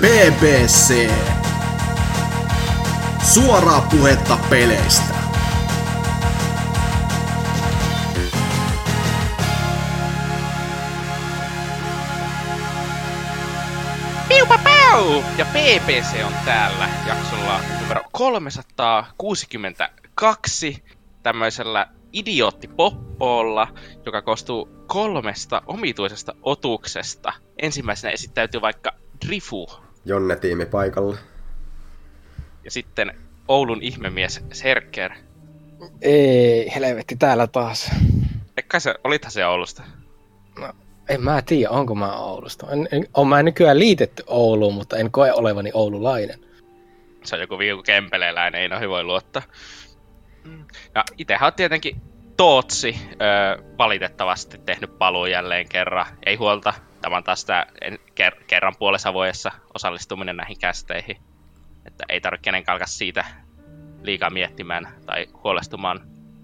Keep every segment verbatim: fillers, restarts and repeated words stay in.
P P C. Suoraa puhetta peleistä. Piupa pau! Ja P P C on täällä jaksolla numero kolmesataakuusikymmentäkaksi tämmöisellä idioottipoppolla, joka koostuu kolmesta omituisesta otuksesta. Ensimmäisenä esittäytyy vaikka Drifu. Jonne-tiimi paikalla. Ja sitten Oulun ihmemies Serker. Ei, helvetti täällä taas. Eikä se, olithan se Oulusta? No, en mä tiedä, onko mä Oulusta. En, en, on mä nykyään liitetty Ouluun, mutta en koe olevani oululainen. Se on joku viikko kempeleläinen, ei noihin voi luottaa. Ja itehän on tietenkin Tootsi öö, valitettavasti tehnyt paluun jälleen kerran. Ei huolta, tämä on taas tää ker- kerran puolessa vuodessa osallistuminen näihin kästeihin. Että ei tarvitse kenenkään alkaa siitä liikaa miettimään tai huolestumaan.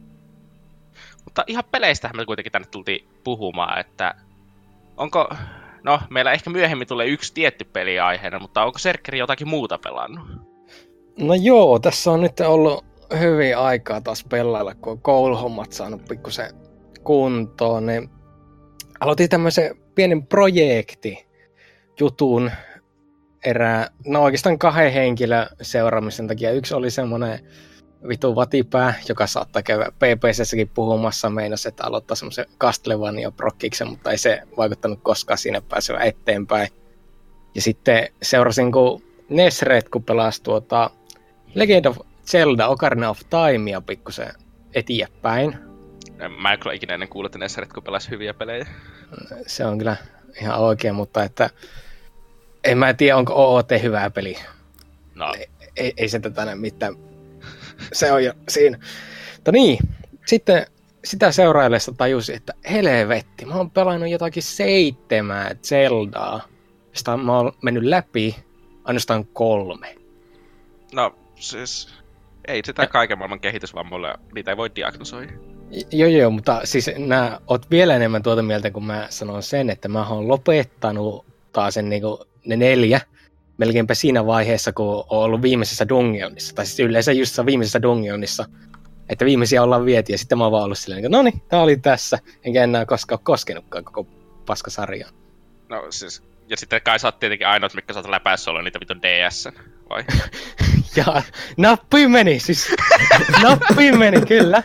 Mutta ihan peleistähän me kuitenkin tänne tultiin puhumaan, että onko, no meillä ehkä myöhemmin tulee yksi tietty peli aiheena, mutta onko Serkkeri jotakin muuta pelannut? No joo, tässä on nyt ollut hyvin aikaa taas pelailla, kun on kouluhommat saanut pikkusen kuntoon, niin aloitin tämmöisen pienen projektijutun erää, no oikeastaan kahden henkilön seuraamisen takia. Yksi oli semmoinen vitu vatipää, joka saattaa käydä P P C:ssäkin puhumassa, meinasi, että aloittaa semmoisen Castlevania-prokkiksen, mutta ei se vaikuttanut koskaan siinä pääsevä eteenpäin. Ja sitten seurasin, kun Nesret, kun pelasi tuota Legend of Zelda Ocarina of Timea pikkusen eteenpäin. Mä en kyllä ikinä ennen kuullut, että Nesret, kun pelasi hyviä pelejä. Se on kyllä ihan oikein, mutta että en mä tiedä, onko O O T hyvää peli. No. Ei, ei, ei se tätä näe mitään. Se on jo siinä. Mutta niin, sitten sitä seuraillessa tajusin, että helvetti, mä oon pelannut jotakin seitsemää Zeldaa. Sitä mä oon mennyt läpi ainoastaan kolme. No siis, ei sitä kaiken maailman kehitysvammoille, niitä ei voi diagnosoida. Joo joo, mutta siis nää oot vielä enemmän tuota mieltä, kun mä sanon sen, että mä oon lopettanut taas sen niinku ne neljä, melkeinpä siinä vaiheessa, kun on ollut viimeisessä dungeonissa, tai siis yleensä just viimeisessä dungeonissa, että viimeisiä ollaan viety, ja sitten mä oon vaan ollut silleen, no niin, tää oli tässä, enkä enää koskaan ole koskenutkaan koko paskasarjaan. No siis, ja sitten kai sä oot tietenkin ainoat, mitkä sä oot läpäissä ollut niitä vitun D S, vai? Ja nappiin meni, siis nappiin meni, kyllä.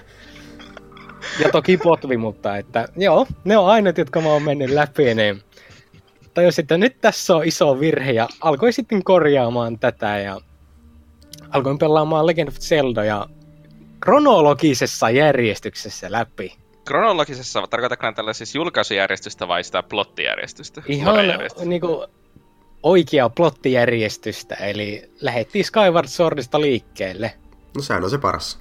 Ja toki potvi, mutta että joo, ne on ainoat, jotka mä oon mennyt läpi, niin tajusin, että nyt tässä on iso virhe ja alkoin sitten korjaamaan tätä ja alkoin pelaamaan Legend of Zelda ja kronologisessa järjestyksessä läpi. Kronologisessa, tarkoitatko tällä siis julkaisujärjestystä vai sitä plottijärjestystä? Ihan niinku oikea plottijärjestystä, eli lähdettiin Skyward Swordista liikkeelle. No sehän on se paras.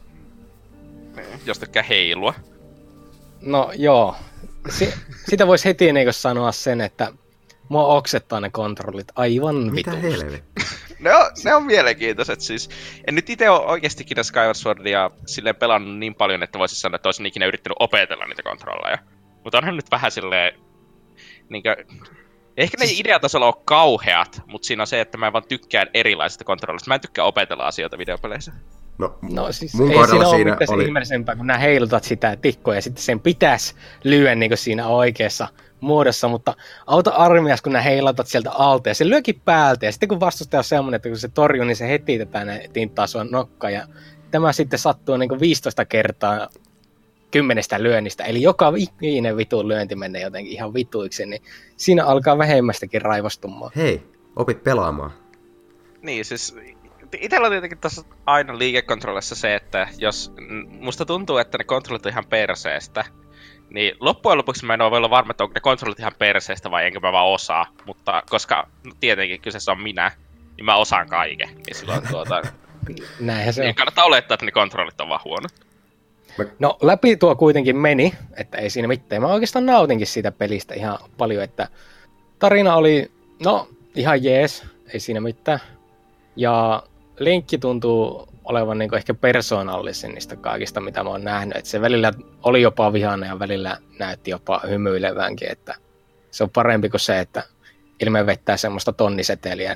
Jos tykkää heilua. No joo, si- sitä voisi heti niinku sanoa sen, että mua oksettaa ne kontrollit aivan vitusti. Mitä helvettiä? Ne on, ne on mielenkiintoiset siis. En nyt itse ole oikeastikin Skyward Swordia silleen pelannut niin paljon, että voisin sanoa, että olisin ikinä yrittänyt opetella niitä kontrolleja. Mutta onhan nyt vähän silleen niinkö, ehkä ne ideatasolla on kauheat, mutta siinä on se, että mä vaan tykkään erilaisista kontrolleista. Mä en tykkää opetella asioita videopeleissä. No, no siis mun ei siinä ole siinä mitään oli ihmeellisempää, kun nää heilutat sitä tikkoa ja sitten sen pitäisi lyödä niin siinä oikeassa muodossa, mutta auta armias, kun nää heilutat sieltä alta ja se lyökin päältä ja sitten kun vastustaja on semmoinen, että kun se torjuu, niin se heti tätä ne tinttaa sua nokkaan ja tämä sitten sattuu niin viisitoista kertaa kymmenestä lyönnistä, eli joka viikinen vitun lyönti menee jotenkin ihan vituiksi, niin siinä alkaa vähemmästäkin raivostumaan. Hei, opit pelaamaan. Niin, siis itellä on tietenkin tässä aina liikekontrollissa se, että jos musta tuntuu, että ne kontrollit on ihan perseestä, niin loppujen lopuksi mä en ole voi olla varma, että onko ne kontrollit ihan perseestä vai enkö mä vaan osaa, mutta koska no, tietenkin kyseessä on minä, niin mä osaan kaiken, niin silloin tuota, näinhän se niin on. Kannattaa olettaa, että ne kontrollit on vaan huonot. No läpi tuo kuitenkin meni, että ei siinä mitään. Mä oikeastaan nautinkin siitä pelistä ihan paljon, että tarina oli, no ihan jees, ei siinä mitään. Ja Linkki tuntuu olevan niin ehkä persoonallisin niistä kaikista, mitä mä oon nähnyt. Että se välillä oli jopa vihainen ja välillä näytti jopa hymyilevänkin, että se on parempi kuin se, että ilme vettää semmoista tonniseteliä niin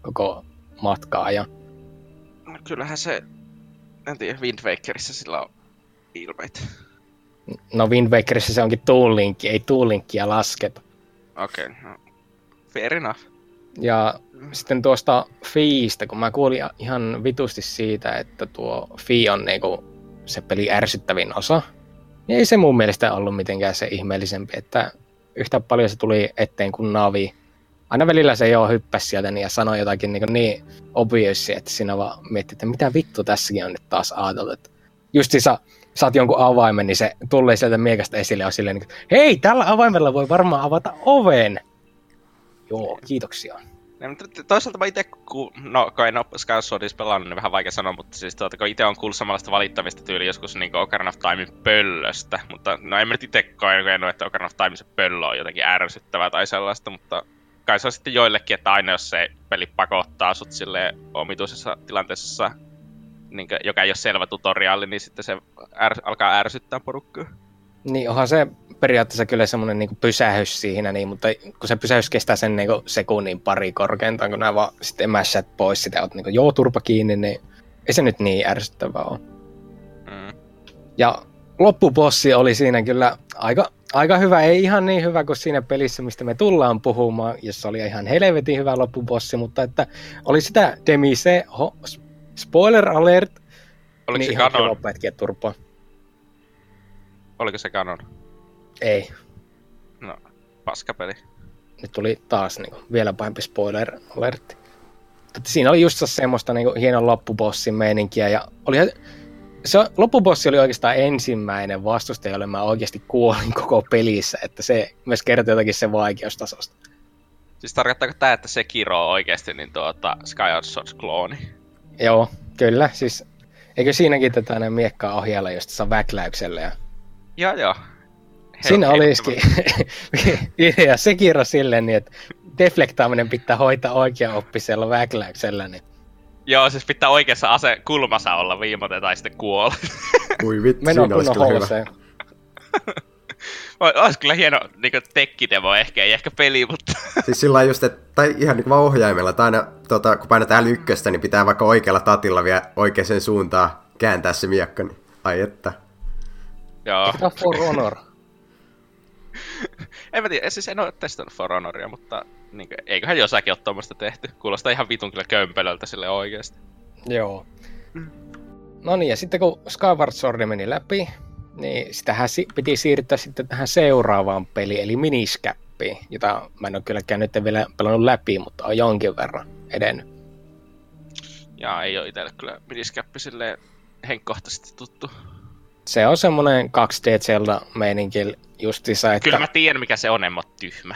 koko matkaa. Ja... No, kyllähän se, en tiedä, Wind Wakerissa sillä on ilmeitä. No Wind Wakerissa se onkin Tool Link, ei Tool Linkia lasketa. Okei, okay, no, fair enough. Ja sitten tuosta Fiistä, kun mä kuulin ihan vitusti siitä, että tuo Fi on niinku se peli ärsyttävin osa, niin ei se mun mielestä ollut mitenkään se ihmeellisempi, että yhtä paljon se tuli eteen kuin Navi. Aina välillä se jo hyppäsi sieltä ja sanoi jotakin niin, niin obvioussia, että siinä vaan miettii, että mitä vittu tässäkin on nyt taas ajateltu. Justi sä saat jonkun avaimen, niin se tulee sieltä miekasta esille ja on silleen, että hei, tällä avaimella voi varmaan avata oven. Joo, kiitoksia. Ja, mutta toisaalta mä ite, ku, no kai en ole Skywswordissa pelannut, niin vähän vaikea sanoa, mutta siis tuota, kun ite on kuullut samanlaista valittavista tyyliä joskus niin Ocarina of Timein pöllöstä, mutta no en mä nyt ite kokenut, että Ocarina of Time se pöllö on jotenkin ärsyttävää tai sellaista, mutta kai se on sitten joillekin, että aina jos se peli pakottaa sut silleen omituisessa tilanteessa, niin kuin, joka ei ole selvä tutoriaali, niin sitten se är, alkaa ärsyttää porukkaa. Niin onhan se periaatteessa kyllä semmoinen niin pysähys siinä, niin, mutta kun se pysähys kestää sen niin sekunnin pari korkeintaan, kun nämä vaan sitten mässät pois sitä, oot niin joo turpa kiinni, niin ei se nyt niin ärsyttävää ole. Mm. Ja loppubossi oli siinä kyllä aika, aika hyvä, ei ihan niin hyvä kuin siinä pelissä, mistä me tullaan puhumaan, jossa oli ihan helvetin hyvä loppubossi, mutta että oli sitä Demise, ho, spoiler alert, oliko niin se ihan kanon? loppuhetkiä turpaa. Oliko se kanon? Ei. No, paskapeli. Nyt tuli taas niin kuin, vielä pahempi spoiler alertti. Mutta siinä oli just semmoista niin kuin, hienon loppubossin meininkiä. Ja oli, se loppubossi oli oikeastaan ensimmäinen vastustaja, jolle mä oikeasti kuolin koko pelissä. Että se myös kertoi jotakin sen vaikeustasosta. Siis tarkoittaako tää, että Sekiro on oikeasti niin tuota Skyward Sword-klooni? Joo, kyllä. Siis, eikö siinäkin tätä miekkaa ohjailla just saa väkläyksellä? Ja... Joo, joo. Siinä olisikin idea Sekiro silleen, niin, että deflektaaminen pitää hoitaa oikeaoppisella väkläyksellä. Niin... Joo, siis pitää oikeassa ase kulmassa olla viimote tai sitten kuolla. Ui vittu, Meno siinä olisi kyllä hyvä. Olisi kyllä hieno niin tekkidemo ehkä, ei ehkä peli, mutta... Siis sillä lailla just, että, tai ihan niin kuin vaan ohjaimella, että aina tota, kun painataan ykköstä, niin pitää vaikka oikealla tatilla vielä oikeaan suuntaan kääntää se miekka, niin ai että. Joo. Eikö tämä For Honor? En mä tiedä, siis en ole testannut For Honoria, mutta niin kuin, eiköhän jossakin ole tuommoista tehty. Kuulostaa ihan vitun kyllä kömpelöltä sille oikeesti. Joo. No niin, ja sitten kun Skyward Sword meni läpi, niin sitähän si- piti siirtyä sitten tähän seuraavaan peliin, eli Miniscappiin, jota mä en ole kylläkään nyt vielä pelannut läpi, mutta on jonkin verran edennyt. Ja ei ole itselle kyllä Miniscappi silleen henkkohtaisesti tuttu. Se on semmonen kaksi D Zelda-meininki justiinsa, että... Kyllä mä tiedän, mikä se on, en mä oon tyhmä.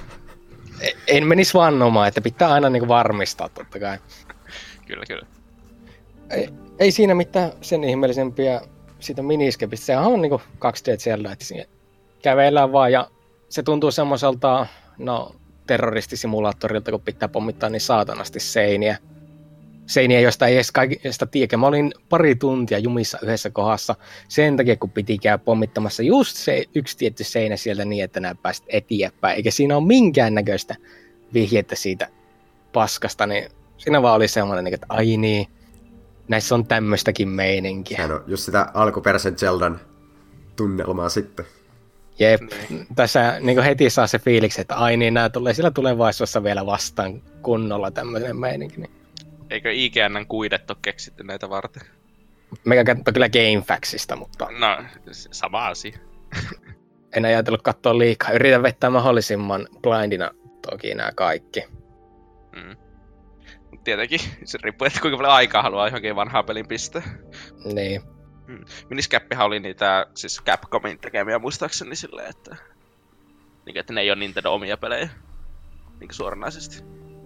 En menisi vannomaan, että pitää aina niinku varmistaa totta kai. Kyllä, kyllä. Ei, ei siinä mitään sen ihmeellisempiä siitä Miniscapista. Sehän on niinku kaksi D Zelda, että siinä kävellään vaan ja se tuntuu semmoiselta, no, terroristisimulaattorilta, kun pitää pommittaa niin saatanasti seiniä. Seiniä, josta ei edes kaikista tiedä. Mä olin pari tuntia jumissa yhdessä kohdassa sen takia, kun piti käydä pommittamassa just se yksi tietty seinä sieltä niin, että nää pääsit eteenpäin. Eikä siinä ole minkäännäköistä vihjettä siitä paskasta, niin siinä vaan oli semmoinen, että ai niin, näissä on tämmöistäkin meininkiä. Sehän on just sitä alkuperäisen Zeldan tunnelmaa sitten. Jep, tässä niin heti saa se fiiliksi, että ai niin, nää tulee sillä tulevaisuudessa vielä vastaan kunnolla tämmöinen meininki. Niin. Eikö I G N:n kuidet ole keksitty näitä varten? Meikä katsoi kyllä GameFAQsista, mutta... No, sama asia. En ajatellut katsoa liikaa. Yritän vettää mahdollisimman blindina toki nämä kaikki. Mm. Tietenkin, se riippuu, että kuinka paljon aikaa haluaa johonkin vanhaan pelin pistää. Niin. Mm. Miniscappihan oli niitä, siis Capcomin tekemiä muistaakseni silleen, että... Niin, että ne ei ole Nintendo omia pelejä. Niin suoranaisesti.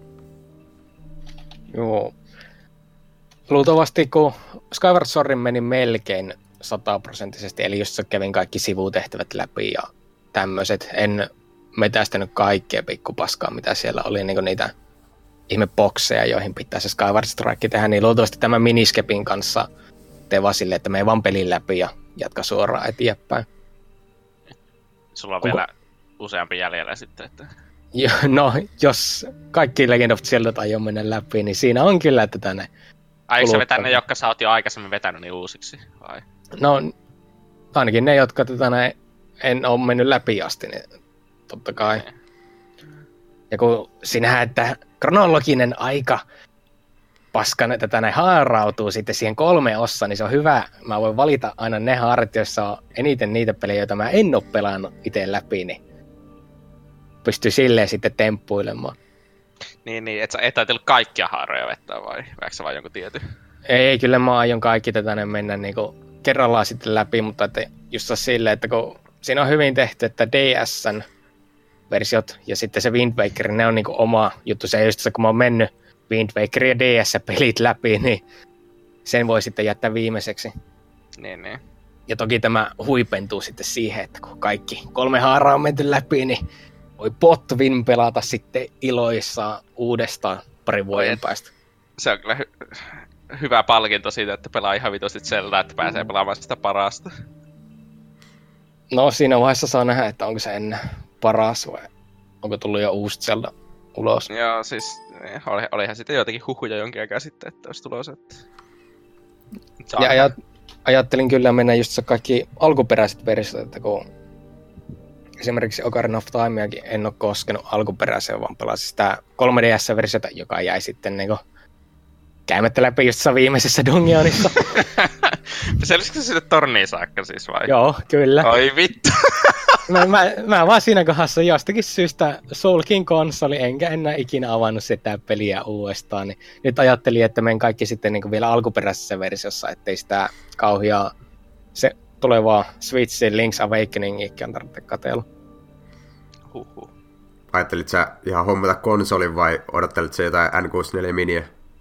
Joo. Luultavasti kun Skyward Sword meni melkein sataprosenttisesti, eli jos kävin kaikki sivutehtävät läpi ja tämmöiset, en metästänyt kaikkea pikkupaskaa, mitä siellä oli, niin kuin niitä ihmebokseja, joihin pitää se Skyward Strike tehdä, niin luultavasti tämän Miniscapin kanssa teva silleen, että mene vaan pelin läpi ja jatka suoraan eteenpäin. Sulla on Onko... vielä useampi jäljellä sitten, että... Jo, no, jos kaikki Legend of Zelda aion mennä läpi, niin siinä on kyllä tätä ne. Aiotko sä vetää ne, jotka sä oot jo aikaisemmin vetänyt niin uusiksi, vai? No, ainakin ne, jotka tätä ne, en ole mennyt läpi asti, niin totta kai. Okay. Ja kun sinähän, että kronologinen aika paskan tätä näin haarautuu sitten siihen kolmeen ossaan, niin se on hyvä. Mä voin valita aina ne haarat, joissa on eniten niitä pelejä, joita mä en ole pelannut itse läpi, niin pystyy silleen sitten temppuilemaan. Niin, niin. Et sä et ajatellut kaikkia haaroja vettää vai väiksä vaan jonkun tietyn? Ei, kyllä mä aion kaikki tätä ne mennä niinku kerrallaan sitten läpi, mutta että just silleen, että kun siinä on hyvin tehty, että D S:n versiot ja sitten se Wind Waker, ne on niinku oma juttu. Se just se, kun mä oon mennyt Wind Waker ja D S-pelit läpi, niin sen voi sitten jättää viimeiseksi. Niin, niin. Ja toki tämä huipentuu sitten siihen, että kun kaikki kolme haaraa on menty läpi, niin voi Potvin pelata sitten iloissaan uudestaan parin vuoden päästä. Se on kyllä hy- hyvä palkinto siitä, että pelaa ihan vitusti Zeldaa, että pääsee pelaamaan sitä parasta. No siinä vaiheessa saa nähdä, että onko se ennen paras vai onko tullut jo uusi Zelda ulos. Joo, siis oli, olihan sitten joitakin huhuja jonkin aikaa sitten, että olisi tulossa. Että... Ja ajat, ajattelin kyllä mennä just se kaikki alkuperäiset versiot, että kun esimerkiksi Ocarina of Timeakin en ole koskenut alkuperäiseen, vaan pelasin sitä kolme D S-versiota, joka jäi sitten niinku käymättä läpi just viimeisessä dungeonissa. Selvisikö se sinne torniin saakka siis vai? Joo, kyllä. Oi vittu. mä, mä, mä vaan siinä kohdassa jostakin syystä sulkin konsoli, enkä enää ikinä avannut sitä peliä uudestaan. Niin nyt ajattelin, että menen kaikki sitten niin vielä alkuperäisessä versiossa, ettei sitä kauheaa se tulevaa Switchin Link's Awakeningikin tarvitse katsella. Huhhuh. Ajattelit sä ihan hommata konsolin vai odottelit sä jotain N kuusikymmentäneljä miniä?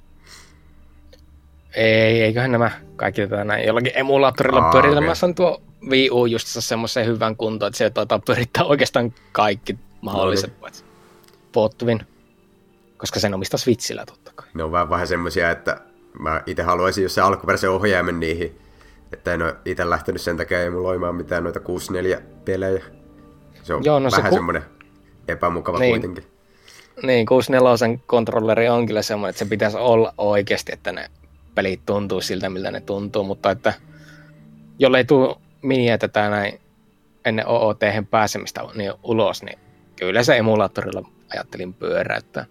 Ei, eiköhän nämä kaikki tätä näin jollakin emulaattorilla pyörittämässä on tuo Wii U just semmoisen hyvän kuntoon, että se taitaa pyörittää oikeastaan kaikki mahdolliset paitsi Potvin, koska sen omistaa Switchillä totta kai. Ne on vähän, vähän semmosia, että mä itse haluaisin, jos se alkuperäisen ohjaimen niihin, että en ole itse lähtenyt sen takia emuloimaan mitään noita kuusikymmentäneljä-pelejä. Se on Joo, no vähän se ku... semmoinen epämukava niin. Kuitenkin. Niin, kuusikymmentäneljä kontrolleri on kyllä semmoinen, että se pitäisi olla oikeasti, että ne pelit tuntuu siltä, miltä ne tuntuu, mutta että jollei tule miniä tätä näin ennen O O T:hen pääsemistä niin ulos, niin kyllä se emulaattorilla ajattelin pyöräyttää.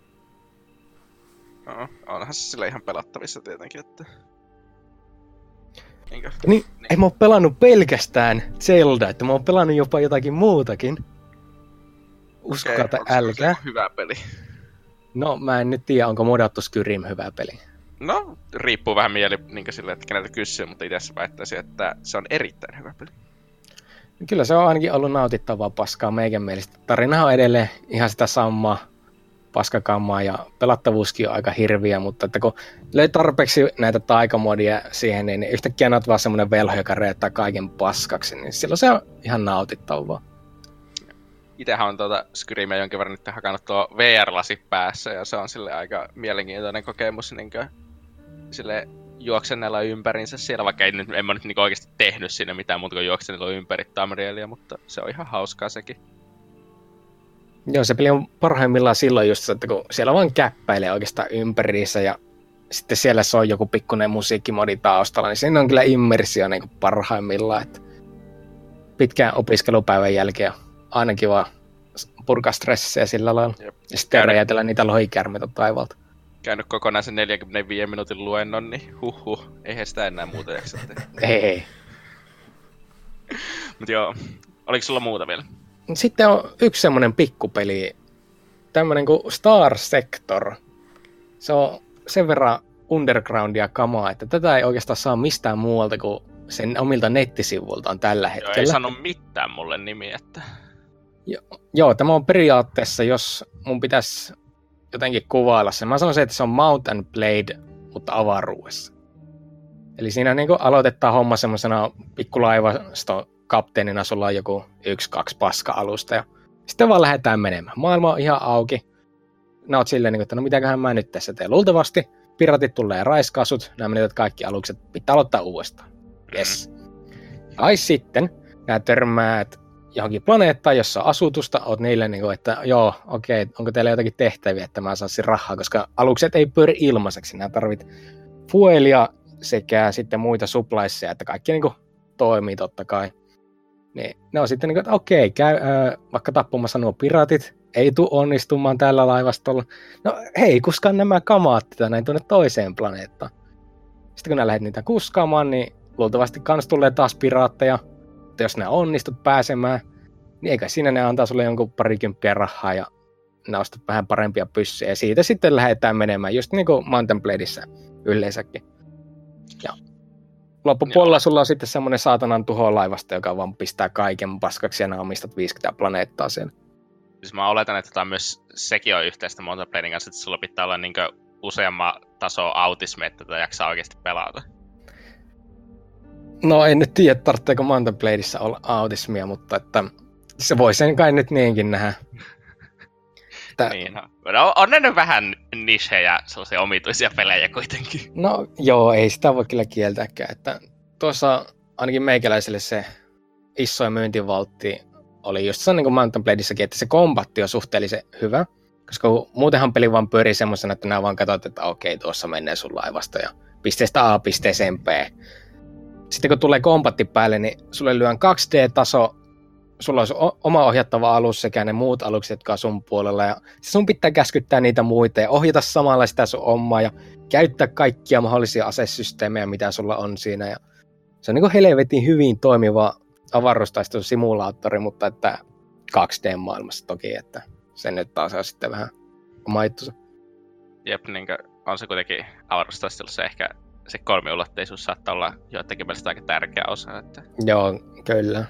No, onhan se sillä ihan pelattavissa tietenkin, että... Niinkö? Niin, niin. En mä oo pelannut pelkästään Zelda, että mä oon pelannut jopa jotakin muutakin. Uskokaa okay, tai älkää. Se hyvä peli? No, mä en nyt tiedä, onko modattu Skyrim hyvä peli. No, riippuu vähän mieli niin silleen, että keneltä kysyy, mutta itse väittäisin, että se on erittäin hyvä peli. Kyllä se on ainakin ollut nautittavaa paskaa meikän mielestä. Tarina on edelleen ihan sitä samaa paskakammaa ja pelattavuuskin on aika hirviä, mutta että kun löi tarpeeksi näitä taikamodia siihen, niin yhtäkkiä näet vaan semmoinen velho, joka reettää kaiken paskaksi, niin silloin se on ihan nautittavaa. Itsehän on tuota Skyrimia jonkin verran nyt hakannut tuo V R-lasi päässä, ja se on sille aika mielenkiintoinen kokemus niin sille juoksennella ympärinsä siellä, vaikka ei nyt, en mä nyt niin oikeasti tehnyt siinä mitään muuta kuin juoksennella ympäri Tamrielia, mutta se on ihan hauskaa sekin. Joo, se peli on parhaimmillaan silloin just, että kun siellä vaan käppäilee oikeastaan ympäriinsä ja sitten siellä se on joku pikkuinen musiikkimodi taustalla, niin siinä on kyllä immersio niin parhaimmillaan, että pitkään opiskelupäivän jälkeen ainakin vaan purkaa stressiä sillä lailla. Jep. Ja sitten räjätellä niitä lohikärmeitä taivaalta. Käynyt kokonaisen neljäkymmentäviisi minuutin luennon, niin huhhuh, eihän sitä enää muuta jaksa tehdä. Ei. Mut joo, oliko sulla muuta vielä? Sitten on yksi semmonen pikkupeli, tämmönen kuin Star Sector. Se on sen verran undergroundia kamaa, että tätä ei oikeastaan saa mistään muualta kuin sen omilta nettisivuiltaan tällä hetkellä. Joo, ei sano mitään mulle nimi, että... Jo, joo, tämä on periaatteessa, jos mun pitäisi jotenkin kuvailla sen. Mä sanoisin, että se on Mount and Blade, mutta avaruudessa. Eli siinä niin aloitetaan homma semmoisena pikkulaivasto kapteenina, sulla on joku yksi, kaksi paska-alusta ja sitten vaan lähdetään menemään. Maailma on ihan auki. Nää oot silleen, että no mitäköhän mä nyt tässä teen. Luultavasti piratit tulee raiskaasut, nämä menetät kaikki alukset, pitää aloittaa uudestaan. Yes. Ai sitten, nää törmäät johonkin planeettaan, jossa on asutusta, oot niille, niin kuin, että joo, okei, onko teillä jotakin tehtäviä, että mä saisin rahaa, koska alukset ei pyöri ilmaiseksi, nämä tarvit fuelia sekä sitten muita suppliesia, että kaikki niin kuin, toimii totta kai. Niin, ne on sitten niin kuin, että okei, käy äh, vaikka tappumassa nuo piraatit, ei tule onnistumaan tällä laivastolla. No hei, kuskaan nämä kamaat tätä näin tuonne toiseen planeettaan. Sitten kun nää lähdet niitä kuskaamaan, niin luultavasti kans tulee taas piraatteja. Mutta jos nää onnistut pääsemään, niin eikä siinä ne antaa sulle jonkun parikymppiä rahaa ja nää ostat vähän parempia pyssyjä. Ja siitä sitten lähdetään menemään, just niin kuin Mountain Bladeissa yleensäkin. Ja loppupuolella Joo. sulla on sitten semmonen saatanan tuholaivasto, joka vaan pistää kaiken paskaksi ja nää omistat viisikymmentä planeettaa siellä. Siis mä oletan, että tämä myös sekin on yhteistä Mountain Bladen kanssa, että sulla pitää olla niinkö useamman tasoa autismi, että tätä jaksaa oikeasti pelata. No en nyt tiedä, tarvitseeko Mountain Bladeissa olla autismia, mutta että se voi sen kai nyt niinkin nähdä. Että... Niin, no. no on ne nyt vähän nichejä, sellaisia omituisia pelejä kuitenkin. No joo, ei sitä voi kyllä kieltääkään. Että tuossa ainakin meikäläiselle se isoin myyntivaltti oli just se niin kuin Mountain Bladissakin, että se kombatti on suhteellisen hyvä. Koska muutenhan peli vaan pyörii semmoisena, että nää vaan katsot, että okei, tuossa menee sun laivasta ja pisteestä A pisteeseen B. Sitten kun tulee kombatti päälle, niin sulle lyön kaksi D-taso, sulla on oma ohjattava alus sekä ne muut alukset, jotka on sun puolella. Ja sun pitää käskyttää niitä muita ja ohjata samalla sitä sun omaa ja käyttää kaikkia mahdollisia asesysteemejä, mitä sulla on siinä. Ja se on niin kuin helvetin hyvin toimiva avaruustaistelusimulaattori, mutta että kaksi D-maailmassa toki, että se nyt taas on sitten vähän oma juttusa. Jep, niin on se kuitenkin avaruustaistelussa ehkä se kolmiulotteisuus saattaa olla joidenkin mielestä aika tärkeä osa. Että... Joo, kyllä.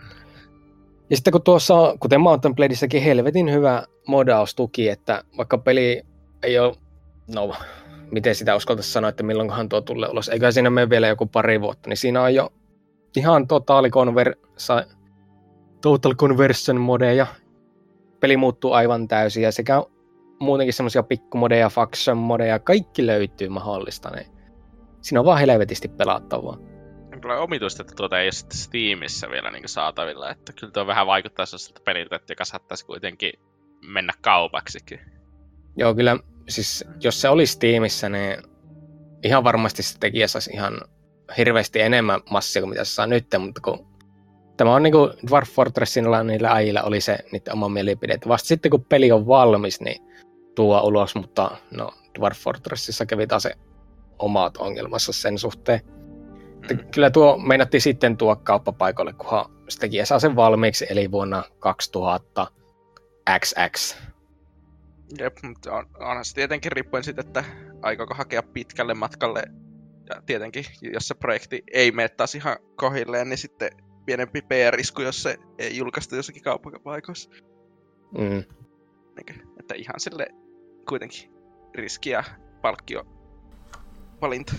Ja sitten kun tuossa on, kuten Mountain Bladissakin, helvetin hyvä modaustuki, että vaikka peli ei ole, no miten sitä uskaltaisi sanoa, että milloinkohan tuo tulee ulos, eikä siinä mene vielä joku pari vuotta, niin siinä on jo ihan total, conver- total conversion modeja. Peli muuttuu aivan täysin ja sekä muutenkin semmoisia pikkumodeja, faction modeja, kaikki löytyy mahdollista, niin siinä on vaan helvetisti pelattavaa. Kyllä omituista, että tuota ei ole sitten Steamissa vielä niin saatavilla, että kyllä tuo vähän vaikuttaa sellaiselta peliltä, joka saattaisi kuitenkin mennä kaupaksikin. Joo, kyllä, siis jos se olisi Steamissa, niin ihan varmasti se tekijä saisi ihan hirveästi enemmän massia kuin mitä se saa nyt, mutta kun tämä on niin kuin Dwarf Fortressilla niillä äijillä oli se niiden oma mielipide, että vasta sitten kun peli on valmis, niin tuo ulos, mutta no Dwarf Fortressissa kävi taas se omat ongelmassa sen suhteen. Mm. Kyllä tuo meinattiin sitten tuo kauppapaikalle, kunhan se tekijä saa sen valmiiksi, eli vuonna kaksituhatta X X. Jep, mutta on, onhan se tietenkin riippuen siitä, että aikooko hakea pitkälle matkalle. Ja tietenkin, jos se projekti ei mene taas ihan kohilleen, niin sitten pienempi P R-isku, jos se ei julkaista jossakin kauppapaikoissa. Mm. Että ihan sille kuitenkin riski ja palkkio valinta.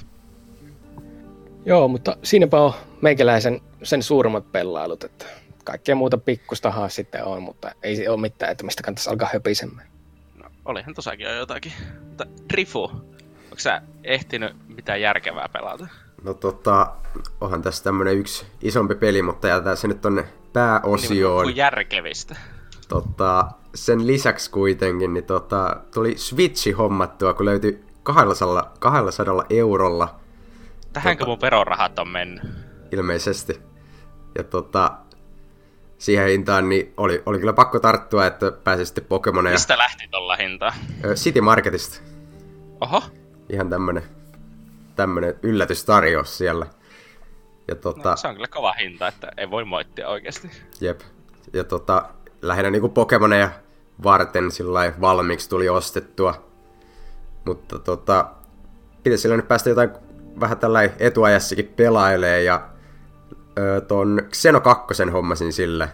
Joo, mutta siinäpä on meikäläisen sen suurimmat pelailut, että kaikkea muuta pikkustahan sitten on, mutta ei se ole mitään, että mistä kannattaisi alkaa höpisemään. No, olihan tossakin jo jotakin. Mutta Rifu, onko sä ehtinyt mitään järkevää pelata? No tota, onhan tässä tämmönen yksi isompi peli, mutta jätetään se nyt tonne pääosioon. Niin, järkevistä. Tota, sen lisäksi kuitenkin, niin tota, tuli Switchi hommattua, kun löytyi kaksisataa eurolla. Tähänkö tota, mun verorahat on mennyt? Ilmeisesti. Ja tota, siihen hintaan niin oli, oli kyllä pakko tarttua, että pääsi sitten Pokemoneja. Mistä lähti tolla hintaa? City Marketista. Oho. Ihan tämmönen, tämmönen yllätystarjous siellä. Ja tota, no, se on kyllä kova hinta, että ei voi moittia oikeesti. Jep. Ja tota, lähinnä niinku Pokemoneja varten sillai valmiiksi tuli ostettua. Mutta tota, pitäisi sillä nyt päästä jotain vähän tällainen etuajassakin pelailee ja öö, ton Xeno kaksi hommasin sille.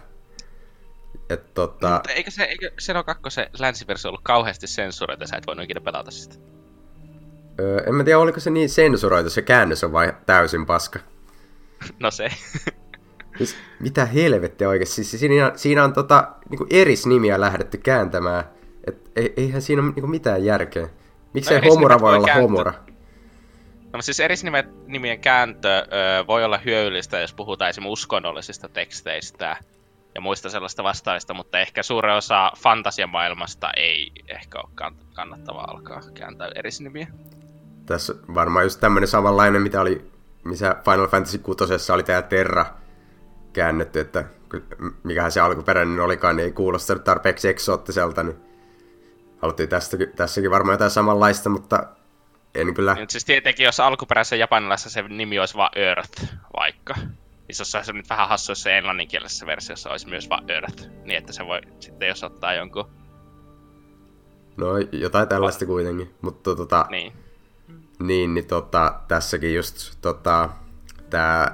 Et tota... no, mutta eikö se eikö Xeno kaksi länsiversio ollut kauheasti sensuroita, sä et voinut ikinä pelata sitä? Öö, en mä tiedä, oliko se niin sensuroitu, se käännös on vai täysin paska. No se. Siis, mitä helvettiä oikeesti, siis siinä, siinä on tota, niinku erisnimiä lähdetty kääntämään, et eihän siinä ole niinku mitään järkeä. Miksei no, Homura voi olla kääntö... Homura? No siis erisnimien kääntö ö, voi olla hyödyllistä, jos puhutaan esimerkiksi uskonnollisista teksteistä. ja muista sellaista vastaavista, mutta ehkä suurin osa fantasiamaailmasta ei ehkä ole kannattavaa alkaa kääntää erisnimiä. Tässä varmaan just tämmöinen samanlainen, mitä oli, missä Final Fantasy kuusi oli tää Terra käännetty, että mikähän se alkuperäinen olikaan, niin ei kuulostanut tarpeeksi eksoottiselta, niin haluttiin tästäkin, tässäkin varmaan jotain samanlaista, mutta en kyllä... Nyt siis tietenkin, jos alkuperäisessä japanilaisessa se nimi olisi vaan Earth, vaikka, niin se olisi nyt vähän hassu, jos se englanninkielisessä versiossa olisi myös vaan Earth, niin että se voi sitten, jos ottaa jonkun... No, jotain tällaista kuitenkin, mutta tota... Niin. Niin, niin tota, tässäkin just tota, tää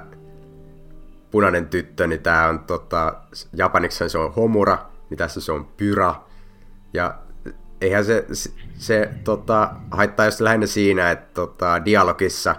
punainen tyttö, niin tää on tota, japaniksi se on Homura, niin tässä se on Pyra. Ja eihän se, se, se tota, haittaa just lähinnä siinä, että tota, dialogissa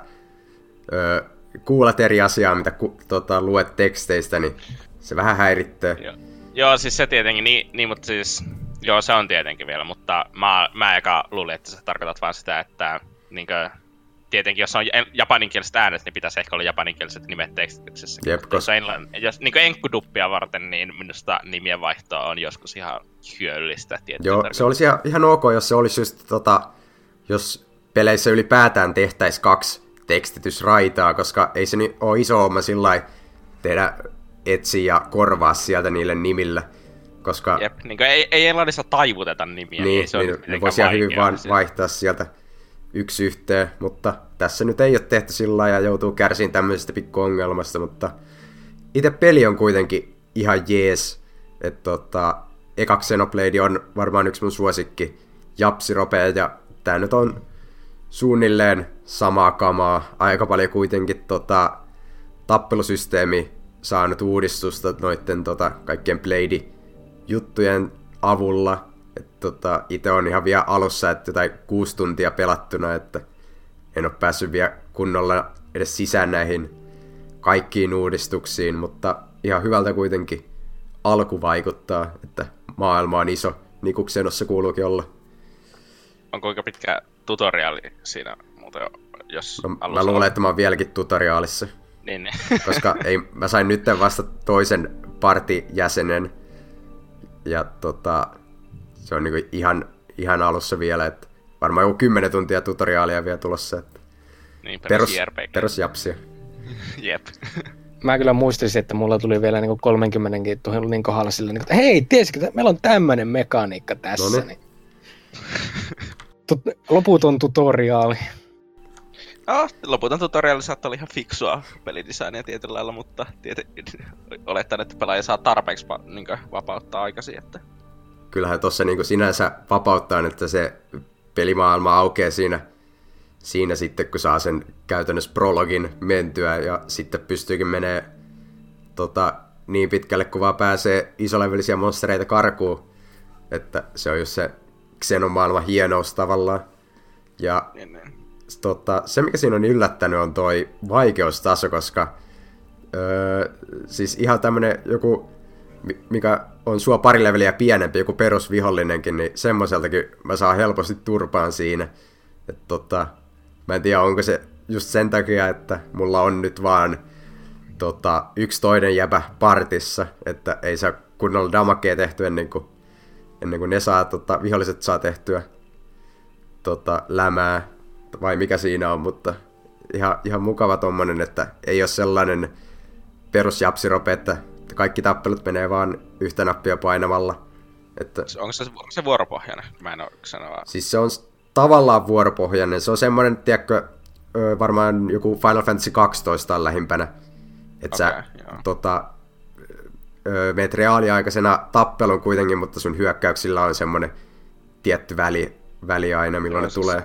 ö, kuulet eri asiaa, mitä ku, tota, luet teksteistä, niin se vähän häiritsee. Joo, joo siis se tietenkin, niin, niin mutta siis, joo se on tietenkin vielä, mutta mä, mä eka luulin, että sä tarkoitat vaan sitä, että niinkö, tietenkin jos on japaninkieliset äänet, niin pitäisi ehkä olla japaninkieliset nimet tekstityksessä. Jep, koska... Jos, jos niin enkkuduppia varten, niin minusta nimien vaihtoa on joskus ihan hyödyllistä. Joo, se olisi ihan, ihan ok, jos se olisi just, tota, jos peleissä ylipäätään tehtäisiin kaksi tekstitysraitaa, koska ei se nyt ole iso homma sillä tehdä etsiä ja korvaa sieltä niille nimillä. Koska... Jep, niin ei, ei englannissa taivuteta nimiä. Niin, ei se niin ne voisi ihan hyvin vaan vaihtaa sieltä yksi yhteen, mutta tässä nyt ei ole tehty sillä lailla ja joutuu kärsiin tämmöisestä pikku ongelmasta, mutta itse peli on kuitenkin ihan jees, että tota, eka Xenoblade on varmaan yksi mun suosikki japsiropea ja tää nyt on suunnilleen samaa kamaa, aika paljon kuitenkin tota, tappelusysteemi saanut uudistusta noitten tota, kaikkien Blade-juttujen avulla. Tota, itse on ihan vielä alussa, että jotain kuusi tuntia pelattuna, että en ole päässyt vielä kunnolla edes sisään näihin kaikkiin uudistuksiin, mutta ihan hyvältä kuitenkin alku vaikuttaa, että maailma on iso, niin kuin Xenossa kuuluukin olla. On kuinka pitkä tutoriaali siinä muuten, jos no, mä luulen, että mä oon vieläkin tutoriaalissa. Niin, niin. Koska ei, mä sain nyt vasta toisen partijäsenen, ja tota... Se on niinku ihan, ihan alussa vielä, että varmaan joku kymmenen tuntia tutoriaalia vielä tulossa. Että niin, perus, perus japsia. Jep. Mä kyllä muistelisin, että mulla tuli vielä niinku kolmekymmentä tunnin kohdalla silleen, että hei, tiesitkö, että meillä on tämmönen mekaniikka tässä. Niin. Tut- loputon tutoriaali. No, loputon tutoriaali saattaa olla ihan fiksua pelidesignia tietyllä lailla, mutta tietenkin olettaen, että pelaaja saa tarpeeksi va- niin vapauttaa aikaisin, että... Kyllähän tuossa niin sinänsä vapauttaa, että se pelimaailma aukeaa siinä, siinä sitten, kun saa sen käytännössä prologin mentyä ja sitten pystyykin menee tota, niin pitkälle, kun vaan pääsee isolevelisiä monstereita karkuun. Että se on just se Xenomaailman hienous tavallaan. Ja niin, niin. Tota, se, mikä siinä on yllättänyt, on toi vaikeustaso, koska öö, siis ihan tämmönen joku... mikä on sua pari leveliä pienempi, joku perusvihollinenkin, niin semmoiseltakin mä saan helposti turpaan siinä. Et tota, mä en tiedä, onko se just sen takia, että mulla on nyt vaan tota, yksi toinen jäbä partissa, että ei saa kunnolla damakea tehtyä ennen kuin, ennen kuin ne saa, tota, viholliset saa tehtyä tota, lämää, vai mikä siinä on, mutta ihan, ihan mukava tommonen, että ei ole sellainen perusjapsirope, että kaikki tappelut menee vaan yhtä nappia painamalla. Että... Onko se, onko se vuoropohjainen? Mä en ole sanoa. Siis se on tavallaan vuoropohjainen. Se on semmoinen, tiedätkö, varmaan joku Final Fantasy kaksitoista on lähimpänä. Että okay, sä tota, meet reaaliaikaisena tappelun kuitenkin, mutta sun hyökkäyksillä on semmoinen tietty väli, väli aina, milloin no, ne tulee.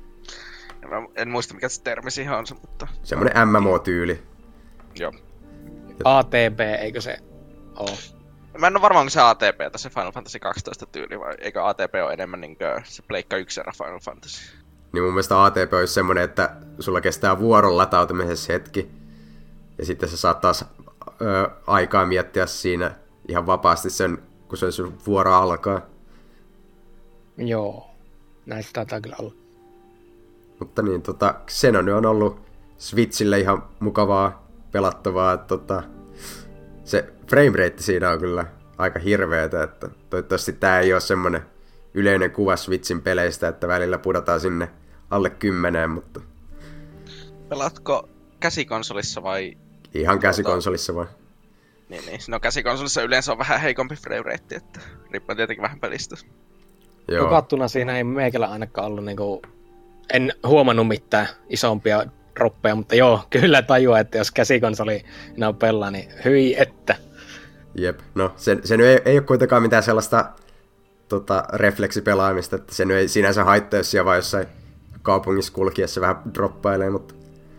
Mä en muista, mikä se termi siihen on, mutta... Semmoinen M M O-tyyli. Joo. A T B, eikö se ole? Mä en ole varmaan, onko se A T B tässä Final Fantasy kaksitoista tyyli, vai eikö A T B ole enemmän niin kuin se Pleikka yksi erä Final Fantasy? Niin mun mielestä A T B olisi semmoinen, että sulla kestää vuoron latautumisessa hetki, ja sitten sä saat taas ö, aikaa miettiä siinä ihan vapaasti sen, kun se sun vuoro alkaa. Joo, näistä taitaa kyllä olla. Mutta niin, tota, Xenoni on ollut Switchille ihan mukavaa pelattavaa, että tota, se framerate siinä on kyllä aika hirveetä, että toivottavasti tää ei ole semmonen yleinen kuva Switchin peleistä, että välillä pudotaan sinne alle kymmeneen, mutta... Pelaatko käsikonsolissa vai... Ihan käsikonsolissa vai? Niin, niin. No käsikonsolissa yleensä on vähän heikompi framerate, että riippuu tietenkin vähän pelistä. Joo. Kattuna siinä ei meikällä ainakaan ollut niinku... En huomannut mitään isompia droppeja, mutta joo, kyllä tajua, että jos käsikonsoli on pelaa, niin hyi että. Jep, no se, se nyt ei, ei ole kuitenkaan mitään sellaista tota, refleksipelaamista, että se nyt ei sinänsä haittaa, jos siellä vaan jossain kaupungissa kulkiessa vähän droppailee, mutta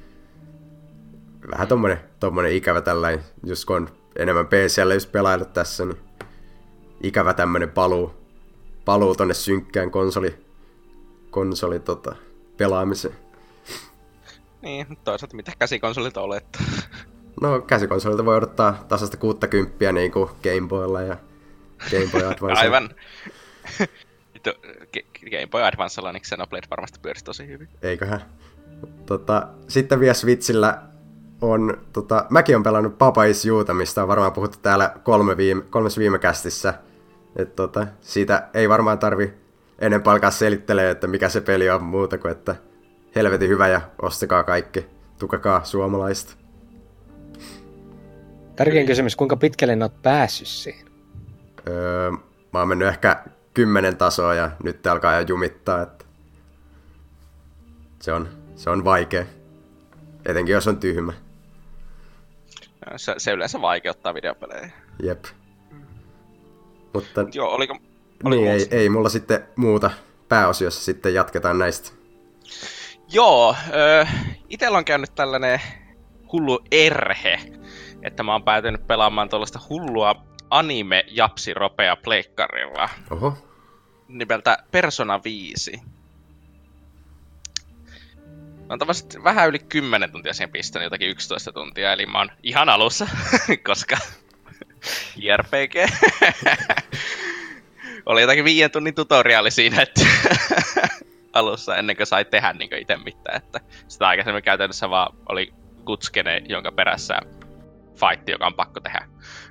vähän tommonen, tommonen ikävä tällainen, just kun on enemmän P C:llä just pelaillut tässä, niin ikävä tämmönen paluu, paluu tonne synkkään konsoli, konsoli tota, pelaamiseen. Niin, toisaalta mitä käsikonsolilta olettaa? No käsikonsolilta voi odottaa tasasta kuusikymmentä niin kuin Game Boylla ja Game Boy Advancella. Aivan. Game Boy Advancella niin Xenoblade varmasti pyörisi tosi hyvin. Eiköhän. Tota, sitten vielä Switchillä on, tota, mäkin olen pelannut Papa Is Youta, mistä on varmaan puhuttu täällä kolme viime, kolmessa viime kästissä. Et, tota, siitä ei varmaan tarvi enempää alkaa selittelee, että mikä se peli on muuta kuin, että helvetin hyvä ja ostakaa kaikki, tukakaa suomalaista. Tärkein kysymys, kuinka pitkälle ne oot päässyt siihen? Öö, mä oon mennyt ehkä kymmenen tasoa ja nyt alkaa jo jumittaa, että se on, se on vaikea, etenkin jos on tyhmä. Se, se yleensä vaikeuttaa videopelejä. Jep. Mutta joo, oliko, oliko niin, ei, ei mulla sitten muuta pääosiossa, sitten jatketaan näistä. Joo, öö, itellä on käynyt tällainen hullu erhe, että mä oon päätynyt pelaamaan tuollaista hullua anime-japsiropea pleikkarilla. Oho. Nimeltä Persona viisi. Mä oon tavallisesti vähän yli kymmenen tuntia siihen pistänyt, jotakin yksitoista tuntia, eli mä oon ihan alussa, koska J R P G. Oli jotakin viiden tunnin tutoriaali siinä, että alussa ennen kuin sai tehdä niin itse mitään. Että sitä aikaisemmin käytännössä vaan oli kutskene, jonka perässä fight, joka on pakko tehdä.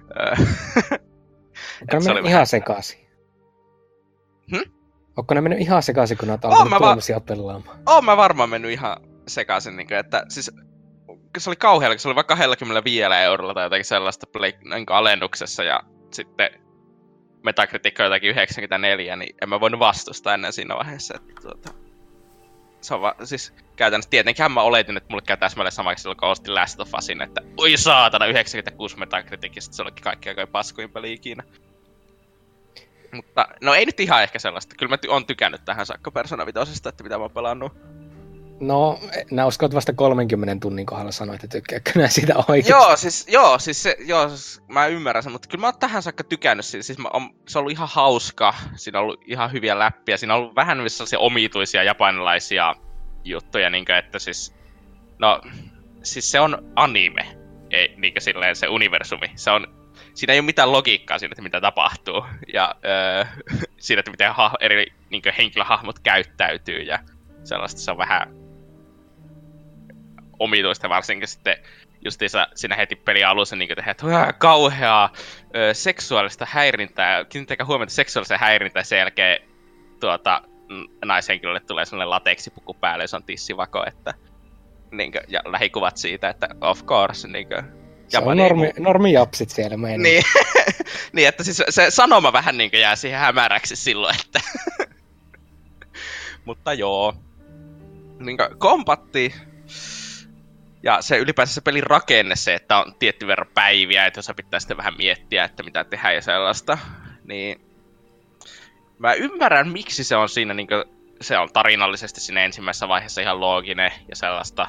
Onko ne mennyt ihan sekaisin? Hmm? Onko ne mennyt ihan sekaisin, kun olet alkanut tuommoisia va- pelaamaan? Oon mä varmaan mennyt ihan sekaisin. Niin kuin, että siis, se oli kauhealla, se oli vaikka kaksikymmentäviisi eurolla tai jotakin sellaista niin alennuksessa ja sitten Metacritic on jotakin yhdeksänkymmentäneljä, niin en mä voinut vastustaa ennen siinä vaiheessa. Että, tuota, se on va- siis käytännössä tietenkin mä oletin, että mulle käy täsmälleen samaksi silloin, kun ostin Last of Usin, että oi saatana, yhdeksänkymmentäkuusi Metacriticista, se olikin kaikki aikoin paskuin peli ikinä. Mutta no ei nyt ihan ehkä sellaista. Kyllä mä ty- on tykännyt tähän saakka Persona vitosesta, että mitä mä oon pelannut. No, nää uskot vasta kolmenkymmenen tunnin kohdalla sanoit, että tykkääkö nää siitä oikeesti? Joo, siis, joo, siis, se, joo, siis mä ymmärrän sen, mutta kyllä mä oon tähän saakka tykännyt siitä. Siis mä on, se on ollut ihan hauska, siinä on ollut ihan hyviä läppiä, siinä on ollut vähän sellaisia omituisia japanilaisia juttuja, niin kuin, että siis, no, siis se on anime, ei niin kuin silleen se universumi, se on, siinä ei ole mitään logiikkaa siinä, että mitä tapahtuu, ja öö, siinä, että miten ha- eri niin kuin henkilöhahmot käyttäytyy, ja sellaista, se on vähän omituista, varsinkin sitten justiinsa siinä heti pelin alussa niin tehdään, että kauheaa ö, seksuaalista häirintää, kiinnittäkää huomioon seksuaalisen häirintää, sen jälkeen tuota, naishenkilölle tulee sellainen lateksipuku päälle, jos on tissivako, että niin kuin, ja lähikuvat siitä, että of course, niin kuin, se on normi, normijapsit siellä meidän. Niin, niin, että siis se sanoma vähän niin kuin jää siihen hämäräksi silloin, että mutta joo, niin kuin, kompatti. Ja se ylipäänsä se pelin rakenne, se, että on tietty verran päiviä, että jos pitää sitten vähän miettiä, että mitä tehdään ja sellaista, niin mä ymmärrän, miksi se on siinä, niin kuin, se on tarinallisesti siinä ensimmäisessä vaiheessa ihan looginen ja sellaista,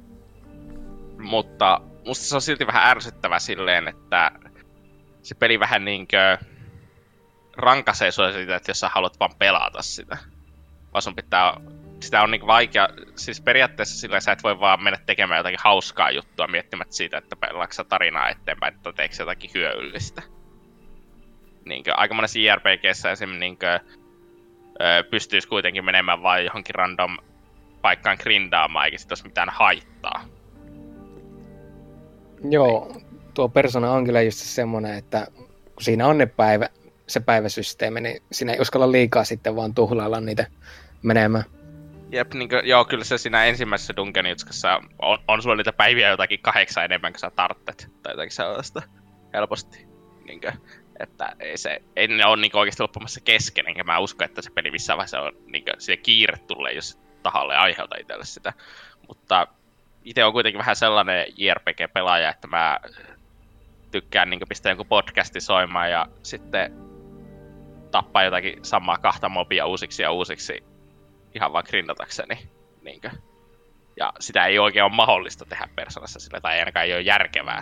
mutta musta se on silti vähän ärsyttävä silleen, että se peli vähän niin kuin rankaisee sua siitä, että jos sä haluat vaan pelata sitä, vaan sun pitää... Sitä on niin vaikea, siis periaatteessa sillä sä et voi vaan mennä tekemään jotakin hauskaa juttua miettimättä siitä, että pelaatko tarinaa eteenpäin, että teekö jotakin hyödyllistä. Niin kuin, aika monessa J R P G:ssä esimerkiksi niin kuin, ö, pystyisi kuitenkin menemään vain johonkin random paikkaan grindaamaan, eikä sit olisi mitään haittaa. Joo, tuo Persona on kyllä just semmoinen, että kun siinä on ne päivä, se päiväsysteemi, niin siinä ei uskalla liikaa sitten vaan tuhlailla niitä menemään. Jep, niin kuin, joo, kyllä se siinä ensimmäisessä Dungeon-jutskassa on, on sulla niitä päiviä jotakin kahdeksan enemmän kuin sä tarttet, tai jotakin sellaista helposti. Niin kuin, että ei, se, ei ne ole niin oikeasti loppumassa kesken, enkä mä usko, että se peli missään vaiheessa on niin kuin, sille kiire tulee, jos tahalle aiheuta itselle sitä. Mutta itse on kuitenkin vähän sellainen J R P G-pelaaja, että mä tykkään niin kuin, pistää jonkun podcasti soimaan ja sitten tappaa jotakin samaa kahta mobia uusiksi ja uusiksi ihan vaan grindatakseni. Niin kuin. Ja sitä ei oikein ole mahdollista tehdä Personassa sille, tai ainakaan ei ole järkevää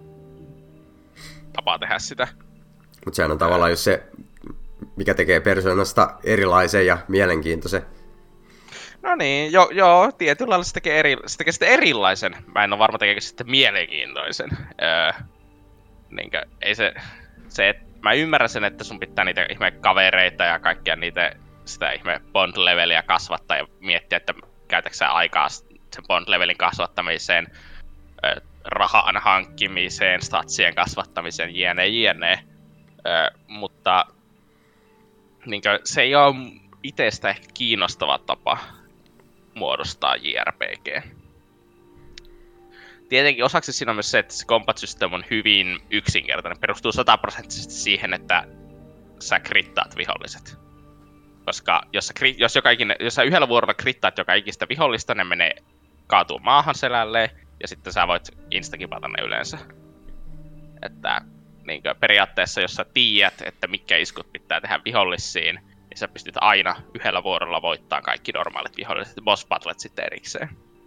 tapaa tehdä sitä. Mutta sehän on tavallaan just se, mikä tekee Personasta erilaisen ja mielenkiintoisen. No niin, joo, joo tietyllä lailla se tekee, eri, se tekee sitten erilaisen. Mä en ole varma tekeekö sitten mielenkiintoisen. Öö, niinkö, ei se, se et, mä ymmärrän sen, että sun pitää niitä ihme kavereita ja kaikkia niitä sitä ihme bond-leveliä kasvattaa ja miettiä, että käytätkö sä aikaa sen bond-levelin kasvattamiseen, öö, rahan hankkimiseen, statsien kasvattamiseen, jne, jne. Öö, mutta niinkö, se ei ole itsestä ehkä kiinnostava tapa muodostaa J R P G. Tietenkin osaksi siinä on myös se, että se combat system on hyvin yksinkertainen. Perustuu sataprosenttisesti siihen, että sä krittaat viholliset. Koska jos sä, jos joka ikinen, jos sä yhdellä vuorolla krittaat joka ikistä vihollista, ne menee kaatuu maahan selälleen, ja sitten sä voit instakipata ne yleensä. Että niin periaatteessa, jos sä tiedät, että mitkä iskut pitää tehdä vihollisiin, niin sä pystyt aina yhdellä vuorolla voittamaan kaikki normaalit viholliset, boss battlet sitten erikseen.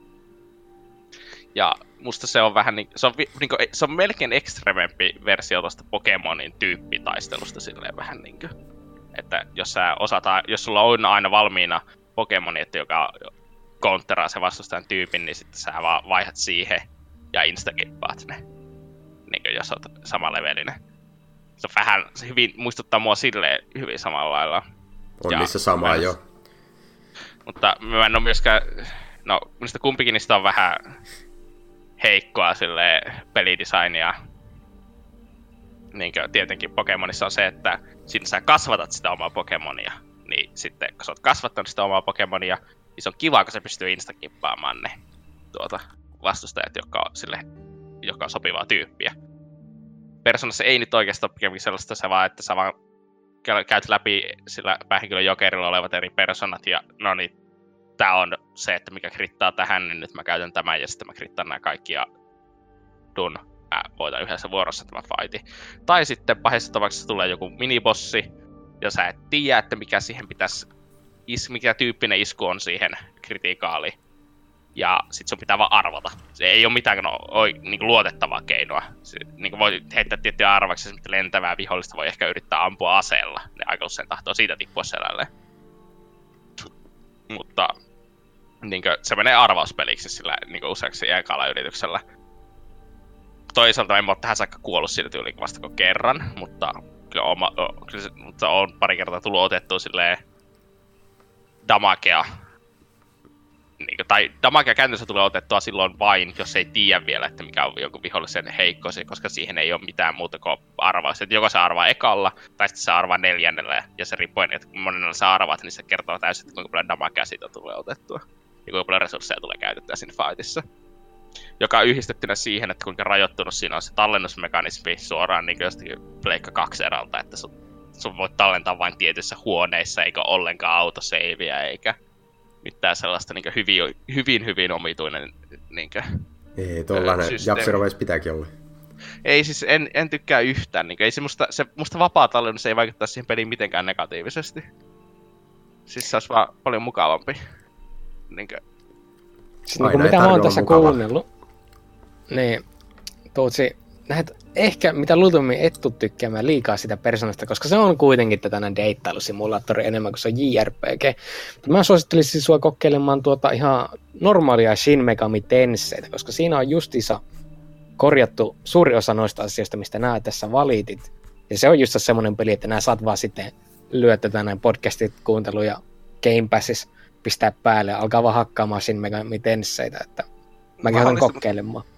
Ja musta se on vähän niin, se on, niin kuin, se on melkein ekstremempi versio tuosta Pokemonin tyyppitaistelusta silleen vähän niinkö. Että jos sä osataan, jos sulla on aina valmiina Pokemoni, että joka counteraa se vastustajan tyypin, niin sitten sä vaan vaihdat siihen ja instakippaat ne. Niinkö jos oot sama levelinen. Se on vähän, se hyvin muistuttaa mua silleen hyvin samalla lailla. On ja niissä samaa jo. Mutta mä en oo myöskään, no minusta kumpikin niistä on vähän heikkoa silleen pelidesignia. Niinkö tietenkin Pokemonissa on se, että siinä sä kasvatat sitä omaa Pokemonia. Niin sitten kun sä oot kasvattanut sitä omaa Pokemonia, niin se on kiva, kun se pystyy instakippaamaan ne tuota, vastustajat, jotka on, sille, joka on sopivaa tyyppiä. Personassa ei nyt oikeastaan ole sellaista, se vaan, että sä vaan käyt läpi sillä päähenkilön jokerilla olevat eri personat ja no niin, tää on se, että mikä krittaa tähän, niin nyt mä käytän tämän ja sitten mä krittaan nämä kaikki ja dun, mä voitan yhdessä vuorossa tämän fightin. Tai sitten pahissa tapauksessa tulee joku minibossi ja sä et tiedä, että mikä siihen pitäisi, is, mikä tyyppinen isku on siihen kritikaaliin. Ja sit sun pitää vaan arvata. Se ei ole mitään no, oi, niinku luotettavaa keinoa. Se, niinku voi heittää tiettyjä arvauksia, että lentävää vihollista voi ehkä yrittää ampua aseella. Ne aika usein tahtoo siitä tippua selälleen. Mutta niinku, se menee arvauspeliksi sillä niinku, useaksi ekalla yrityksellä. Toisaalta en ole tähän saakka kuollut siitä tyyliin vasta kuin kerran, mutta kyllä, oma, kyllä se, mutta on pari kertaa tullut otettua silleen damagea. Niin, tai damagea käytännössä tulee otettua silloin vain, jos ei tiedä vielä, että mikä on jonkun vihollisen heikkosi, koska siihen ei ole mitään muuta kuin arvaus. Että joko se arvaa ekalla, tai sitten se arvaa neljännellä, ja se riippuen, että monella sä arvaat, niin se kertoo täysin, että kuinka paljon damagea siitä tulee otettua. Ja kuinka paljon resursseja tulee käytettyä siinä fightissa. Joka on yhdistettynä siihen, että kuinka rajoittunut siinä on se tallennusmekanismi suoraan niin jostakin Pleikka kaksi eralta, että sun, sun voit tallentaa vain tietyissä huoneissa, eikä ollenkaan autoseiviä, eikä mitään sellaista niin hyvin, hyvin, hyvin omituinen niin kuin, ei, tollainen Japsirovaisi pitääkin olla. Ei siis, en, en tykkää yhtään. Niin kuin, ei se musta, se musta vapaa tallennus ei vaikuttaa siihen peliin mitenkään negatiivisesti. Siis se olisi vaan paljon mukavampi. Niin kuin. Sitten niin mitä mä oon tässä mukava. Kuunnellut, niin Tootsi, näet ehkä mitä luultavimmin et tuu tykkäämään liikaa sitä persoonasta, koska se on kuitenkin tätä deittailusimulaattori enemmän kuin se on J R P G. Mutta mä suosittelisin sua kokeilemaan tuota ihan normaalia Shin Megami Tenseitä, koska siinä on justiinsa korjattu suuri osa noista asioista, mistä nää tässä valitit. Ja se on just semmoinen peli, että nää saat vaan sitten lyödä tätä näin podcastit kuuntelu ja Game Passis pistää päälle ja alkaa vaan hakkaamaan Shin Megami Tenseitä, että mä kehotan kokeilemaan.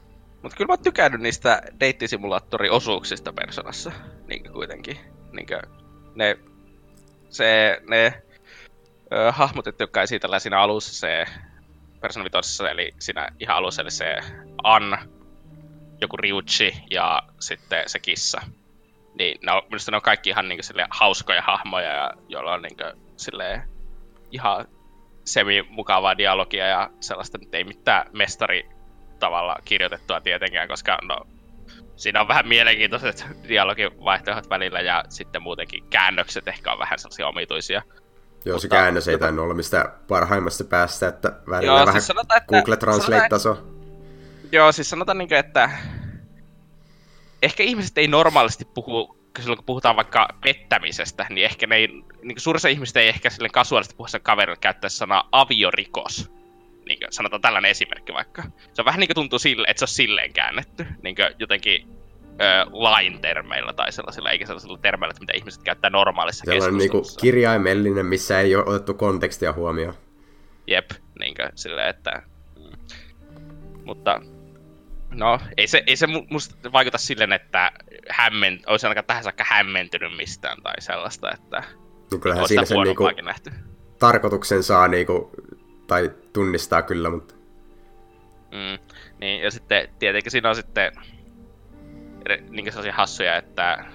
Mutta kyllä mä oon tykännyt niistä deittisimulaattoriosuuksista Personassa, niinkö kuitenkin. Niinkö ne, se, ne ö, hahmot, jotka esitellään siinä alussa se Persona vitosessa, eli siinä ihan alussa, eli se An, joku Ryuchi ja sitten se kissa. Niin ne on, minusta ne on kaikki ihan niinkö silleen hauskoja hahmoja, ja joilla on niinkö silleen ihan semi-mukavaa dialogia ja sellaista, että ei mitään mestari tavalla kirjoitettua tietenkään, koska no, siinä on vähän mielenkiintoiset dialogivaihtoehdot välillä ja sitten muutenkin käännökset ehkä on vähän sellaisia omituisia. Joo, se käännös ei tainnut olla mistä parhaimmasta päästä, että välillä joo, vähän siis sanotaan, että, Google Translate-taso. Joo, siis sanotaan, että ehkä ihmiset ei normaalisti puhu, silloin kun puhutaan vaikka pettämisestä, niin ehkä ne ei, niin suurissa ihmistä ei ehkä silleen kasuaalisesti puhu sen kaverille käyttää sanaa aviorikos. Niin kuin, sanotaan tällainen esimerkki vaikka. Se on vähän niin kuin tuntuu sille, että se on silleen käännetty. Niin kuin jotenkin ö, lain termeillä tai sellaisilla, eikä sellaisilla termeillä, mitä ihmiset käyttää normaalissa keskustelussa. Sellainen niin kuin kirjaimellinen, missä ei ole otettu kontekstia huomioon. Jep, niin kuin silleen, että... Mutta... No, ei se, ei se musta vaikuta silleen, että hämmen, olisi ainakaan tähän saakka hämmentynyt mistään tai sellaista, että... Niin kyllähän siinä sen niinku tarkoituksen saa niinku... Tai tunnistaa kyllä, mutta... Mm, niin, ja sitten tietenkin siinä on sitten niinkö sellaisia hassuja, että...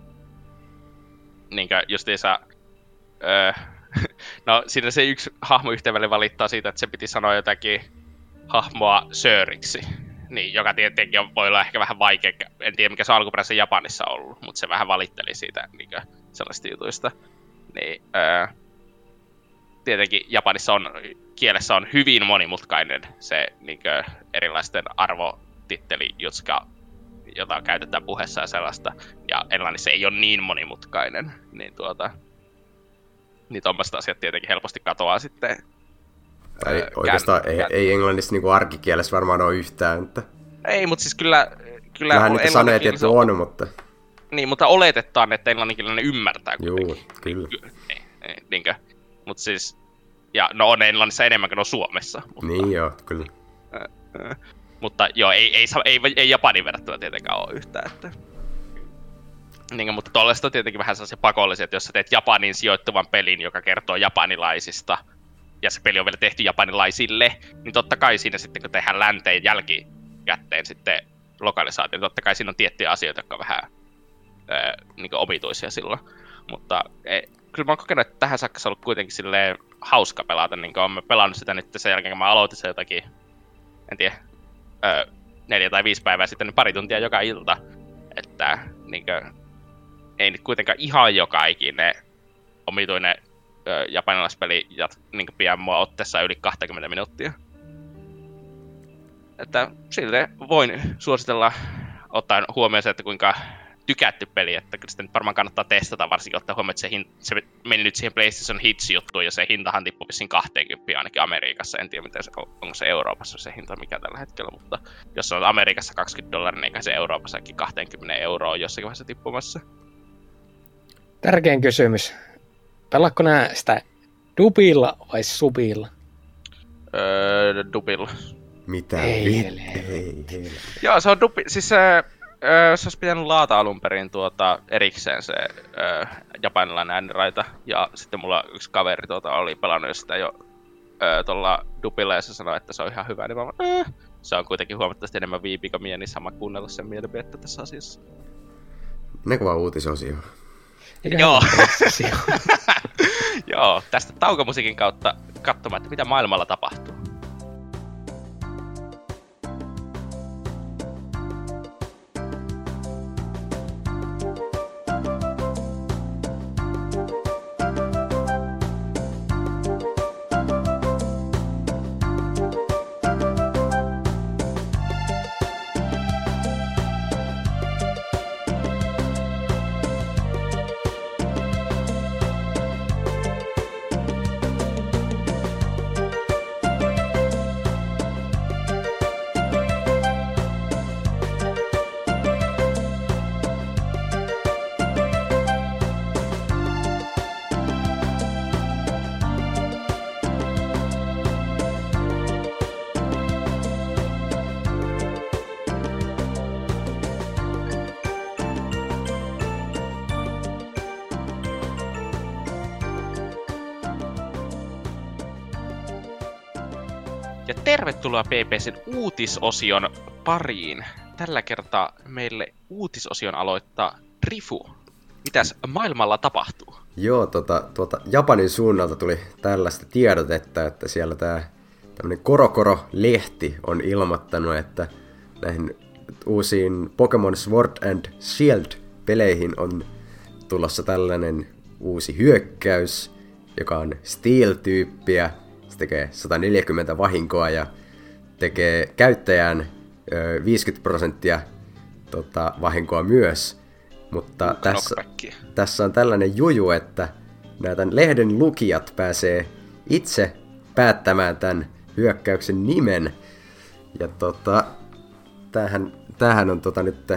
Niinkö justiinsa... Öö, no, siinä se yksi hahmo yhteen väliin valittaa siitä, että se piti sanoa jotakin hahmoa Söriksi. Niin, joka tietenkin voi olla ehkä vähän vaikea, en tiedä mikä se on alkuperäisessä Japanissa ollut, mutta se vähän valitteli siitä niinkö sellaisista jutuista. Niin, öö, tietenkin Japanissa on, kielessä on hyvin monimutkainen se niinkö erilaisten arvotittelijutska, jota käytetään puheessa ja sellaista. Ja englannissa ei ole niin monimutkainen, niin tuota... Niin tommoista asiat tietenkin helposti katoaa sitten. Tai öö, oikeastaan kään, ei, kään... ei englannissa niinku arkikielessä varmaan ole yhtään, että... Ei, mutta siis kyllä... kyllä Vähän niitä sanoja tietysti on, mutta... Niin, mutta oletetaan, että englanninkielinen ymmärtää kuitenkin. Joo, kyllä. Niin, niin, niinkö? Mut siis... Ja no on Englannissa enemmän kuin on Suomessa. Mutta, niin joo, kyllä. Ö, ö, mutta joo, ei, ei, ei, ei Japanin verrattuna tietenkään ole yhtään, että... Niin, mutta tollaista on tietenkin vähän sellaisia pakollisia, että jos sä teet Japanin sijoittuvan pelin, joka kertoo japanilaisista, ja se peli on vielä tehty japanilaisille, niin totta kai siinä sitten, kun tehdään länteen jälkikäteen sitten lokalisaatio, niin totta kai siinä on tiettyjä asioita, jotka on vähän ää, niin kuin omituisia silloin. Mutta e, kyllä mä oon kokenut, että tähän saakka se on ollut kuitenkin silleen hauska pelata, niin kuin olen pelannut sitä nyt sen jälkeen, kun mä aloitin se jotakin, en tiedä, ää, neljä tai viisi päivää sitten, niin pari tuntia joka ilta, että niin kuin, ei nyt kuitenkaan ihan joka ikinen omituinen ö, japanilaispeli jat, niin pian mua otteessa yli kaksikymmentä minuuttia. Että silleen voin suositella ottaen huomioon se, että kuinka tykätty peli, että kyllä sitä nyt varmaan kannattaa testata, varsinkin ottaa huomioon, että se, hin- se meni nyt siihen PlayStation Hits-juttuun, ja se hintahan tippui vissiin kaksikymmentä ainakin Amerikassa, en tiedä miten se, onko se Euroopassa se hinta mikä tällä hetkellä, mutta jos se on Amerikassa kaksikymmentä dollaria, niin eikä se Euroopassakin kaksikymmentä euroa jossakin vaiheessa tippumassa. Tärkein kysymys. Pelaatko nää sitä dubilla vai subilla? Öö, dubilla. Mitä? Ei, ei, ei, ei. Joo, se on dubi... Siis öö, se olisi pitänyt laata alun perin tuota, erikseen se öö, japanilainen ääniraita. Ja sitten mulla yksi kaveri tuota, oli pelannut sitä jo öö, tuolla dubilla ja se sanoi, että se on ihan hyvä. Niin mä vaan, äh. Se on kuitenkin huomattavasti enemmän viipikamia, niin sama kuunnella sen mielipidettä tässä asiassa. Ne kova uutisosio. Joo. Joo, tästä taukomusiikin kautta katsomaan, että mitä maailmalla tapahtuu. Ja tervetuloa P P C:n uutisosion pariin. Tällä kertaa meille uutisosion aloittaa Rifu. Mitäs maailmalla tapahtuu? Joo, tota, tuota, Japanin suunnalta tuli tällaista tiedotetta, että siellä tää tämmönen Korokoro-lehti on ilmoittanut, että näihin uusiin Pokemon Sword and Shield-peleihin on tulossa tällainen uusi hyökkäys, joka on Steel-tyyppiä. Se tekee sata neljäkymmentä vahinkoa ja tekee käyttäjään ö, viisikymmentä prosenttia tota, vahinkoa myös. Mutta tässä, tässä on tällainen juju, että nämä tämän lehden lukijat pääsee itse päättämään tämän hyökkäyksen nimen. Ja tota, tämähän, tämähän on tota nyt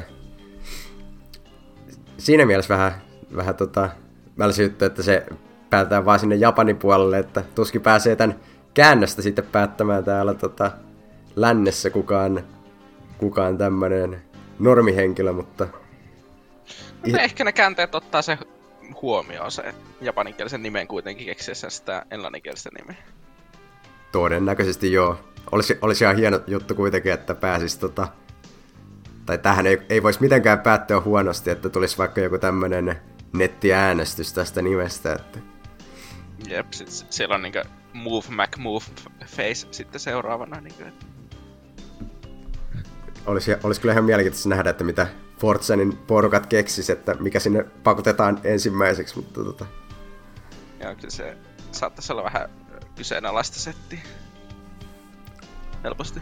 siinä mielessä vähän, vähän tota, mälsyyttä, että se päätetään vaan sinne Japanin puolelle, että tuskin pääsee tämän käännöstä sitten päättämään täällä tota, lännessä kukaan, kukaan tämmöinen normihenkilö, mutta... No, ehkä ne käänteet ottaa se huomioon, se japaninkielisen nimen kuitenkin keksiessä sitä englanninkielistä nimeä. Todennäköisesti joo. Olisi, olisi ihan hieno juttu kuitenkin, että pääsisi tota... Tai tähän ei, ei voisi mitenkään päättyä huonosti, että tulisi vaikka joku tämmönen nettiäänestys tästä nimestä, että... Jep, sit siellä on niinku Move Mac Move Face sitten seuraavana niinku. Olisi, olisi kyllä ihan mielenkiintoista nähdä, että mitä Forzanin porukat keksis, että mikä sinne pakotetaan ensimmäiseksi, mutta tota... Joo, kyllä se saattaisi olla vähän kyseenalaista settiä. Helposti.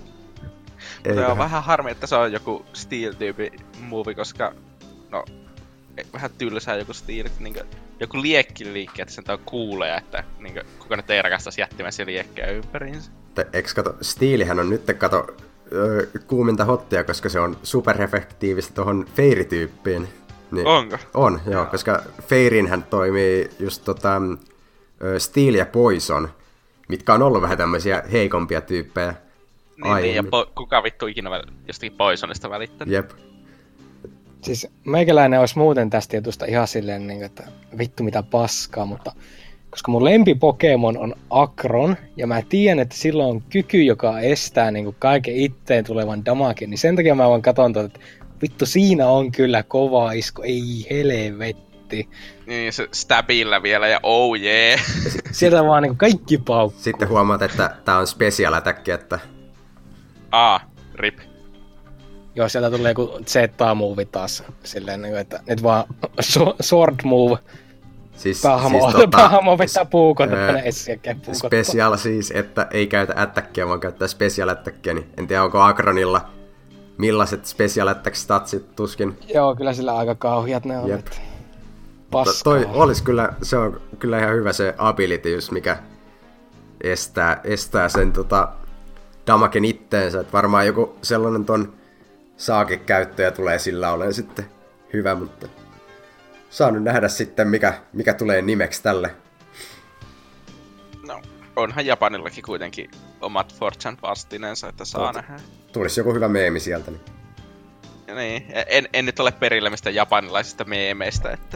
Mutta on vähän harmi, että se on joku Steel-tyyppi movie, koska no, vähän tylsää joku Steel, niin kuin, joku liekkiliikki, että sen on kuuleja, että niin kuin, kuka nyt ei rakastaisi jättimäisiä liekkejä ympäriinsä. Eiks kato, Steelihän on nyt kato öö, kuuminta hottia, koska se on superefektiivistä tuohon Fairy-tyyppiin. Niin, onko? On, joo, joo. Koska Fairyinhän toimii just tota, Steel ja Poison, mitkä on ollut vähän tämmöisiä heikompia tyyppejä. Niin, niin, ja po- kuka vittu ikinä väl- jostakin Poisonista välittänyt. Jep. Siis meikäläinen olisi muuten tästä jutusta ihan silleen, niin, että vittu mitä paskaa, mutta koska mun lempipokemon on Akron, ja mä tiedän, että sillä on kyky, joka estää niin kuin kaiken itteen tulevan damagen, niin sen takia mä vaan katon tuota, että vittu siinä on kyllä kova isku, ei helvetti. Niin, se stabilla vielä ja oh jee. Yeah. Sieltä vaan niin kaikki paukkuu. Sitten huomaat, että tää on special attack, että... Aa, rip. Joo, sieltä tulee joku Z-move taas, silleen, että nyt vaan sword move. Siis, Päähamo, siis tota, päähamo vetää puukota tänne essiäkään puukottaa. Special siis, että ei käytä attackia, vaan käyttää special attackia, niin en tiedä onko Akronilla millaiset special attack statsit tuskin. Joo, kyllä sillä aika kauhiat ne on. Jep. Paskaa. Toi olisi kyllä, se on kyllä ihan hyvä se ability, just mikä estää, estää sen tota, damagen itteensä, että varmaan joku sellainen ton saakekäyttäjä tulee sillä olemaan sitten hyvä, mutta saa nyt nähdä sitten, mikä, mikä tulee nimeksi tälle. No, onhan Japanillakin kuitenkin omat Fortune vastineensa, että saa Ot, nähdä. Tulisi joku hyvä meemi sieltä. Niin. Ja niin, en, en nyt ole perillä mistä japanilaisista meemeistä, että...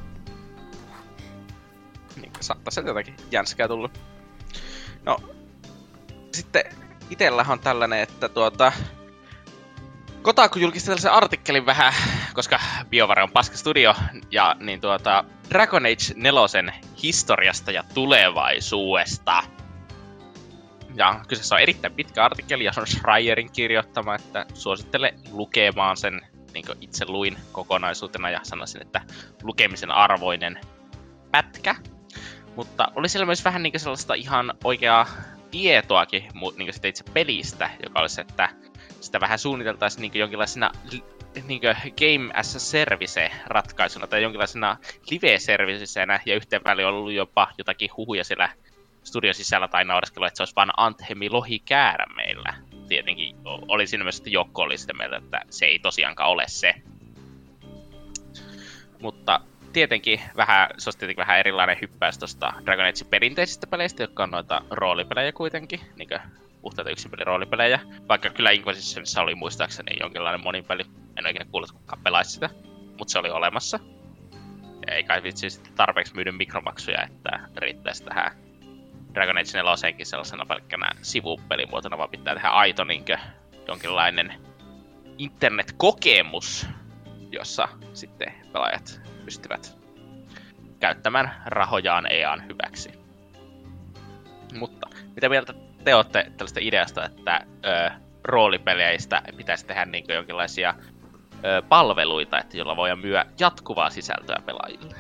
Niin, saattaa sieltä jotakin jänskää tullut. No, sitten itellähän on tällainen, että tuota... Kotaku julkisti tällaisen artikkelin vähän, koska BioWare on paska studio, ja niin tuota Dragon Age neljä historiasta ja tulevaisuudesta. Ja kyseessä on erittäin pitkä artikkeli, ja se on Schreierin kirjoittama, että suosittelen lukemaan sen, niin kuin itse luin kokonaisuutena, ja sanoisin, että lukemisen arvoinen pätkä. Mutta oli siellä myös vähän niin kuin sellaista ihan oikeaa tietoakin niin kuin sitä itse pelistä, joka olisi, että sitä vähän suunniteltaisiin niin jonkinlaisena niin Game as a Service-ratkaisuna tai jonkinlaisena live-servicenä, ja yhteen väliin on ollut jopa jotakin huhuja siellä studion sisällä tai naureskelua, että se olisi vaan Anthemi lohikäärmeillä. Tietenkin oli siinä myös, että Jokko oli sitä mieltä, että se ei tosiaankaan ole se. Mutta tietenkin vähän, se olisi tietenkin vähän erilainen hyppäys tuosta Dragon Age perinteisistä peleistä, jotka on noita roolipelejä kuitenkin, niin kuin puhtaita yksinpeliroolipelejä. Vaikka kyllä Inquisitionissa oli muistaakseni jonkinlainen monipeli. En ole ikinä kuullut, että kukaan pelaisi sitä, mutta se oli olemassa. Ja ei kai vitsi sitten tarpeeksi myydä mikromaksuja, että riittäisi tähän Dragon Age nelosenkin sellaisena pelkkänä sivupelimuotona, vaan pitää tehdä aito niinkö jonkinlainen internet-kokemus, jossa sitten pelaajat pystyvät käyttämään rahojaan E A:n hyväksi. Mutta mitä mieltä te olette tällaista ideasta, että ö, roolipeleistä pitäisi tehdä niin kuin jonkinlaisia ö, palveluita, että jolla voidaan myydä jatkuvaa sisältöä pelaajille?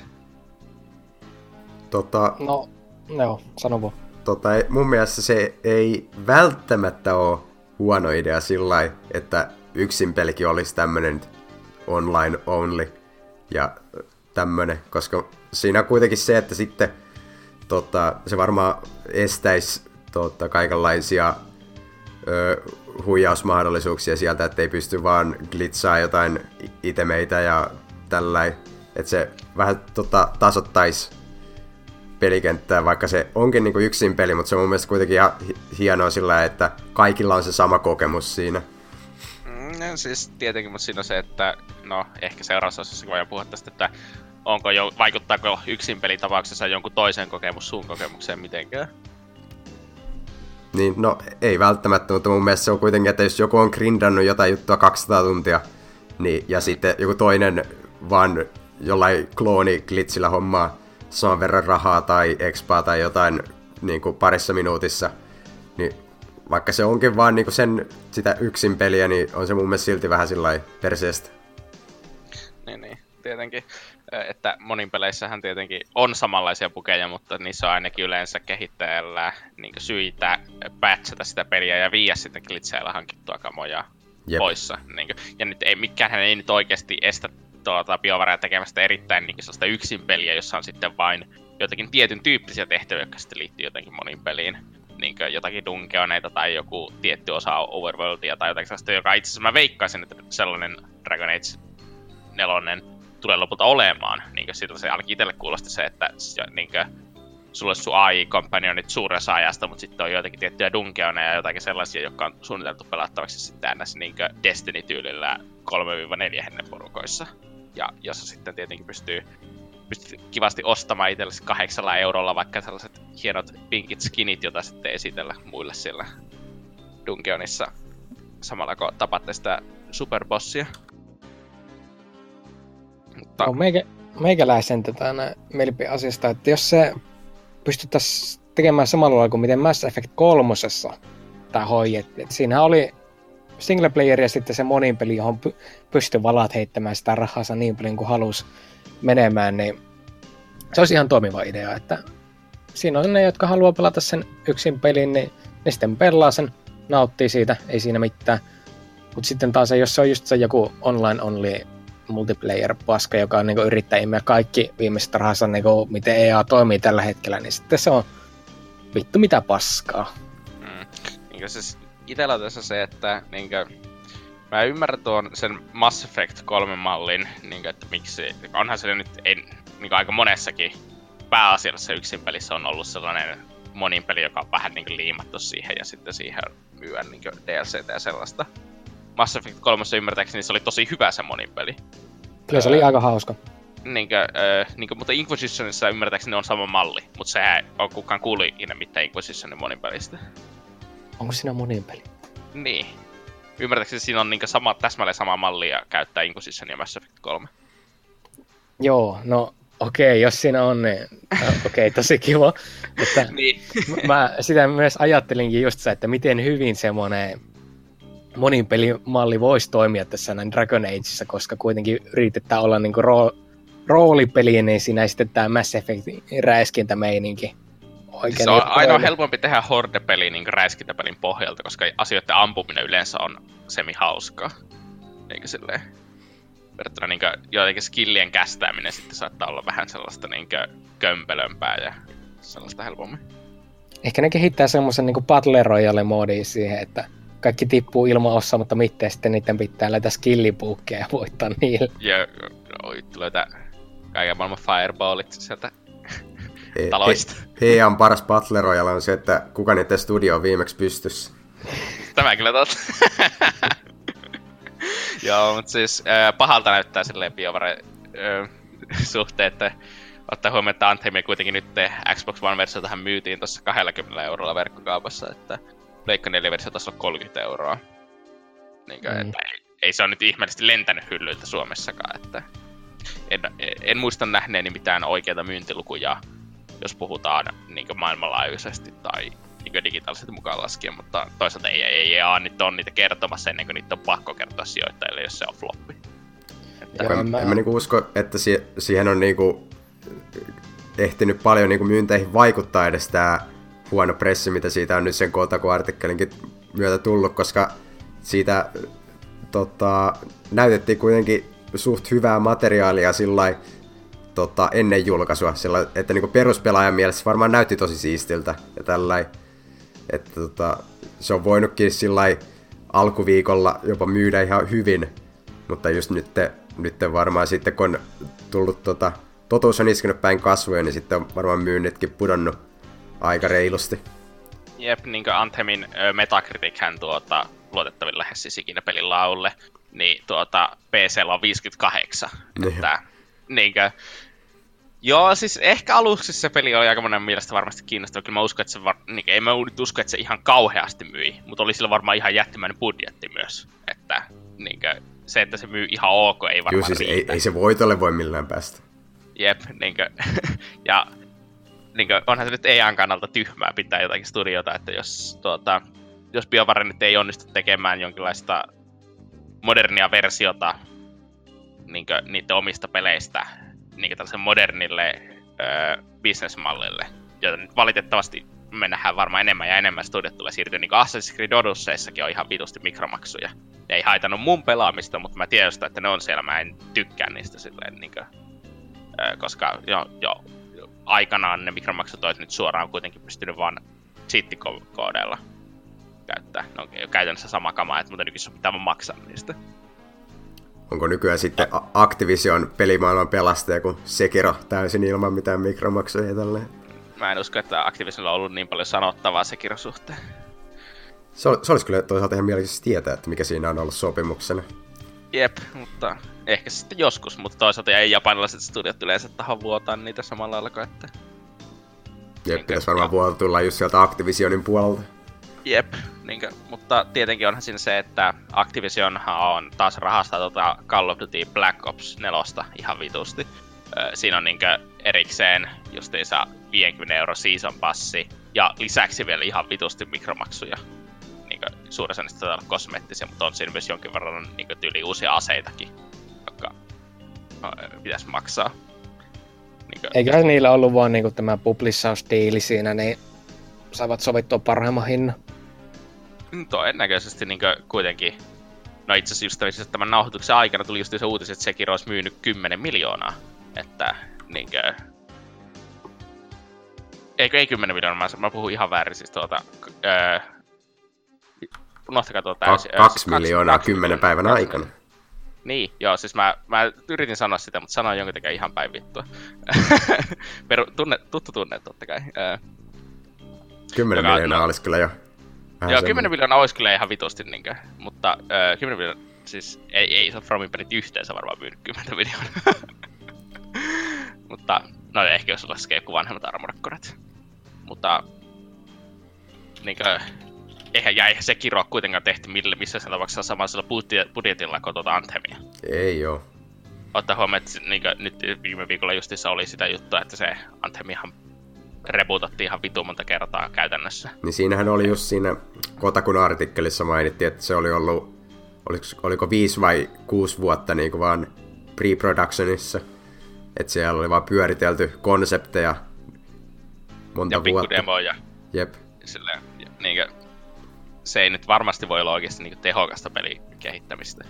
Tota, no, joo, sano vaan. Tota, mun mielestä se ei välttämättä ole huono idea sillä lailla, että yksin pelikin olisi tämmönen online only ja tämmönen, koska siinä on kuitenkin se, että sitten tota, se varmaan estäisi tota, kaikenlaisia ö, huijausmahdollisuuksia sieltä, ettei pysty vaan glitsaa jotain itemeitä ja tälläin. Että se vähän tota, tasoittaisi pelikenttää, vaikka se onkin niinku yksin peli, mutta se on mun mielestä kuitenkin ihan hienoa sillä, että kaikilla on se sama kokemus siinä. Mm, siis tietenkin, mutta siinä on se, että no ehkä seuraavassa osassa voidaan puhua tästä, että onko jo, vaikuttaako yksin pelitapauksessa jonkun toisen kokemus sun kokemukseen mitenkään? Niin, no ei välttämättä, mutta mun mielestä se on kuitenkin, että jos joku on grindannut jotain juttua kaksisataa tuntia, niin, ja sitten joku toinen vaan jollain klooni-glitsillä hommaa saman verran rahaa tai expaa tai jotain niin kuin parissa minuutissa, niin vaikka se onkin vaan niin kuin sen, sitä yksin peliä, niin on se mun mielestä silti vähän sillai perseestä. Niin, niin, tietenkin. Että monin peleissähän tietenkin on samanlaisia bugeja, mutta niissä on ainakin yleensä kehittäjällä niin syitä patchata sitä peliä ja viiä sitten glitseillä hankittua kamoja Jep. poissa. Niin kuin, ja nyt ei, mikään ei nyt oikeasti estä tuota BioWarea tekemästä erittäin niin sellaista yksin peliä, jossa on sitten vain jotakin tietyn tyyppisiä tehtäviä, jotka sitten liittyy jotenkin monin peliin. Niin jotakin dungeoneita tai joku tietty osa overworldia tai jotakin sellaista, joka itse asiassa mä veikkaisin, että sellainen Dragon Age nelonen tulee lopulta olemaan. Niin siitä se ainakin itselle kuulosti se, että niin sulla olisi sun A I-kompanionit suuren osa ajasta, mutta sitten on joitakin tiettyjä dungeoneja ja jotakin sellaisia, jotka on suunniteltu pelattavaksi sitten ns. Niin Destiny-tyylillä kolme neljä hennen porukoissa. Ja jossa sitten tietenkin pystyy, pystyy kivasti ostamaan itsellesi kahdeksalla eurolla vaikka sellaiset hienot pinkit skinit, joita sitten esitellä muille siellä dungeonissa samalla kun tapatte sitä superbossia. Mutta no, meikä, meikäläisen tätä mielipideasiasta, että jos se pystyttäisiin tekemään samalla lailla kuin miten Mass Effect kolmosessa tämä hoidettiin. Siinähän oli single player ja sitten se monin peli, johon py- pystyi valat heittämään sitä rahansa niin paljon kuin halusi menemään, niin se olisi ihan toimiva idea, että siinä on ne, jotka haluaa pelata sen yksin pelin, niin ne sitten pelaa sen, nauttii siitä, ei siinä mitään. Mutta sitten taas, jos se on just se joku online-only multiplayer-paska, joka on, niin kuin, yrittää imeä kaikki viimeiset rahansa, niin kuin, miten E A toimii tällä hetkellä, niin sitten se on vittu mitä paskaa. Mm. Niin siis itellä on tässä se, että niin kuin, mä ymmärrän tuon sen Mass Effect kolme mallin, niin kuin, että miksi, onhan se nyt ei, niin kuin aika monessakin pääasiassa yksin pelissä on ollut sellainen monin peli, joka on vähän niin kuin liimattu siihen ja sitten siihen myyä niin kuin D L C:tä ja sellaista. Mass Effect kolme ymmärtääkseni se oli tosi hyvä se monin peli. Kyllä se öö, oli aika hauska. Niinkö, öö, niinkö, mutta Inquisitionissa ymmärtääkseni on sama malli, mutta sehän on kukaan kuuli ikinä mitään Inquisitionin monin pelistä. Onko siinä monin peli? Niin. Ymmärtääkseni siinä on niinkö sama, täsmälleen sama malli ja käyttää Inquisition ja Mass Effect kolme. Joo, no okei, okay, jos siinä on, niin okei, okay, tosi kiva. Että niin. Mä sitä myös ajattelinkin just se, että miten hyvin semmoinen monin pelimalli voisi toimia tässä näin Dragon Ageissa, koska kuitenkin yritetään olla niinku roo- roolipeli, niin siinä sitten tämä Mass Effectin räiskintämeininki. Se on ainoa helpompi tehdä horde-peli niin räiskintäpelin pohjalta, koska asioiden ampuminen yleensä on semi-hauskaa. Eikö silleen? Verrattuna niin jotenkin skillien kästääminen sitten saattaa olla vähän sellaista niin kömpelömpää ja sellaista helpommin. Ehkä ne kehittää semmoisen niin Battle Royale-moodin siihen, että kaikki tippuu ilman osaamatta mitään, sitten niiden pitää löytää skillipuukkeja ja voittaa niille. Ja oi, löytää kaiken maailman fireballit sieltä he, taloista. He, heidän paras Battle Royale on se, että kuka niiden studio on viimeksi pystyssä. Tämä kyllä totta. Joo, mutta siis äh, pahalta näyttää silleen BioWare äh, suhteen, että Ottaa huomioon, että Anthemia kuitenkin nyt Xbox One-versio tähän myytiin tuossa kaksikymmentä eurolla verkkokaupassa, että Pleikka neljä-versio taas on kolmekymmentä euroa. Niinkö, mm. että ei, ei se ole nyt ihmeellisesti lentänyt hyllyiltä Suomessakaan, että en, en muista nähneeni mitään oikeita myyntilukuja, jos puhutaan niinkö maailmanlaajuisesti tai niinkö digitaalisesti mukaan laskien, mutta toisaalta ei, ei, ei A nyt on niitä kertomassa ennen kuin niitä on pakko kertoa sijoittajille, jos se on floppi. Että... Joo, en mä, en mä niinku usko, että si- siihen on niinku ehtinyt paljon niinku myynteihin vaikuttaa edes tää huono pressi, mitä siitä on nyt sen Kotaku-artikkelinkin myötä tullut, koska siitä tota, näytettiin kuitenkin suht hyvää materiaalia sillai, tota, ennen julkaisua, sillai, että niinku peruspelaajan mielessä varmaan näytti tosi siistiltä ja tällainen, että tota, se on voinutkin sillai alkuviikolla jopa myydä ihan hyvin, mutta just nyt, nyt varmaan sitten kun on tullut tota, totuus on iskenyt päin kasvoja, niin sitten on varmaan myynnitkin pudonnut aika reilusti. Jep, niin kuin Anthemin Metacritichän tuota, luotettavin lähes siis ikinä pelin laulle, niin tuota, P C:llä on viisikymmentäkahdeksan. Että, niin kuin, joo, siis ehkä aluksi se peli oli aika monen mielestä varmasti kiinnostava. Kyllä mä uskon, että se, var, niin, ei mä nyt usko, että se ihan kauheasti myi, mutta oli sillä varmaan ihan jättimäinen budjetti myös. Että niin kuin, se, että se myy ihan ok, ei varmaan Joo, siis riitä. Ei, ei se voitolle voi millään päästä. Jep, niinkö, ja niinkö, onhan se nyt E A:n kannalta tyhmää pitää jotakin studiota, että jos, tuota, jos BioWare nyt ei onnistu tekemään jonkinlaista modernia versiota niinkö, niiden omista peleistä niinkö tällaisen modernille öö, businessmallille, jota nyt valitettavasti me nähdään varmaan enemmän ja enemmän studiot tulee siirtyä, niin kuin Assassin's Creed Odysseyissakin on ihan vitusti mikromaksuja. Ne ei haitannut mun pelaamista, mutta mä tiedostan, että ne on siellä, mä en tykkää niistä silleen niinkö, koska jo, jo aikanaan ne mikromaksut olisi nyt suoraan kuitenkin pystynyt vaan cheat-koodeilla käyttää. Ne on käytännössä sama kama, että mutta nykyisin pitää vaan maksaa niistä. Onko nykyään sitten Activision pelimaailman pelastaja kuin Sekiro täysin ilman mitään mikromaksuja ja tälleen? Mä en usko, että Activisionilla on ollut niin paljon sanottavaa Sekiron suhteen. Se, ol, se olisi kyllä toisaalta ihan mielenkiintoista tietää, että mikä siinä on ollut sopimuksena. Jep, mutta ehkä sitten joskus, mutta toisaalta ei japanilaiset studiot yleensä taho vuotaa niitä samalla lailla, että... Jep, niinkö, pitäisi varmaan vuotta tulla just sieltä Activisionin puolelta. Jep, niinkö, mutta tietenkin onhan siinä se, että Activisionhan on taas rahastaa tota Call of Duty Black Ops neljä ihan vitusti. Siinä on niinkö erikseen justiinsa viisikymmentä euro season passi ja lisäksi vielä ihan vitusti mikromaksuja. Niinkö suurin osa niistä taitaa olla kosmeettisia, mutta on siinä myös jonkin verran niinkö tyyli uusia aseitakin, jotka no, pitäisi maksaa. Niinkö... Eiköhän niillä ollut vaan niinku tämä publissausdiili siinä, niin saavat sovittua parhaimman hinnan. Todennäköisesti niinkö kuitenkin. No itse asiassa just tämän nauhoituksen aikana tuli just se uutis, että Sekiro olisi myynyt kymmenen miljoonaa. Että niinkö... Eikö ei kymmenen miljoonaa, mä, mä puhun ihan väärin siis tuota... Öö... Unohtakaa tuo täysin. Ka- kaksi miljoonaa kymmenen päivän aikana. Niin, joo, siis mä, mä yritin sanoa sitä, mutta sanoin jonkun takia ihan päin vittua. Peru, tunne, tuttu tunne totta kai. Öö... Kymmenen Joka, miljoonaa no, olisi kyllä jo. Joo, kymmenen miljoonaa olisi kyllä ihan vitusti niinkö, mutta öö, kymmenen miljoonaa, siis ei, ei se Fromin pelit yhteensä varmaan myynyt kymmenen miljoonaa. Mutta, no ehkä jos laskee joku vanhemmat Armored Coret. Mutta, niinkö, eihän jäi Sekiro ole kuitenkaan tehty millä, missä sen tapauksessa samaisella budjetilla kuin tuota Anthemia. Ei oo. Ottaa huomioon, että niinkö, nyt viime viikolla justissa oli sitä juttua, että se Anthemiahan rebootattiin ihan vitu monta kertaa käytännössä. Niin siinähän oli just siinä Kotakun artikkelissa mainittiin, että se oli ollut, oliko, oliko viisi vai kuusi vuotta niin kuin vaan pre-productionissa. Että siellä oli vaan pyöritelty konsepteja monta ja vuotta. Ja pikkudemoja. Jep. Silleen, niinkö, se ei nyt varmasti voi olla oikeasti niinkö tehokasta pelikehittämistä.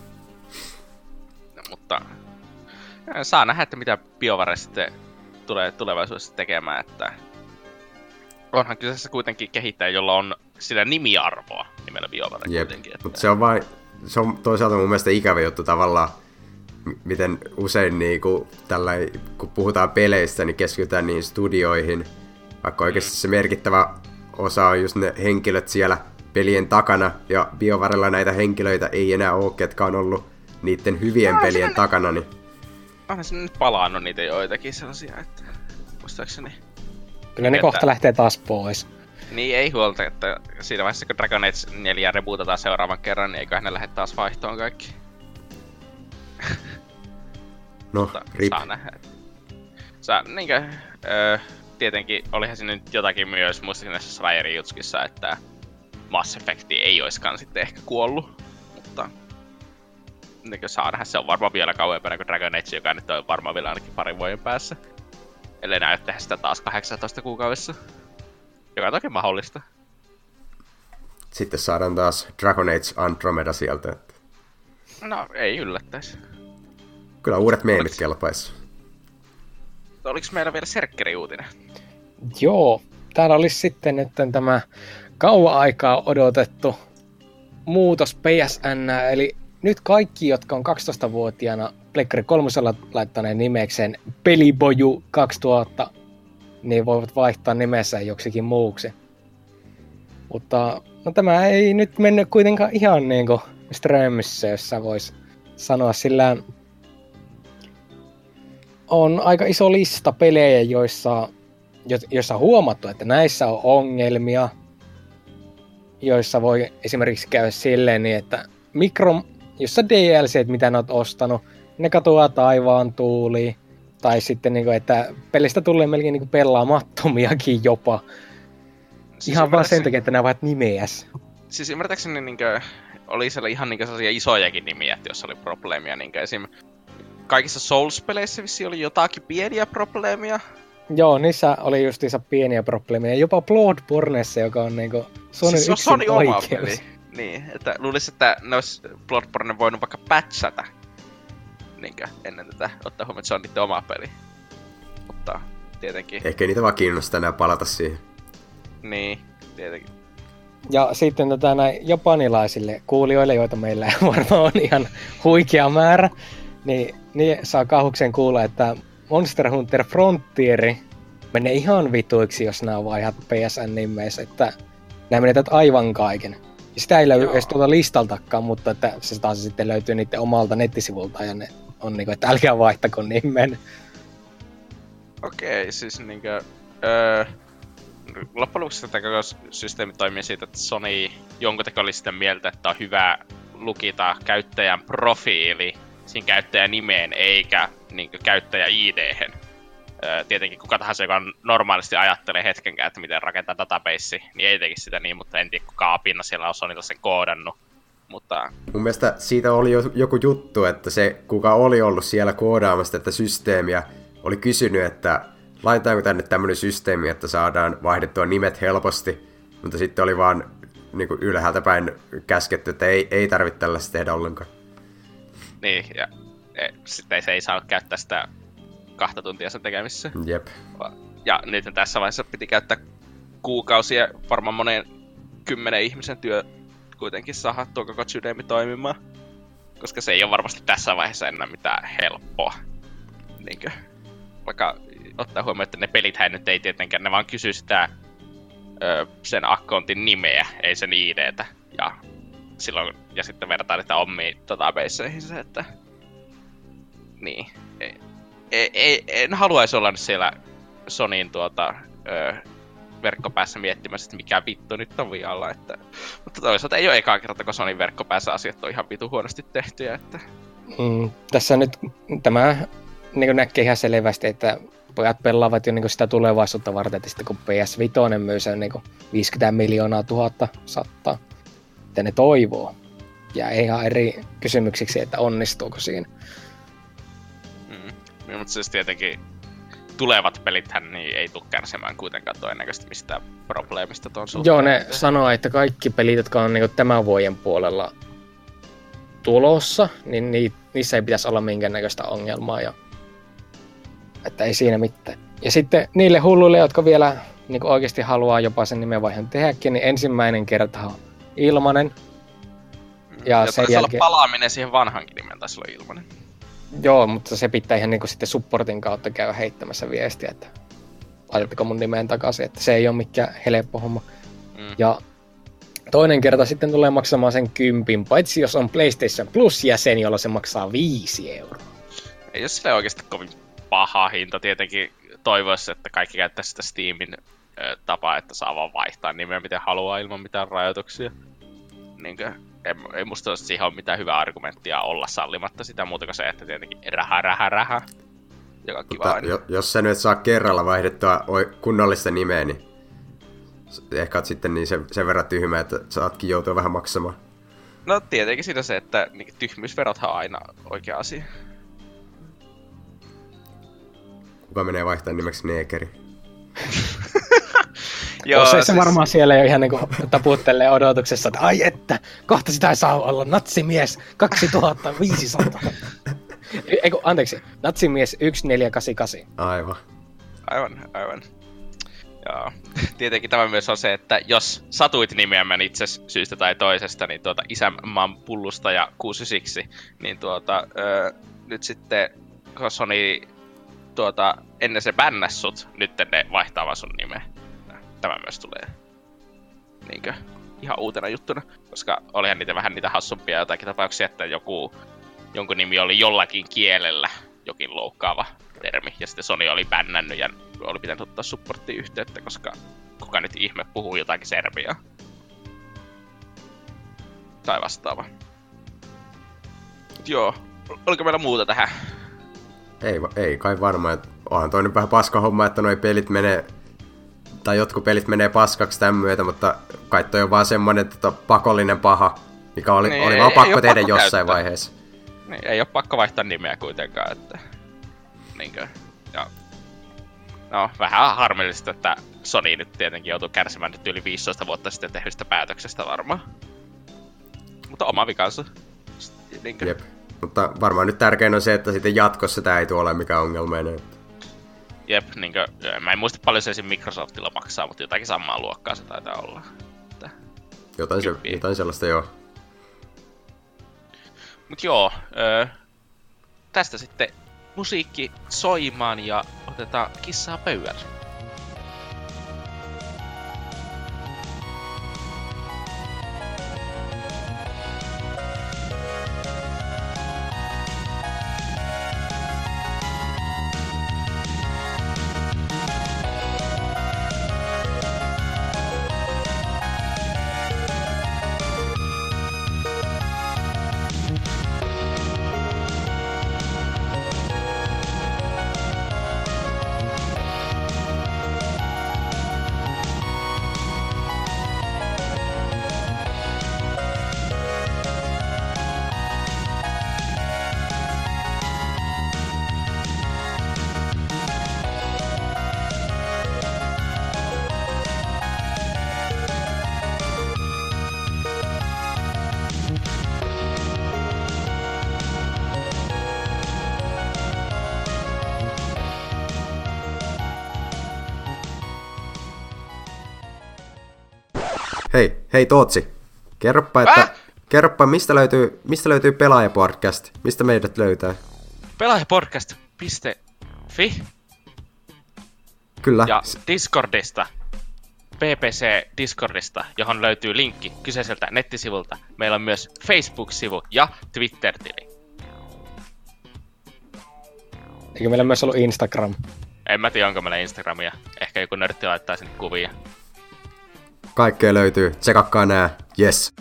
No, mutta saa nähdä, että mitä BioWare sitten tulee tulevaisuudessa tekemään, että onhan kyseessä kuitenkin kehittäjä, jolla on sillä nimiarvoa nimellä BioWare kuitenkin. Että... Mutta se on vain, se on toisaalta mun mielestä ikävä juttu tavallaan, miten usein niinku tällainen, kun puhutaan peleistä, niin keskitytään niihin studioihin, vaikka oikeasti se merkittävä osa on just ne henkilöt siellä pelien takana, ja BioWarella näitä henkilöitä ei enää ole, ketkä on ollut niiden hyvien no, pelien takana, niin onhan se nyt palannut niitä joitakin sellaisia, että muistaakseni. Kyllä ne että... kohta lähtee taas pois. Niin, ei huolta, että siinä vaiheessa kun Dragon Age neljä rebootataan seuraavan kerran, niin eiköhän ne lähde taas vaihtoon kaikki. No, rip. Saa nähdä. Saa, niinkö, öö, tietenkin olihan siinä nyt jotakin myös muistakin näissä Slayer-jutskissa, että Mass Effect ei oiskaan sitten ehkä kuollut, mutta niinkö saa nähdä, se on varmaan vielä kauempana kuin Dragon Age, joka nyt on varmaan vielä ainakin parin vuoden päässä. Ellei näy tehdä sitä taas kahdeksantoista kuukaudessa. Joka on toki mahdollista. Sitten saadaan taas Dragon Age Andromeda sieltä. Että... No, ei yllättäisi. Kyllä uudet meemit Oliks... kelpaisi. Oliko meillä vielä Serkkeri-uutinen? Joo, täällä olisi sitten nyt tämä kauan aikaa odotettu muutos P S N, eli nyt kaikki, jotka on kaksitoistavuotiaana Pleikkari kolmosella laittaneen nimekseen Peliboju kaksituhatta, niin voivat vaihtaa nimensä joksikin muuksi. Mutta no, tämä ei nyt mennyt kuitenkaan ihan niin kuin Strömissä, jossa voisi sanoa, sillä on aika iso lista pelejä, joissa, joissa on huomattu, että näissä on ongelmia, joissa voi esimerkiksi käydä silleen, niin että mikro, jossa D L C, mitä ne oot ostanut, ne katoaa taivaan tuuliin. Tai sitten, niin kuin, että pelistä tulee melkein niin kuin pelaamattomiakin jopa. Siis ihan vaan sen takia, että nämä ovat nimeäs. Siis ymmärtääkseni niin kuin, oli siellä ihan niin kuin, sellaisia isojakin nimiä, että jos oli probleemia. Niin kuin, esim. Kaikissa Souls-peleissä vissiin oli jotakin pieniä probleemia. Joo, niissä oli justiinsa pieniä probleemia. Jopa Bloodborneissa, joka on niin kuin Sony siis yksin Sony oma oikeus. peli. Niin, että luulisin, että ne olisi Bloodborne voinut vaikka patchata. Niinkö, ennen tätä ottaa huomioon, että se on niiden oma peli. Mutta tietenkin... Ehkä niitä vaan kiinnostaa enää palata siihen. Niin, tietenkin. Ja sitten tätä näin japanilaisille kuulijoille, joita meillä varmaan on ihan huikea määrä, niin, niin saa kauhukseen kuulla, että Monster Hunter Frontier menee ihan vituiksi, jos nämä vaihdat P S N-nimeessä, että nämä menetät aivan kaiken. Ja sitä ei löydy edes tuolta listaltakaan, mutta että se taas sitten löytyy niiden omalta nettisivulta ja ne on niinku, että älkää vaihtako nimen. Okei, siis niinkö... Öö, loppujen lopuksi tämä koko systeemi toimii siitä, että Sony jonkun teko oli sitä mieltä, että on hyvä lukita käyttäjän profiili siinä käyttäjän nimeen eikä niinkö käyttäjä I D-hen. Öö, tietenkin kuka tahansa, joka normaalisti ajattelee hetkenkään, että miten rakentaa database, niin ei tekisi sitä niin, mutta en tiedä kuka apina siellä on Sonylla sen koodannut. Mutta... Mun mielestä siitä oli joku juttu, että se kuka oli ollut siellä koodaamassa tätä systeemiä, oli kysynyt, että laitetaanko tänne tämmöinen systeemi, että saadaan vaihdettua nimet helposti, mutta sitten oli vaan niin kuin ylhäältä päin käsketty, että ei, ei tarvitse tällaista tehdä ollenkaan. Niin, ja e, sitten se ei saanut käyttää sitä kahta tuntia sen tekemisessä. Jep. Ja nyt tässä vaiheessa piti käyttää kuukausia, varmaan monen kymmenen ihmisen työ kuitenkin saada tuo koko sydämi toimimaan. Koska se ei ole varmasti tässä vaiheessa enää mitään helppoa. Niinkö? Vaikka ottaa huomioon, että ne pelithän nyt ei tietenkään, ne vaan kysyy sitä ö, sen accountin nimeä, ei sen I D:tä. Ja silloin, ja sitten vertaan niitä omiin databaseihin se, että... Niin. Ei, ei, ei, en haluaisi olla nyt siellä Sonyin tuota... Ö, verkkopäässä miettimässä, että mikä vittu nyt on vialla, että... Mutta toisaalta ei ole ekaa kerta, kun Sonyn verkkopäässä asiat on ihan vitu huonosti tehtyjä, että... Mm, tässä nyt tämä niin näkee ihan selvästi, että pojat pelaavat jo niin sitä tulevaisuutta varten, että sitten kun P S viisi myy sen niin viisikymmentä miljoonaa tuhatta sattaa, että ne toivoo. Ja ihan eri kysymyksiksi, että onnistuuko siinä. Mm, mutta siis tietenkin tulevat pelithän niin ei tule kärsimään kuitenkaan todennäköisesti mistään probleemista tuon suhteen. Joo, ne sanoo, että kaikki pelit, jotka on niin tämän vuoden puolella tulossa, niin niissä ei pitäisi olla minkäännäköistä ongelmaa. Ja... Että ei siinä mitään. Ja sitten niille hulluille, jotka vielä niin oikeasti haluaa jopa sen nimenvaihon tehdäkin, niin ensimmäinen kerta on ilmanen. Ja, ja sen jälkeen... olla palaaminen siihen vanhankin nimen, taisi olla ilmanen. Joo, mutta se pitää ihan niin sitten supportin kautta käydä heittämässä viestiä, että laitatteko mun nimeen takaisin, että se ei ole mikään helppo homma. Mm. Ja toinen kerta sitten tulee maksamaan sen kympin, paitsi jos on PlayStation Plus-jäsen, jolla se maksaa viisi euroa. ei ole sille oikeasti kovin paha hinta. Tietenkin toivoisi, että kaikki käyttäisi sitä Steamin ö, tapaa, että saa vaan vaihtaa nimeä miten haluaa ilman mitään rajoituksia. Niinkö, ei, ei musta olisi siihen ole mitään hyvää argumenttia olla sallimatta sitä muuta kuin se, että tietenkin raha, raha, raha. Joka kiva aina. Jo, jos sä nyt saa kerralla vaihdettua kunnollista nimeä, niin ehkä oot sitten niin sen, sen verran tyhmä, että saatkin joutua vähän maksamaan. No tietenkin siinä se, että niin, tyhmyysverothan on aina oikea asia. Kuka menee vaihtamaan nimeksi neekeri? Joo, se, siis... se varmaan siellä jo ihan niinku taputtelee odotuksessa, että ai että, kohta sitä ei saa olla natsimies kaksituhattaviisisataa. Eiku, anteeksi, natsimies yksi neljä kahdeksan kahdeksan. Aivan. Aivan, aivan. Joo. Tietenkin tämä myös on se, että jos satuit nimeämään itse syystä tai toisesta, niin tuota isänmaan pullusta ja kuusikymmentäyhdeksän, niin tuota, öö, nyt sitten, kun Sony tuota, ennen se bännäs sut, nyt ne vaihtaa vaan sun nimeä. Tämä myös tulee niinkö ihan uutena juttuna, koska olihan niitä vähän niitä hassumpia jotakin tapauksia, että joku, jonkun nimi oli jollakin kielellä jokin loukkaava termi, ja sitten Sony oli bännännyt ja oli pitänyt ottaa supporttiin yhteyttä, koska kuka nyt ihme puhuu jotakin serbiaa. Tai vastaava. Mut joo, oliko meillä muuta tähän? Ei, ei kai varmaan. Onhan toi nyt vähän paska homma, että noi pelit menee, tai jotkut pelit menee paskaksi tämän myötä, mutta kai toi on vaan semmonen että pakollinen paha, mikä oli, niin, oli ei, vaan pakko ei tehdä jossain käyttää. Vaiheessa. Niin, ei oo pakko vaihtaa nimeä kuitenkaan, että niinkö, ja no, vähän harmillista, että Sony nyt tietenkin joutuu kärsimään nyt yli viisitoista vuotta sitten tehdystä päätöksestä varmaan. Mutta oma vikansa. Niinkö? Jep. Mutta varmaan nyt tärkein on se, että sitten jatkossa tää ei tule ole mikään ongelmainen. Jep, niinkö, mä en muista paljon se esim. Microsoftilla maksaa, mutta jotakin samaa luokkaa se taitaa olla. Että jotain, se, jotain sellaista joo. Mut joo, öö, tästä sitten musiikki soimaan ja otetaan kissaa pöydälle. Hei, hei Tootsi, kerropa, että, äh? kerropa mistä löytyy, mistä löytyy Pelaajapodcast, mistä meidät löytää? Pelaajapodcast piste fi Kyllä. Ja Discordista, P P C Discordista, johon löytyy linkki kyseiseltä nettisivulta. Meillä on myös Facebook-sivu ja Twitter-tili. Eikö meillä myös ollut Instagram? En mä tiedä, onko meillä Instagramia. Ehkä joku nörtti laittaa sinne kuvia. Kaikkea löytyy. Tsekakkaa nää. Yes.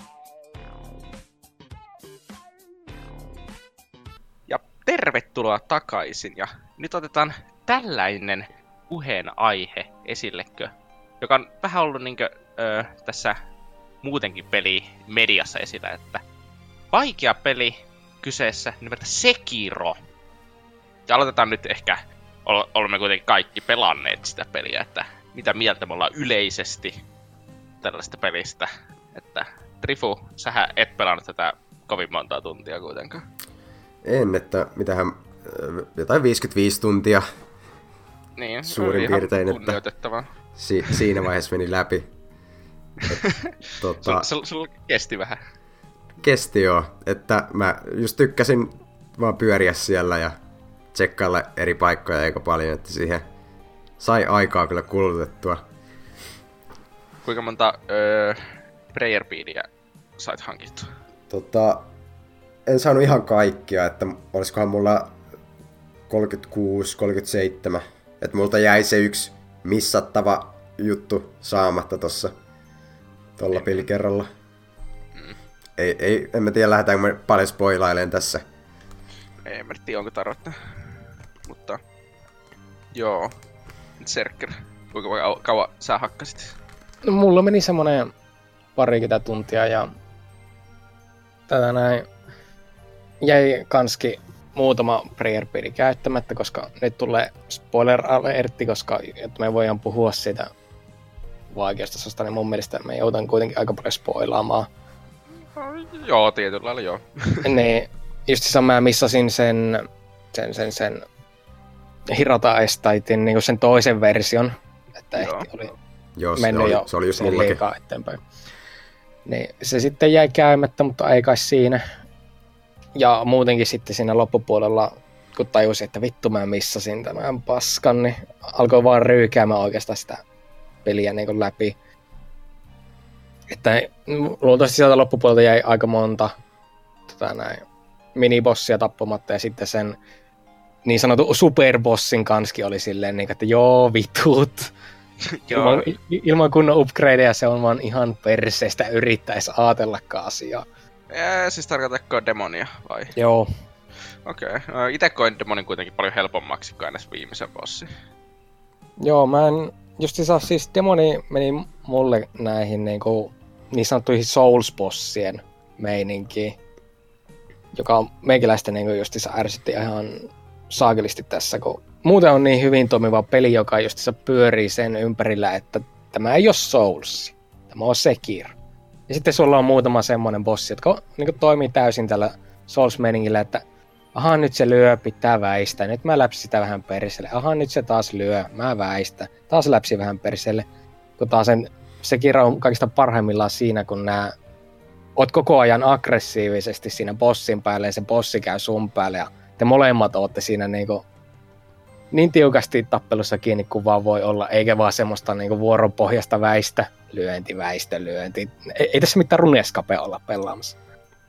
Ja tervetuloa takaisin. Ja nyt otetaan tällainen puheenaihe esillekö, joka on vähän ollut niinkö öö, tässä muutenkin peli mediassa esillä, että vaikea peli kyseessä nimeltä Sekiro. Ja aloitetaan nyt ehkä, olemme kuitenkin kaikki pelanneet sitä peliä, että mitä mieltä me ollaan yleisesti tällaista pelistä, että Trifu, sähän et pelannut tätä kovin montaa tuntia kuitenkaan. En, että mitähän, jotain viisikymmentäviisi tuntia niin, suurin piirtein, että si- siinä vaiheessa meni läpi. Et, tota, Sulla sul, sul kesti vähän. Kesti joo, että mä just tykkäsin vaan pyöriä siellä ja tsekkailla eri paikkoja aika paljon, että siihen sai aikaa kyllä kulutettua. Kuinka monta öö, prayer beadia sait hankittua? Tota, en saanut ihan kaikkia, että olisikohan mulla kolmekymmentäkuusi kolmekymmentäseitsemän. Että multa jäi se yksi missattava juttu saamatta tossa tolla pelikerralla. Mm. Ei, ei, en mä tiedä, lähdetäänkö me paljon spoilailemaan tässä. Ei mä tiedä, onko tarvetta. Mutta joo. Serkker, kuinka kauan sä hakkasit? No, mulla meni semmonen parikymmentä tuntia ja tätä näin jäi kanski muutama prayer piri käyttämättä, koska nyt tulee spoiler alertti, koska että me voidaan puhua siitä vaikeustasosta, niin mun mielestä me joutan kuitenkin aika paljon spoilaamaan. Joo, tietyllä lailla joo. Niin, just siis mä missasin sen, sen, sen, sen Hirata Estaitin niin sen toisen version, että joo. Ehkä oli joo, mennyt oli, jo se oli just liikaa eteenpäin. Niin, se sitten jäi käymättä, mutta ei kai siinä. Ja muutenkin sitten siinä loppupuolella, kun tajusin, että vittu mä missasin tämän paskan, niin alkoi vaan ryykäämään oikeastaan sitä peliä niin kuin läpi. Että luultavasti sieltä loppupuolelta jäi aika monta tota näin, minibossia tappamatta ja sitten sen niin sanotun superbossin kanski oli silleen, niin, että joo vitut. ilman, ilman kunnon upgradeja se on vaan ihan perseestä yrittäisi ajatellakaan asiaa. Ja, siis tarkoitatko demonia vai? Joo. Okei. Okay. Itse koin demonin kuitenkin paljon helpommaksi kuin edes viimeisen bossin. Joo, mä en justiinsa siis demoni meni mulle näihin niinku niin sanottuihin Souls-bossien meininkiin, joka meikäläistä niinku justiinsa ärsytti ihan saakelisti tässä, kun muuten on niin hyvin toimiva peli, joka justiinsa pyörii sen ympärillä, että tämä ei ole Souls, tämä on Sekiro. Ja sitten sulla on muutama semmonen bossi, jotka niinku toimii täysin tällä Souls-meningillä, että aha, nyt se lyö, pitää väistää. Nyt mä läpsin sitä vähän perselle. Aha, nyt se taas lyö, mä väistän. Taas läpsi vähän perselle. Kun taas sen Sekiro on kaikista parhaimmillaan siinä, kun nää oot koko ajan aggressiivisesti siinä bossin päälle ja se bossi käy sun päälle ja te molemmat ootte siinä niinku niin tiukasti tappelussa kiinni kuin vaan voi olla, eikä vaan semmoista niinku vuoropohjasta väistä, lyönti, väistö, lyönti. Ei, ei tässä mitään runescapea olla pelaamassa.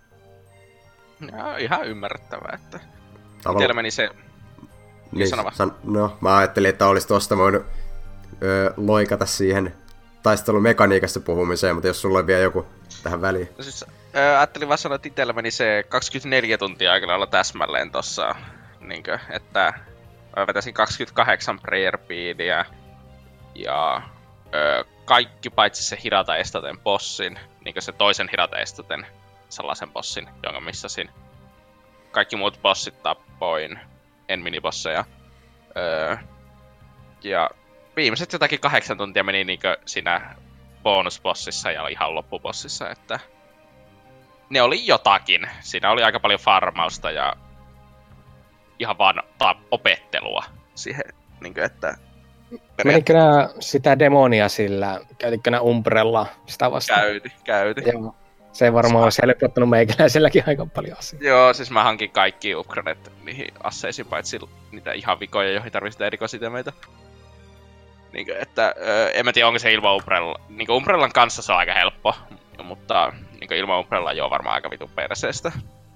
Ja, ihan ymmärrettävää, että Tavalla... itsellä meni se... Niin, san... No, mä ajattelin, että olisi tosta voinut öö, loikata siihen taistelumekaniikasta puhumiseen, mutta jos sulla on vielä joku tähän väliin. No siis, öö, ajattelin vaan sanoa, että itsellä meni se kaksikymmentäneljä tuntia aika lailla täsmälleen tossa, niinkö, että mä vetäisin kaksikymmentäkahdeksan prayer beadia ja öö, kaikki paitsi se Hirata Estaten bossin, niinkö se toisen Hirata Estaten sellaisen bossin, jonka missasin. Kaikki muut bossit tappoin, en minibosseja. Öö, ja viimeiset jotakin kahdeksan tuntia meni niinkö siinä bonusbossissa ja ihan loppubossissa, että ne oli jotakin. Siinä oli aika paljon farmausta ja ihan vaan ta- opettelua siihen, niinkö että... Menikö nää sitä demonia sillä, käytitkö nää Umbrella sitä vastaan? Käyti, käyti. Joo. Se ei varmaan olisi helpottanut meikäläiselläkin aika paljon asiaa. Joo, siis mä hankin kaikki upgradet niihin asseisiin, paitsi niitä ihan vikoja, joihin tarvii sitä erikoisitemeitä. Niinkö, että öö, en mä tiedä, onko se ilman Umbrella. Niinkö Umbrellan kanssa se on aika helppo, mutta niinkö ilman Umbrella joo varmaan aika vitun perseestä.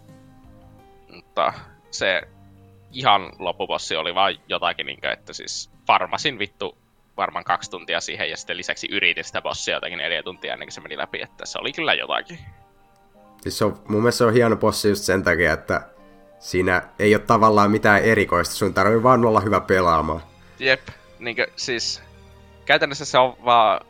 Mutta se ihan loppubossi oli vaan jotakin niinkö, että siis farmasin vittu varmaan kaksi tuntia siihen ja sitten lisäksi yritin sitä bossia jotakin neljä tuntia ennen kuin se meni läpi, että se oli kyllä jotakin. Siis se on, mun mielestä se on hieno bossi just sen takia, että siinä ei ole tavallaan mitään erikoista, sun tarvii vaan olla hyvä pelaamaan. Jep, niinkö siis käytännössä se on vaan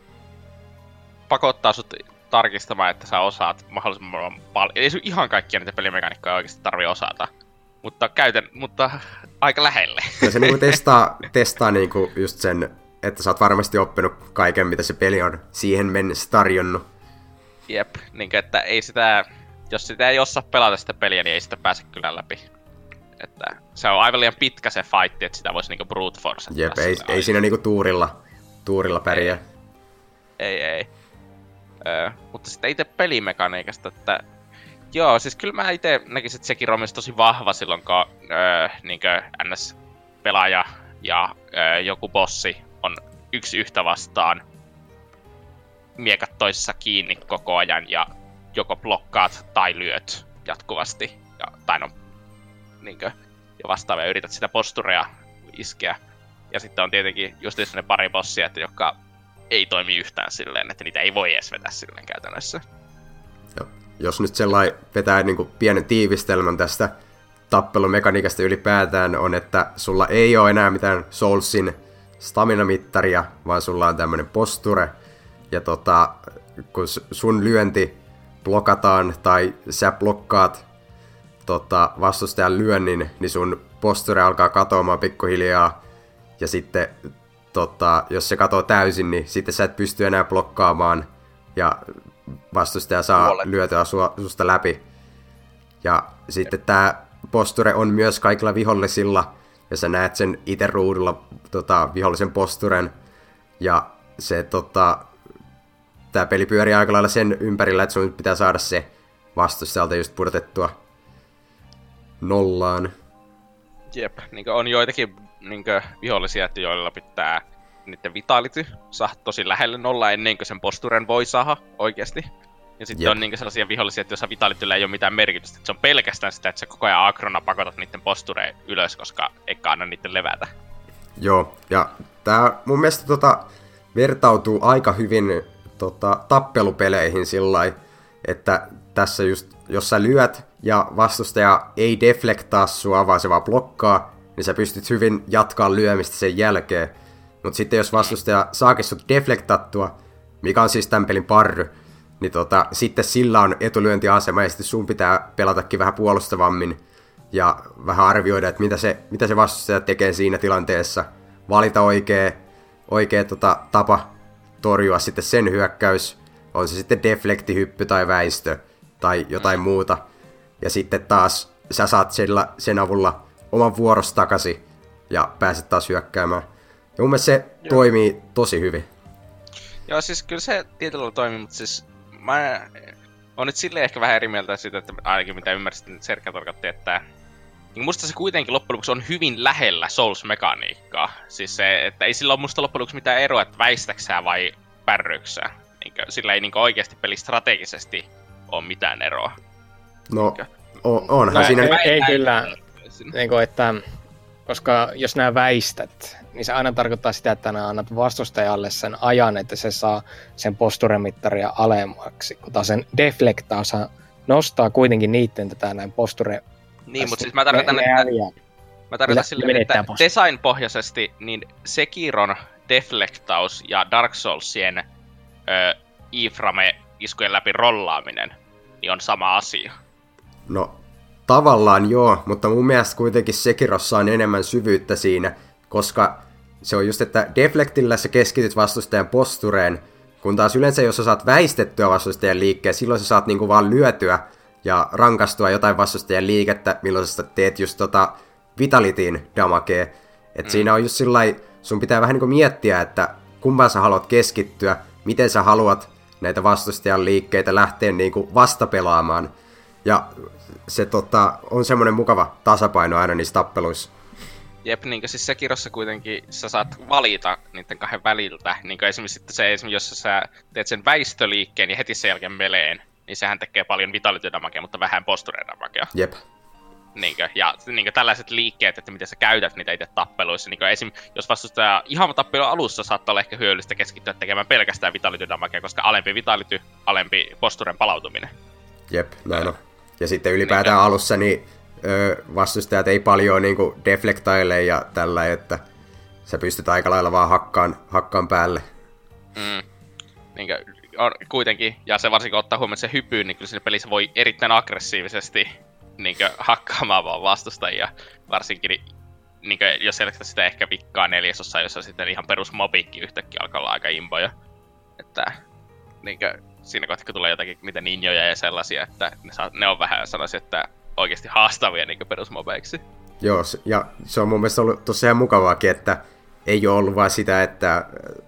pakottaa sut tarkistamaan, että sä osaat mahdollisimman paljon. Ei sun ihan kaikkia niitä pelimekaniikkoja oikeasti tarvii osata, mutta käytän, mutta aika lähelle. Ja se niinku testaa, testaa niinku just sen, että sä oot varmasti oppinut kaiken, mitä se peli on siihen mennessä tarjonnut. Jep, niinkö että ei sitä, jos sitä ei osaa pelata sitä peliä, niin ei sitä pääse kyllä läpi. Että se on aivan liian pitkä se fight, että sitä voisi niinku brute force. Jep, ei, ei siinä niinku tuurilla, tuurilla pärjää. Ei, ei. ei. Öö, mutta sitten itse pelimekaniikasta, että joo, siis kyllä mä ite näkisin, että Sekiro on myös tosi vahva silloin, kun öö, niinkö N S-pelaaja ja öö, joku bossi on yksi yhtä vastaan miekat toisessa kiinni koko ajan ja joko blokkaat tai lyöt jatkuvasti. Ja, tai no, niinkö, ja vastaavia, ja yrität sitä posturea iskeä. Ja sitten on tietenkin just ne pari bossia, että jotka ei toimi yhtään silleen, että niitä ei voi edes vetää silleen käytännössä. Ja jos nyt sellainen vetää niin kuin pienen tiivistelmän tästä tappelumekaniikasta ylipäätään on, että sulla ei ole enää mitään Soulsin stamina-mittaria, vaan sulla on tämmönen posture, ja tota, kun sun lyönti blokataan tai sä blokkaat tota, vastustajan lyönnin, niin sun posture alkaa katoamaan pikkuhiljaa, ja sitten tota, jos se katoo täysin, niin sitten sä et pysty enää blokkaamaan, ja vastustaja saa Puolet. lyötyä sua, susta läpi. Ja sitten tää posture on myös kaikilla vihollisilla, ja sä näet sen itse ruudulla tota, vihollisen posturen, ja se tota, tää peli pyörii aika lailla sen ympärillä, että sun pitää saada se vastustajalta just pudotettua nollaan. Jep, niin on joitakin niin vihollisia, että joilla pitää niiden vitality saada tosi lähelle nollaa ennen kuin sen posturen voi saada oikeasti. Ja sitten Jep. on niin sellaisia vihollisia, että jos vitalityllä ei ole mitään merkitystä, että se on pelkästään sitä, että sä koko ajan akrona pakotat niiden postureen ylös, koska eikä anna niiden levätä. Joo, ja tää mun mielestä tota, vertautuu aika hyvin tota, tappelupeleihin sillai, että tässä just, jos sä lyöt ja vastustaja ei deflektaa sua, vaan se vaan blokkaa, niin sä pystyt hyvin jatkaa lyömistä sen jälkeen. Mutta sitten jos vastustaja saakin sut deflektattua, mikä on siis tämän pelin parry, niin tota, sitten sillä on etulyöntiasema ja sitten sun pitää pelatakin vähän puolustavammin ja vähän arvioida, että mitä se, mitä se vastustaja tekee siinä tilanteessa. Valita oikea, oikea tota, tapa torjua sitten sen hyökkäys, on se sitten deflektihyppy tai väistö tai jotain muuta. Ja sitten taas sä saat sillä, sen avulla oman vuoros takaisin ja pääset taas hyökkäämään. Ja mun mielestä se Joo. toimii tosi hyvin. Joo, siis kyllä se tietyllä lailla toimii, mutta siis mä oon nyt silleen ehkä vähän eri mieltä siitä, että ainakin mitä ymmärsit, että Serkka tarkoitti, että niin musta se kuitenkin loppujen lopuksi on hyvin lähellä Souls-mekaniikkaa. Siis se, että ei sillä ole musta loppujen lopuksi mitään eroa, että väistäksää vai pärryksää. Niin sillä ei niin oikeasti peli strategisesti ole mitään eroa. No, on, onhan no, siinä... Ei, ei kyllä, niin kuin, että koska jos nää väistät, niin se aina tarkoittaa sitä, että nää annat vastustajalle sen ajan, että se saa sen posturemittaria alemmaksi. Kun taas sen deflektaus nostaa kuitenkin niitten tätä näin posture... Niin, mutta siis mä tarkoitan, ne, että... Ne mä tarkoitan silleen, että design-pohjaisesti niin Sekiron deflektaus ja Dark Soulsien ö, iframe-iskujen läpi rollaaminen niin on sama asia. No, tavallaan joo, mutta mun mielestä kuitenkin Sekirossa on enemmän syvyyttä siinä, koska se on just, että deflektillä sä keskityt vastustajan postureen, kun taas yleensä jos sä saat väistettyä vastustajan liikkeen, silloin sä saat niinku vaan lyötyä ja rankastua jotain vastustajan liikettä, milloin sä teet just tota vitalityin damagea. Että mm. siinä on just sillai, sun pitää vähän niinku miettiä, että kumpaan sä haluat keskittyä, miten sä haluat näitä vastustajan liikkeitä lähteä niinku vastapelaamaan. Ja se tota, on semmoinen mukava tasapaino aina niissä tappeluissa. Jep, niin siis Sekirossa kuitenkin sä saat valita niiden kahden väliltä. Niin esimerkiksi se, esimerkiksi jos sä teet sen väistöliikkeen ja heti sen jälkeen meleen, niin sehän tekee paljon vitality-damagea, mutta vähän posture-damagea. Jep. Niinkö, ja niinkö, tällaiset liikkeet, että miten sä käytät niitä itse tappeluissa. Niinkö, esim. Jos vastustaja ihan tappelun alussa saattaa olla ehkä hyödyllistä keskittyä tekemään pelkästään vitality-damagea, koska alempi vitality, alempi posturen palautuminen. Jep, näin on. Ja sitten ylipäätään niinkö alussa niin öö, vastustajat ei paljon niinku deflektaile ja tällä, että sä pystyt aika lailla vaan hakkaan, hakkaan päälle. Mm. Niinkö, kuitenkin, ja se varsinkin ottaa huomioon se hypyyn, niin kyllä siinä pelissä voi erittäin aggressiivisesti niinkö hakkaamaan vaan vastustajia, varsinkin niinkö, jos selkeästi sitä ehkä vikkaa neljäsossa, jossa sitten ihan perus mobikki yhtäkkiä alkaa olla aika impoja. Että niinkö, siinä kohtaa, kun tulee jotakin niitä ninjoja ja sellaisia, että ne, saa, ne on vähän sellaisia, että oikeasti haastavia niinkö perusmobeiksi. Joo, ja se on mun mielestä ollut tosiaan mukavaakin, että ei ole ollut vaan sitä, että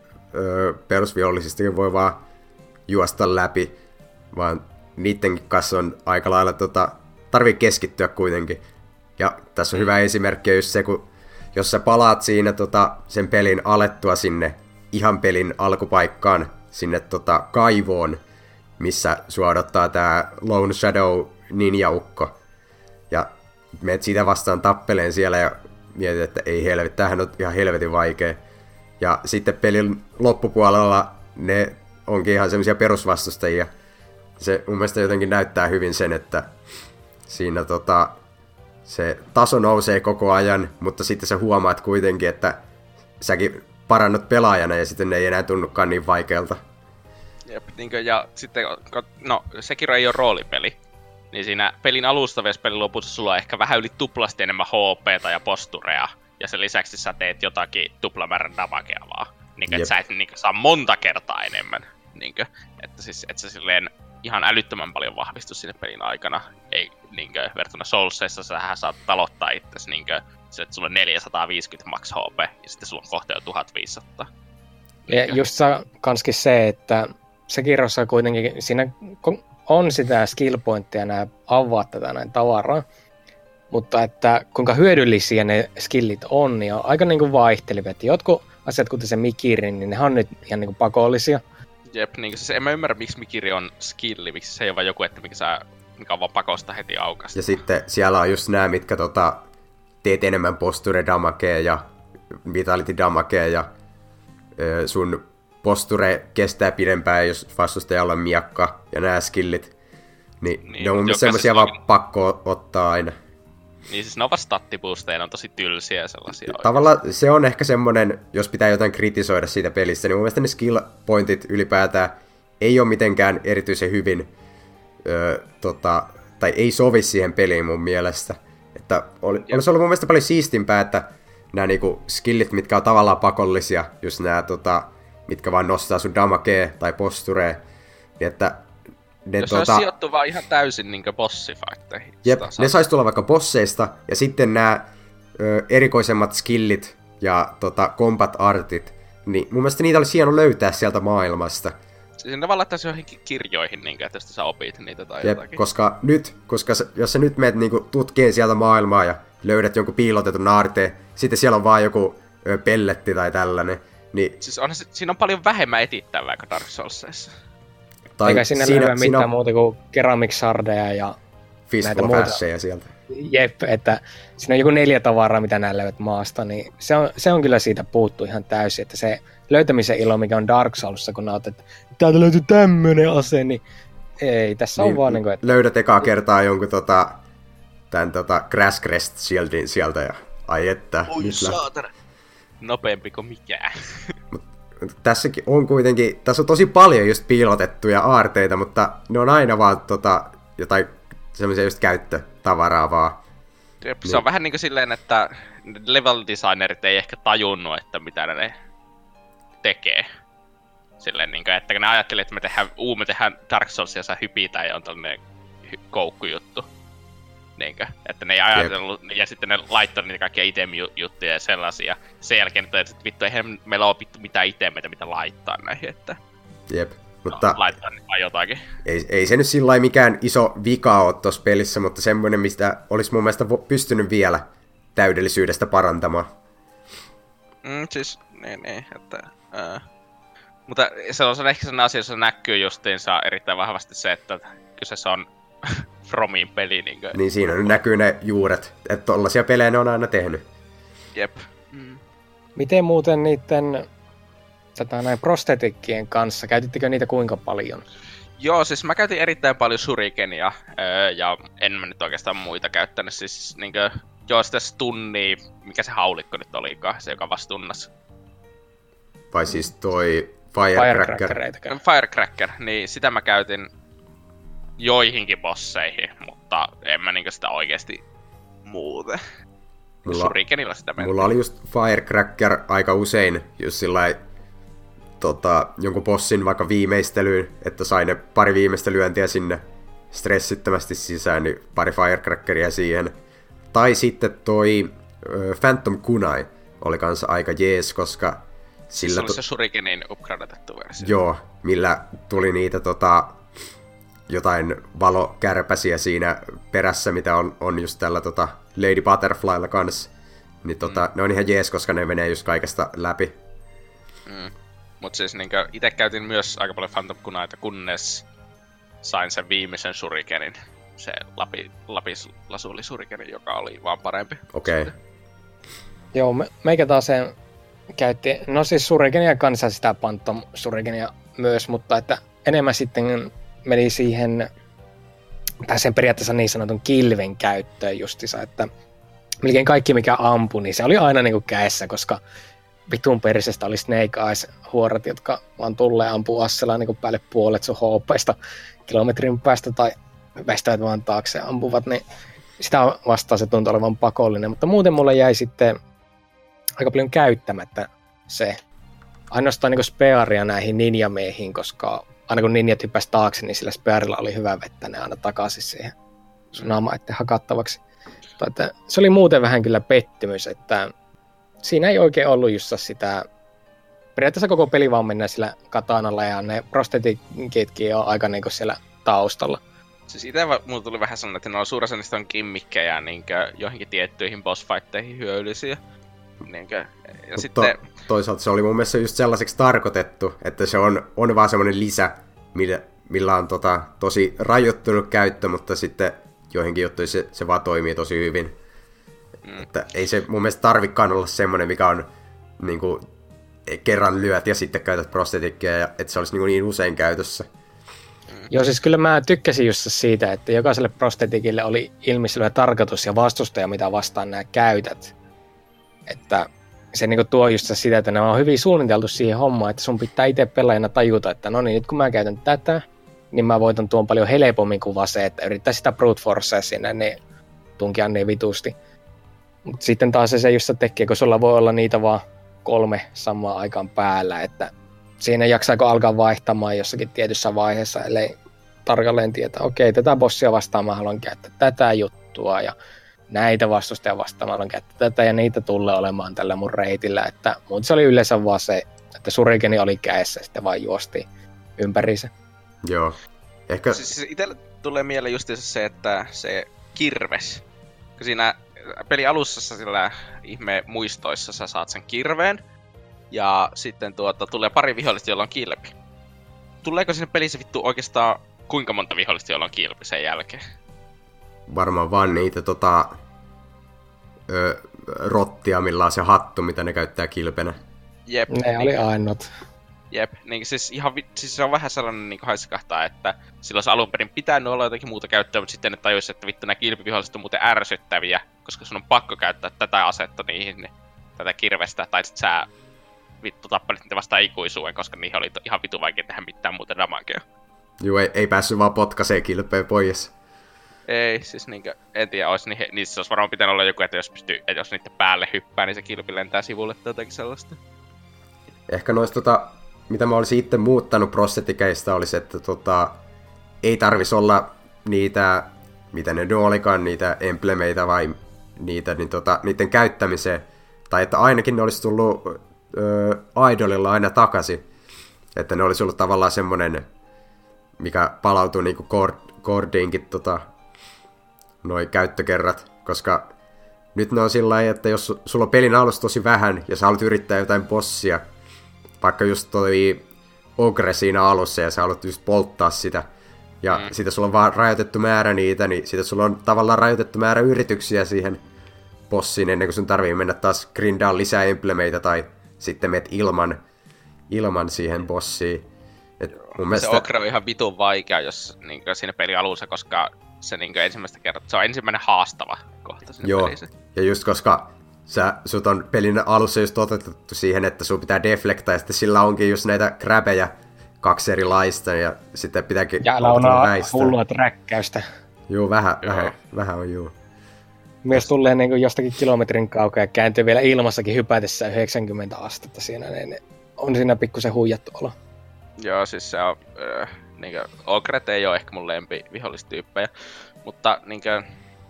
öö, perusvihollisistakin voi vaan juosta läpi, vaan niiden kanssa on aika lailla tota, tarvii keskittyä kuitenkin. Ja tässä on hyvä esimerkki just se, kun jos sä palaat siinä tota, sen pelin alettua sinne ihan pelin alkupaikkaan, sinne tota, kaivoon, missä sua odottaa tää Lone Shadow ninjaukko. Ja menet sitä vastaan tappeleen siellä ja mietit, että ei helvetti, tämähän on ihan helvetin vaikea. Ja sitten pelin loppupuolella ne onkin ihan semmoisia perusvastustajia. Se mun mielestä jotenkin näyttää hyvin sen, että siinä tota, se taso nousee koko ajan, mutta sitten sä huomaat kuitenkin, että säkin parannut pelaajana ja sitten ne ei enää tunnukaan niin vaikealta. Jep, niinkö, ja sitten, no Sekiro ei ole roolipeli, niin siinä pelin alustavassa pelin lopussa sulla on ehkä vähän yli tuplasti enemmän H P:tä ja posturea, ja sen lisäksi sä teet jotakin tuplamäärän damagea vaan. Niinkö, että sä et niinkö, saa monta kertaa enemmän. Niinkö, että siis, et sä silleen ihan älyttömän paljon vahvistu sinne pelin aikana. Ei niinkö, verrattuna Soulsissa sähän saat talottaa itsesi niinkö, se, että sulla on neljäsataaviisikymmentä max H P, ja sitten sulla on kohta jo tuhatviisisataa. Ja just saa kanskin se, että Sekirossa kuitenkin siinä on sitä skill pointtia nää avaa tätä näin tavaraa, mutta että kuinka hyödyllisiä ne skillit on, niin on aika niinku vaihtelevia. Jotkut asiat, kuten se Mikiri, niin ne on nyt ihan niinku pakollisia. Jep, niin siis en mä ymmärrä, miksi Mikiri on skilli, miksi se ei ole vaan joku, että mikä, sä, mikä on vaan pakosta heti aukasta. Ja sitten siellä on just nämä, mitkä tota, teet enemmän posture damagea ja vitality damagea ja ö, sun posture kestää pidempään, jos vastustajalla on miakka ja nämä skillit. Niin, niin ne on mun mielestä semmosia vaan on pakko ottaa aina. Niin siis ne on vaan stattipuusteja, ne on tosi tylsiä sellaisia. Tavallaan se on ehkä semmonen, jos pitää jotain kritisoida siitä pelistä, niin mun mielestä ne skill pointit ylipäätään ei ole mitenkään erityisen hyvin, öö, tota, tai ei sovi siihen peliin mun mielestä. Että oli, olisi ollut mun mielestä paljon siistimpää, että nämä niinku skillit, mitkä on tavallaan pakollisia, just nämä, tota, mitkä vaan nostaa sun damagea tai posturee, niin että ne, jos tota, se olisi sijoittu vaan ihan täysin niinkö bossifighteihin. Jep, ne sais tulla vaikka bosseista, ja sitten nämä ö, erikoisemmat skillit ja tota, combat artit, niin mun mielestä niitä olisi hieno löytää sieltä maailmasta. Siis ne vaan laittaisi johonkin kirjoihin, niin että sä opit niitä tai Jep, jotakin. koska nyt, koska sä, jos sä nyt menet niinku tutkien sieltä maailmaa ja löydät jonkun piilotetun aarteen, sitten siellä on vaan joku ö, pelletti tai tällainen, niin... Siis on, siinä on paljon vähemmän etittävää kuin Dark Soulsissa. Tai eikä sinne löyä mitään on muuta kuin keramiksardeja ja näitä muuta. Sieltä. Jep, että siinä on joku neljä tavaraa, mitä nää löyvät maasta, niin se on, se on kyllä siitä puuttu ihan täysin, että se löytämisen ilo, mikä on Dark Soulsissa, kun näet, että täältä löytyy tämmönen ase, niin ei, tässä niin, on vaan niin kuin, että... Löydät ekaa kertaa jonkun tota, tän tota Crash Crest Shieldin sieltä ja ai että... Oi saatana, nopeampi kuin mikään. Tässäkin on kuitenkin, tässä on tosi paljon just piilotettuja aarteita, mutta ne on aina vaan tota, jotain semmoisia just käyttötavaraa vaan. Jep, niin. Se on vähän niinku silleen, että level designerit ei ehkä tajunnut, että mitä ne tekee. Silleen niinku, että kun ne ajatteli, että me tehdään, uu, me tehdään Dark Soulsia, sä hypitään ja on tällainen koukkujuttu. Niinkö? Että ne ei ajatellut, Jep. ja sitten ne laittoi niitä kaikkia item-juttuja ja sellaisia. Sen jälkeen, että vittu, eihän meillä ole vittu mitään itemeitä, mitä laittaa näihin, että... Jep, mutta... No, laittaa nyt vaan jotakin. Ei, ei se nyt sillä mikään iso vika ole tossa pelissä, mutta semmoinen, mistä olisi mun mielestä pystynyt vielä täydellisyydestä parantamaan. Mm, siis, niin, niin, että... Ää. Mutta se on ehkä sellainen asia, jossa näkyy justiinsa erittäin vahvasti se, että kyseessä on Fromin peli. Niin, kuin... niin siinä nyt näkyy ne juuret, että tollaisia pelejä ne on aina tehnyt. Jep. Mm. Miten muuten niiden tätä, näin prostetikkien kanssa, käytittekö niitä kuinka paljon? Joo, siis mä käytin erittäin paljon shurikenia, öö, ja en mä nyt oikeastaan muita käyttänyt. Siis niinkö, joo sitä stunnia, mikä se haulikko nyt olikaan, se joka vastunnas. Vai siis toi Firecracker. Firecracker, niin sitä mä käytin joihinkin bosseihin, mutta en mä niinkö sitä oikeesti muuten. Mulla, Shurikenilla sitä mentiin. Mulla oli just Firecracker aika usein, just sillai tota, jonkun bossin vaikka viimeistelyyn, että sai ne pari viimeistä lyöntiä sinne stressittömästi sisään, niin pari Firecrackeria siihen. Tai sitten toi äh, Phantom Kunai oli kanssa aika jees, koska sillä... Se oli se Shurikenin upgradetettu versio. Joo, millä tuli niitä tota, jotain valokärpäsiä siinä perässä, mitä on, on just tällä tota, Lady Butterflylla kanssa. Niin tota, mm. ne on ihan jees, koska ne menee just kaikesta läpi. Mm. Mut siis niinkö, ite käytin myös aika paljon Phantom Kunaita, kunnes sain sen viimeisen shurikenin. se lapi, lapislasuli-surikeni, joka oli vaan parempi. Okei. Okay. Joo, me, meikä taas sen käytti, no siis surikenia kanssa sitä Phantom surikenia myös, mutta että enemmän sitten meni siihen, tai sen periaatteessa niin sanotun kilven käyttöön justiinsa, että melkein kaikki mikä ampui, niin se oli aina niinku kädessä, koska vitun perisestä oli Snake Eyes-huorat, jotka vaan tulee ampuu assella niinku päälle puolet sun H P:sta kilometrin päästä tai väistävät vaan taakse ja ampuvat, niin sitä vastaan se tuntui olevan pakollinen, mutta muuten mulle jäi sitten aika paljon käyttämättä se ainoastaan niinku spearia näihin ninjamiehiin, koska aina kun ninjat hyppäsi taakse, niin sillä spearilla oli hyvä vettä ne aina takaisin siihen sun naamaiden hakattavaksi. Että se oli muuten vähän kyllä pettymys, että siinä ei oikein ollut just sitä, periaatteessa koko peli vaan mennään sillä katanalla ja ne prostetikitkin on aika niinku siellä taustalla. Siis ite mulla tuli vähän sellainen, että ne on suurassa niistä on kimmikkejä niinkö johonkin tiettyihin bossfightteihin hyödyllisiä. Niinkö, ja Mutta sitten toisaalta se oli mun mielestä just sellaiseksi tarkoitettu, että se on, on vaan semmoinen lisä, millä, millä on tota, tosi rajoittunut käyttö, mutta sitten joihinkin juttuihin se, se vaan toimii tosi hyvin. Mm. Että ei se mun mielestä tarvikaan olla semmoinen, mikä on niinku, kerran lyöt ja sitten käytät prostetikkia, ja että se olisi niinku niin usein käytössä. Mm. Joo, siis kyllä mä tykkäsin just siitä, että jokaiselle prostetikille oli ilmiselvä tarkoitus ja vastustaja, mitä vastaan nämä käytät. Että se niinku tuo just sitä, että nämä on hyvin suunniteltu siihen hommaan, että sun pitää itse pelaajana tajuta, että no niin, nyt kun mä käytän tätä, niin mä voitan tuon paljon helpommin kuin vaan se, että yrittää sitä brute forcea sinne, niin tunkia niin vitusti. Mutta sitten taas se, se just tekee, kun sulla voi olla niitä vaan kolme samaan aikaan päällä, että siinä jaksaako alkaa vaihtamaan jossakin tietyssä vaiheessa, ellei tarkalleen tietää, okei, tätä bossia vastaan mä haluan käyttää tätä juttua, ja näitä vastustajia vastaan mä haluan käyttää tätä, ja niitä tulee olemaan tällä mun reitillä, että muuten se oli yleensä vaan se, että surikeni oli kädessä, sitten vaan juostiin ympäriinsä. Joo. Ehkä... Siis itselle tulee mieleen just se, että se kirves, kun siinä peli alussa sillä ihme muistoissa sä saat sen kirveen, ja sitten tuota, tulee pari vihollista, jolla on kilpi. Tuleeko sinne pelissä vittu oikeastaan kuinka monta vihollista, jolla on kilpi sen jälkeen? Varmaan vaan niitä tota, ö, rottia, millä on se hattu, mitä ne käyttää kilpenä. Jep. Ne niin, oli ainut. Jep, niin siis, ihan, siis se on vähän sellainen niin haiskahtaa, että silloin olisi alun perin pitänyt olla jotakin muuta käyttöä, mutta sitten ne tajuisi, että vittu nämä kilpiviholliset on muuten ärsyttäviä, koska sun on pakko käyttää tätä asetta niihin, niin, tätä kirvestä, tai sit sä vittu tappelit niitä vastaan ikuisuuden, koska niihin oli ihan vitu vaikea tehdä mitään muuta damagea. Juu, ei, ei päässyt vaan potkaseen kilpeen pois. Ei, siis niinkö, en tiedä, olisi, niin, niissä olisi varmaan pitänyt olla joku, että jos, pystyy, että jos niiden päälle hyppää, niin se kilpi lentää sivulle tai jotakin sellaista. Ehkä noista tota, mitä mä olisin itse muuttanut prostetikeista, olisi, että tota, ei tarvisi olla niitä, mitä ne nyt olikaan, niitä emblemeitä vai niitä, niin tota, niiden käyttämiseen. Tai että ainakin ne olisi tullut ö, idolilla aina takaisin. Että ne olisi ollut tavallaan semmonen, mikä palautuu niinku Gordiinkin tota, noi käyttökerrat. Koska nyt ne on sillä lailla, että jos sulla on pelin alussa tosi vähän ja sä haluat yrittää jotain bossia, vaikka just toi Ogre siinä alussa ja sä haluat just polttaa sitä, ja mm. siitä sulla on vaan rajoitettu määrä niitä, niin siitä sulla on tavallaan rajoitettu määrä yrityksiä siihen bossiin ennen kuin sun tarvii mennä taas grindaan lisää emblemeitä tai sitten menet ilman, ilman siihen bossiin. Et mun se mielestä... Ogre on ihan vitun vaikea jos, niin siinä pelin alussa, koska se niin ensimmäistä kertaa, se on ensimmäinen haastava kohta siinä Joo, pelissä. Ja just koska sä, sut on pelin alussa just otettu siihen, että sun pitää deflectaa, ja sitten sillä onkin just näitä grabejä kaksi erilaista, ja sitten pitääkin... Ja älä on hullua träkkäystä. Juu, vähän, vähän, vähän on juu. Myös tulee niin kuin jostakin kilometrin kaukaa ja kääntyy vielä ilmassakin hypätessä yhdeksänkymmentä astetta siinä, niin on siinä pikkusen huijattu olo. Joo, siis se on... Äh, niinkö, Ogret ei oo ehkä mun lempi vihollistyyppejä, mutta niinkö...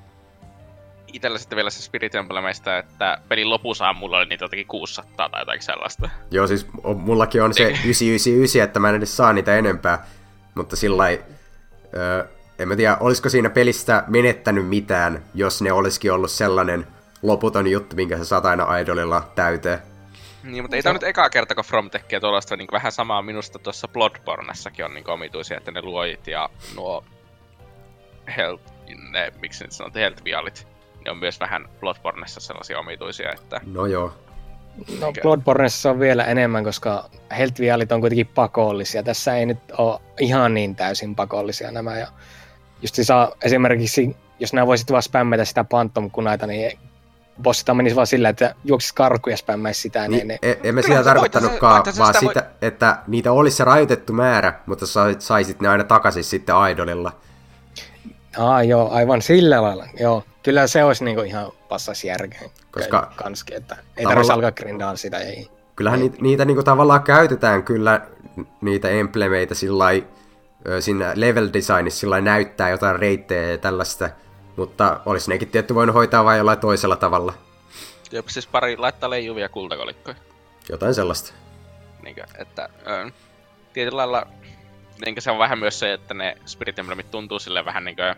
Itellä sitten vielä se Spirit Emblemeistä, että pelin lopussa mulla oli niitä jotakin kuusisataa tai jotakin sellaista. Joo, siis mullakin on se yhdeksänsataayhdeksänkymmentäyhdeksän, että mä en edes saa niitä enempää, mutta sillai... Öö, en mä tiedä, olisiko siinä pelistä menettänyt mitään, jos ne olisikin ollut sellainen loputon juttu, minkä sä saat aina idolilla täyteen. Niin, mutta ei tää nyt eka kerta, kun From tekee tuollaista niin vähän samaa minusta tuossa Bloodbornessakin on niin omituisia, että ne luojit ja nuo Health ne, miksi nyt sanotaan Health Vialit, ne on myös vähän Bloodbornessa sellaisia omituisia, että... No joo. No Bloodbornessa on vielä enemmän, koska Health Vialit on kuitenkin pakollisia. Tässä ei nyt ole ihan niin täysin pakollisia nämä. Ja just saa esimerkiksi, jos nämä voisit vaan spämmätä sitä Phantom-kunaita, niin bossita menisi vaan sillä, että juoksisi karkuun ja spämmäisi sitä. Niin, ne, e- emme sitä tarkoittanutkaan, vaan sitä, voi... että niitä olisi se rajoitettu määrä, mutta saisit ne aina takaisin sitten idolilla. Aa, joo, aivan sillä lailla. Joo, kyllä se olisi niinku ihan passas järkeen. Koska kanski, että ei tavalla... tarvitsisi alkaa grindaa sitä. Ei. Kyllähän ei. niitä, niitä niinku tavallaan käytetään kyllä, niitä emblemeitä sillai, siinä level designissa sillai näyttää jotain reittejä ja tällaista, mutta olisi nekin tietty voinut hoitaa vain jollain toisella tavalla. Jop, siis pari laittaa leijuvia kultakolikkoja. Jotain sellaista. Niinkö, että ö, tietyllä lailla niinkö se on vähän myös se, että ne Spirit Emblemit tuntuu silleen vähän niinkö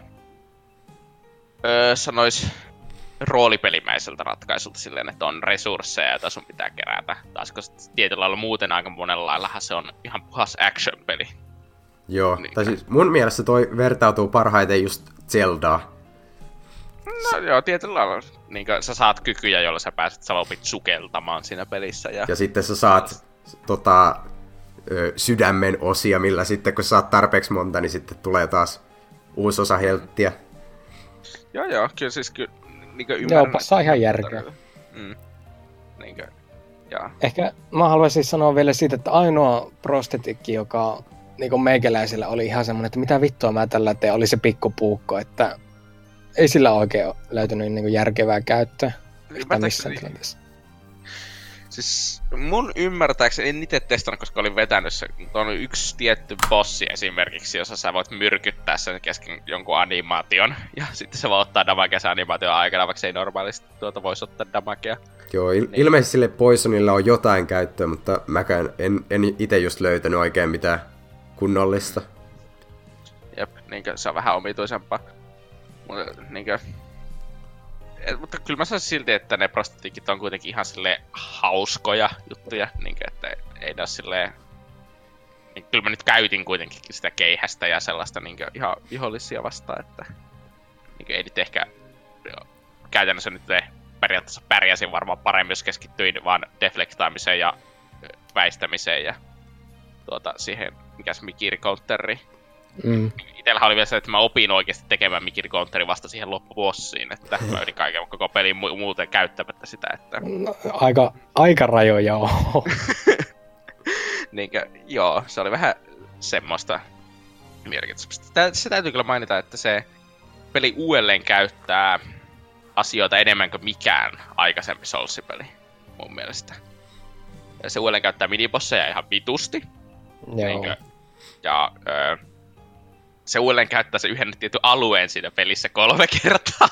öö, sanois roolipelimäiseltä ratkaisulta silleen, että on resursseja, joita sun pitää kerätä. Taas koska tietyllä lailla muuten aika monella laillahan se on ihan puhas action-peli. Joo, niin. Tai siis mun mielestä toi vertautuu parhaiten just Zeldaan. No joo, tietyllä lailla. Niin sä saat kykyjä, joilla sä pääset, sä opit sukeltamaan siinä pelissä. Ja, ja sitten sä saat tota, ö, sydämen osia, millä sitten kun sä saat tarpeeksi monta, niin sitten tulee taas uusi osa helttiä. Joo joo, kyllä siis kyllä niin ymmärrän. Joo, passaa ihan järkeä. Mm. Niinkö, joo. Ehkä mä haluaisin sanoa vielä siitä, että ainoa prostetikki, joka niin meikäläisellä oli ihan semmoinen, että mitä vittua mä tällä teen, oli se pikkupuukko, että ei sillä oikein löytynyt niin järkevää käyttöä yhtään missään tilanteessa. Siis mun ymmärtääkseni, en itse testannut, koska olin vetänyt se, mutta on yksi tietty bossi esimerkiksi, jossa sä voit myrkyttää sen kesken jonkun animaation, ja sitten se voi ottaa damagea sen animaation aikana, vaikka se ei normaalisti tuota voisi ottaa damagea. Joo, il- niin. Ilmeisesti sille Poisonilla on jotain käyttöä, mutta mäkään en, en itse just löytänyt oikein mitään kunnollista. Jep, niinkö se on vähän omituisempaa. Mutta niinkö... Et, mutta kyllä mä sanoisin silti, että ne prostitutikit on kuitenkin ihan silleen hauskoja juttuja, niinkö, että ei ne oo silleen... Niin, kyllä mä nyt käytin kuitenkin sitä keihästä ja sellaista niinkö ihan vihollisia vastaan, että... Niinkö ei nyt ehkä... Jo, käytännössä nyt periaatteessa pärjäsin varmaan paremmin, jos keskittyin vaan deflektaamiseen ja väistämiseen ja... Tuota, siihen, mikä se Mikiri-counteri. Mm. Itellähän oli vielä se, että mä opin oikeasti tekemään Mikiri-counterin vasta siihen loppubossiin, että mä yritin kaiken koko pelin mu- muuten käyttämättä sitä, että... No, aika, aika rajoja on. Niinkö, joo, se oli vähän semmoista merkitystä. Se täytyy kyllä mainita, että se peli uudelleen käyttää asioita enemmän kuin mikään aikaisempi Souls-peli, mun mielestä. Ja se uudelleen käyttää minibosseja ihan vitusti. Niinkö, ja... Öö, se uudelleen käyttää se yhden tietyn alueen siinä pelissä kolme kertaa.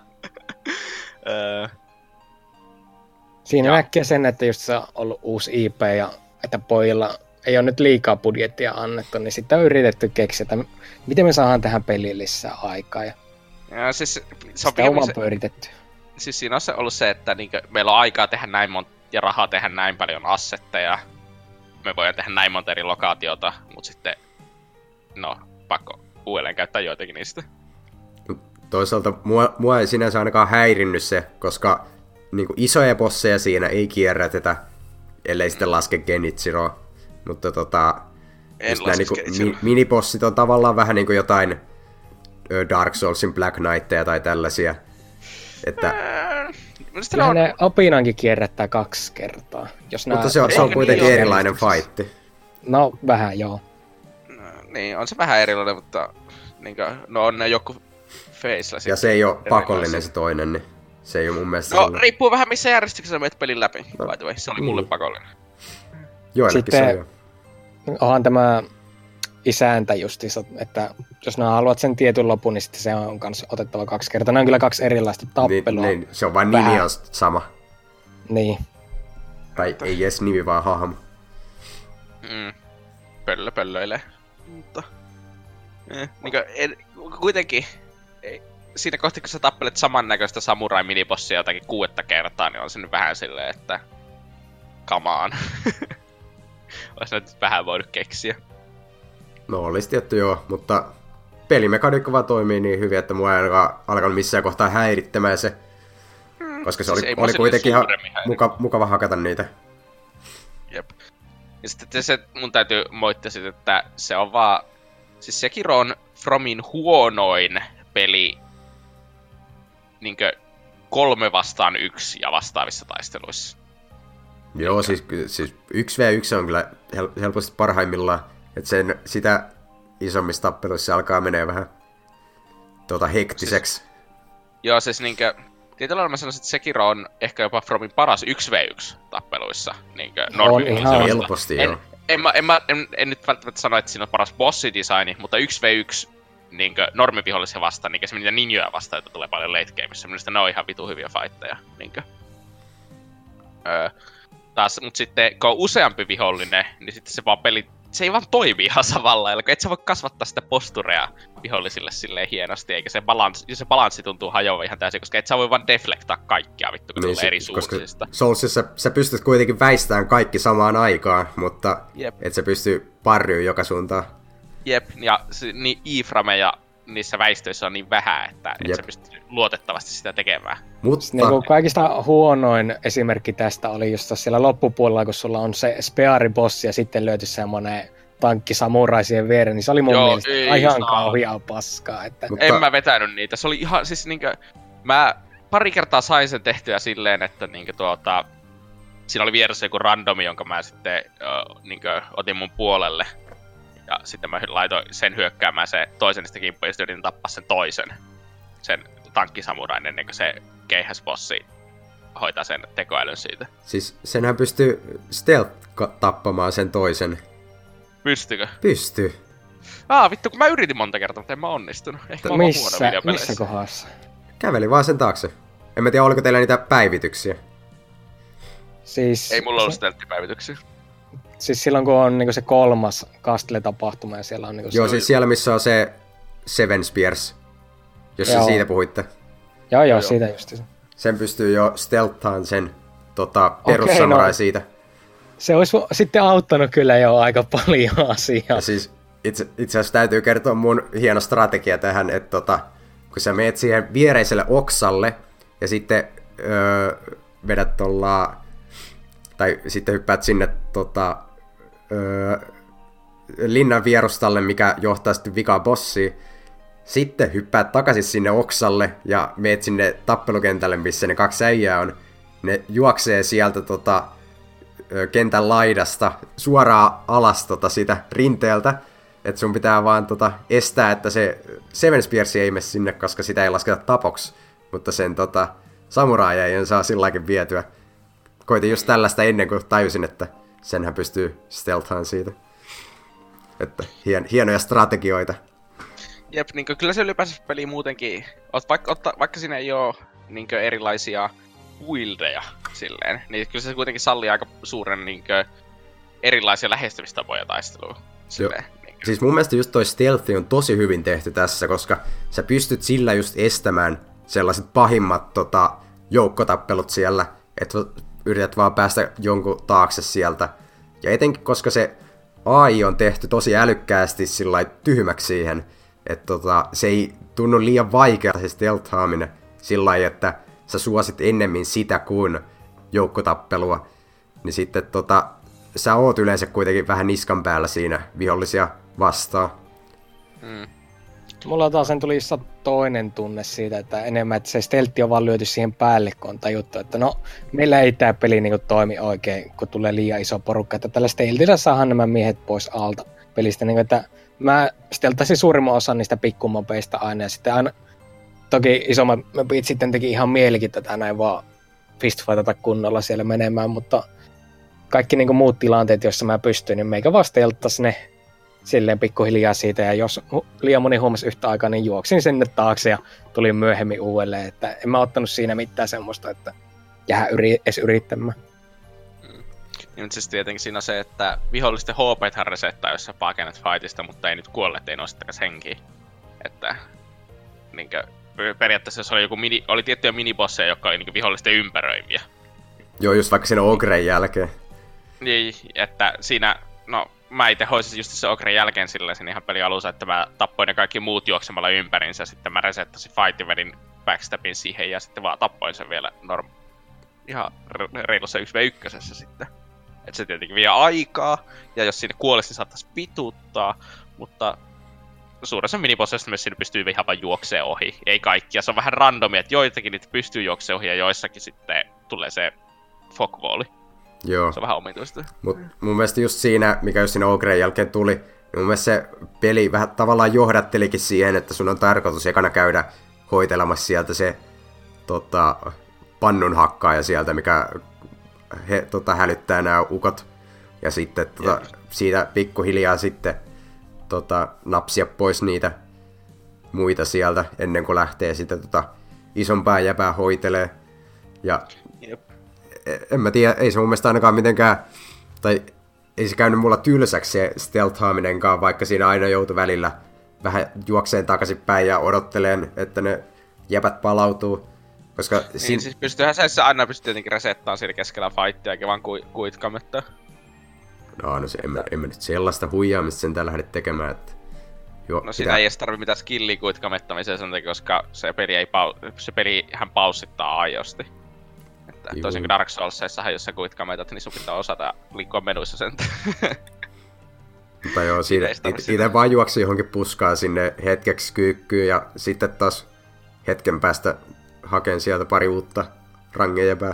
Siinä näkee sen, että just se on ollut uusi I P ja että pojilla ei ole nyt liikaa budjettia annettu, niin sitten on yritetty keksiä, että miten me saadaan tähän peliin lisää aikaa. Ja, ja siis, se sitä on vaan pyöritetty. Siis siinä on se ollut se, että niinkö, meillä on aikaa tehdä näin monta ja rahaa tehdä näin paljon assetteja. Me voidaan tehdä näin monta eri lokaatiota, mutta sitten no, pakko uudelleen käyttää joitakin niistä. Toisaalta mua, mua ei sinänsä ainakaan häirinnyt se, koska niinku isoja bosseja siinä ei kierrätetä, ellei sitten laske Genichiroa. Mutta tota, nämä niinku mi- minibossit on tavallaan vähän niinku jotain Dark Soulsin Black Knightteja tai tällaisia. Että... Kyllähän ne opinankin kierrättää kaksi kertaa. Jos mutta se on, se on kuitenkin niin erilainen fightti. No vähän joo. No, niin, on se vähän erilainen, mutta niinkö, no on ne joku faceillä. Ja se ei oo pakollinen se toinen, niin se ei oo mun mielestä... No sellainen. riippuu vähän missä järjestyksessä menet pelin läpi. No. By the way, se oli mulle Niin. pakollinen. Joillekin se on jo. Onhan tämä isäntä justiinsa, että jos nämä haluat sen tietyn lopun, niin sitten se on kanssa otettava kaksi kertaa. Nämä on kyllä kaksi erilaista tappelua. Niin, niin, se on vain nimi on sama. Niin. Tai ei edes nimi, vaan hahmo. Mm. Pöllö pöllöilee. Mutta... Eh, niinkö, en, kuitenkin... Ei, siinä kohti, kun sä tappelet samannäköistä samurai-minibossia jotakin kuudetta kertaa, niin on se nyt vähän silleen, että... Come on. Ois nyt vähän voinut keksiä. No olisi tietty joo, mutta pelimekaniikka vaan toimii niin hyvin, että mua ei ainakaan alkanut missään kohtaa häirittämään se. Koska se siis oli, oli kuitenkin ihan muka, mukava hakata niitä. Jep. Ja sitten se mun täytyy moittaa sit, että se on vaan... Siis Sekiro on Fromin huonoin peli niinkö kolme vastaan yksi ja vastaavissa taisteluissa. Joo, siis, siis yksi vastaan yksi on kyllä hel- helposti parhaimmillaan. Että sen, sitä isommissa tappeluissa alkaa menee vähän tuota hektiseksi. Siis, joo, siis niinkö... Tietyllä mä sanoisin, että Sekiro on ehkä jopa Fromin paras yksi vastaan yksi tappeluissa. Niinkö on ihan helposti, en, joo. En, en, en, en, en nyt välttämättä sano, että siinä on paras bossidesigni, mutta yksi vastaan yksi niinkö normivihollisia vastaan, niinkö se niitä ninjoja vastaan, joita tulee paljon late gameissa. Minusta ne on ihan vitu hyviä fightteja, niinkö. Öö, taas, mut sitten kun on useampi vihollinen, niin sitten se vaan peli, se ei vaan toimi ihan samalla lailla, kun et sä voi kasvattaa sitä posturea vihollisille silleen hienosti, eikä se balanssi, se balanssi tuntuu hajoavan ihan täysin, koska et sä voi vaan deflektaa kaikkia vittu, kun niin, tulee eri suunsista. Soulsissa sä pystyt kuitenkin väistämään kaikki samaan aikaan, mutta Jep. et sä pysty parryyn joka suuntaan. Jep, ja se, niin iframeja niissä väistöissä on niin vähän, että et sä pystyt luotettavasti sitä tekemään. Mutta niin kaikista huonoin esimerkki tästä oli just siellä loppupuolella, kun sulla on se spearibossi ja sitten löytyi semmonen tankki samurai siihen viereen, niin se oli mun Joo, mielestä ihan kauhiaa paskaa. Että... Mutta... En mä vetänyt niitä, se oli ihan siis niinkö... Mä pari kertaa sain sen tehtyä silleen, että niinkö tuota... Siinä oli vieressä joku randomi, jonka mä sitten uh, niinkö otin mun puolelle. Ja sitten mä laitoin sen hyökkäämään se toisen niistä kimppuja, ja sitten yritin tappaa sen toisen. Sen tankkisamurain ennen kuin se keihäsbossi hoitaa sen tekoälyn siitä. Siis senhän pystyy stealth-tappamaan sen toisen. Pystykö? Pystyy. Aa, vittu, kun mä yritin monta kertaa, mutta en mä onnistunut. Ehkä mä missä, missä kohdassa? Käveli vaan sen taakse. En mä tiedä, oliko teillä niitä päivityksiä. Siis... Ei mulla ollut stealth-päivityksiä. Siis silloin, kun on niinku se kolmas Castle-tapahtuma ja siellä on niinku... Joo, se... siis siellä, missä on se Seven Spears, jos joo. siitä puhuitte. Joo, joo, joo, siitä just. Sen pystyy jo stealthaan sen tota, perussamurai okay, no. siitä. Se olisi sitten auttanut kyllä jo aika paljon asiaa. Ja siis itse, itse asiassa täytyy kertoa mun hieno strategia tähän, että tota, kun sä meet siihen viereiselle oksalle ja sitten öö, vedät tuolla, tai sitten hyppäät sinne tota, öö, linnan vierustalle, mikä johtaa sitten vikaa bossiin. Sitten hyppäät takaisin sinne oksalle ja meet sinne tappelukentälle, missä ne kaksi äijää on. Ne juoksee sieltä tota, kentän laidasta suoraan alas tota, sitä rinteeltä. Että sun pitää vaan tota, estää, että se Seven Spears ei mene sinne, koska sitä ei lasketa tapoksi. Mutta sen tota, samuraijajan saa silläkin vietyä. Koitin just tällaista ennen kuin tajusin, että senhän pystyy stealthaan siitä. Että hien, hienoja strategioita. Jep, niin kyllä se ylipäänsä peli muutenkin, vaikka, otta, vaikka siinä ei oo niin erilaisia buildeja silleen, niin kyllä se kuitenkin sallii aika suuren niin erilaisia lähestymistapoja taisteluun. Silleen, niin siis mun mielestä just toi stealth on tosi hyvin tehty tässä, koska sä pystyt sillä just estämään sellaiset pahimmat tota, joukkotappelut siellä, että yrität vaan päästä jonkun taakse sieltä. Ja etenkin, koska se A I on tehty tosi älykkäästi sillä tyhmäksi siihen, että tota, se ei tunnu liian vaikealta se stealthaaminen sillä lailla, että sä suosit ennemmin sitä kuin joukkotappelua, niin sitten tota, sä oot yleensä kuitenkin vähän niskan päällä siinä vihollisia vastaan. Mm. Mulla taas sen tuli toinen tunne siitä, että enemmän, että se stealth on vaan lyöty siihen päälle, kun on tajuttu, että no, meillä ei tää peli niinku toimi oikein, kun tulee liian iso porukka, että tällä stealthilla saadaan nämä miehet pois alta pelistä, niin että mä stealthasin suurimman osan niistä pikkumopeista aina, ja sitten aina, toki isommat mopit sitten teki ihan mielikin tätä näin vaan fistfightata kunnolla siellä menemään, mutta kaikki niinku muut tilanteet, joissa mä pystyin, niin meikä vaan stealthasi ne silleen pikkuhiljaa siitä, ja jos liian moni huomasi yhtä aikaa, niin juoksin sinne taakse ja tulin myöhemmin uudelleen, että en mä ottanut siinä mitään semmoista, että jää yri- edes yrittämään. Mm. Ja nyt siis tietenkin siinä on se, että vihollisten H P:thän resettaa, jos sä pakenet fightista, mutta ei nyt kuolleet, ei nosta takas henkiä. Että niinkö, periaatteessa jos oli, joku mini, oli tiettyjä minibosseja, jotka oli niinkö vihollisten ympäröiviä. Joo, just vaikka siinä Ogren jälkeen. Niin, että siinä, no mä itse hoisin just se Ogren jälkeen silleen sen ihan pelin alussa, että mä tappoin ne kaikki muut juoksemalla ympärinsä, sitten mä resettasin fightin, vedin backstepin siihen ja sitten vaan tappoin sen vielä norm... ihan reilussa yksi vastaan yksi sitten. Et se tietenkin vie aikaa, ja jos sinne kuolisi, niin saattaisi pituttaa, mutta suuressa minibossissa myös siinä pystyy ihan vaan juokseen ohi. Ei kaikkia, se on vähän randomia, että joitakin niitä pystyy juokseen ohi ja joissakin sitten tulee se fogwalli. Joo. Se on vähän omituista. Mut mun mielestä just siinä, mikä just siinä Ogren jälkeen tuli, niin mun mielestä se peli vähän tavallaan johdattelikin siihen, että sun on tarkoitus ekana käydä hoitelemassa sieltä se tota, pannun hakkaaja sieltä, mikä he, tota, hälyttää nämä ukot. Ja sitten tota, siitä pikkuhiljaa sitten tota, napsia pois niitä muita sieltä ennen kuin lähtee sitten tota, isompaa jäpää hoitelee. Ja Jep. en mä tiedä, ei se mun mielestä ainakaan mitenkään, tai ei se käynyt mulla tylsäksi se stealthaaminenkaan, vaikka siinä aina joutui välillä vähän juokseen takaisinpäin ja odotteleen, että ne jäpät palautuu. Koska niin, siinä... siis pystyyhän se aina pystyy tietenkin resettaamaan siinä keskellä fightiakin vaan ku, kuitkamettä. No, no se, en, mä, en mä nyt sellaista huijaamista sentään lähde tekemään, että... Jo, no siinä pitää... ei edes tarvi mitään skilliä kuitkamettamiseen sen takia, koska se peli, ei pau- se peli hän paussittaa aiosti. Että toisin kuin Dark Soulsissahan, jos sä kuitkametat, niin sun pitää osata liikkua menuissa sen. Mutta joo, siinä itse vaan juoksi johonkin puskaan sinne hetkeksi kyykkyyn ja sitten taas hetken päästä haken sieltä pari uutta rangejäpää.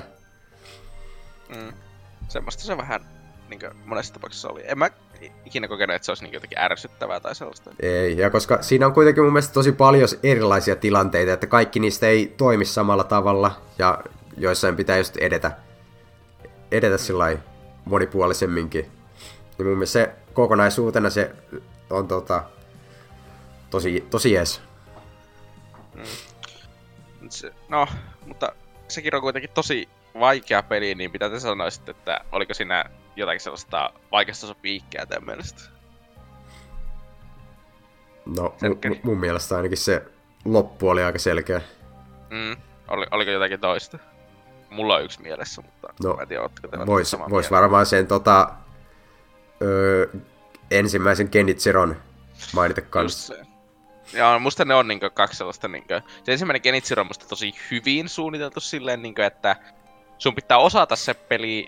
Mm. Semmoista se vähän niinkö monessa tapauksessa oli. En mä ikinä kokenut, että se olisi niinkö jotenkin ärsyttävää tai sellaista. Ei, ja koska siinä on kuitenkin mun mielestä tosi paljon erilaisia tilanteita, että kaikki niistä ei toimi samalla tavalla ja joissain pitää just edetä, edetä sillai monipuolisemminkin. Ja mun mielestä se kokonaisuutena se on tota, tosi, tosi jees. Mm. Se, no, mutta sekin on kuitenkin tosi vaikea peli, niin mitä te sanoisitte, että oliko siinä jotakin sellaista vaikeasta piikkää tämän mielestä? No, m- mun mielestä ainakin se loppu oli aika selkeä. Mm. Oli, oliko jotakin toista? Mulla on yksi mielessä, mutta no, mä en tiedä, ootteko te vois, vois varmaan sen tota, öö, ensimmäisen Genichiron mainita kanssa. Joo, musta ne on niinkö kaksi sellaista niinkö... Se ensimmäinen Genichiro on musta tosi hyvin suunniteltu silleen niinkö, että sun pitää osata se peli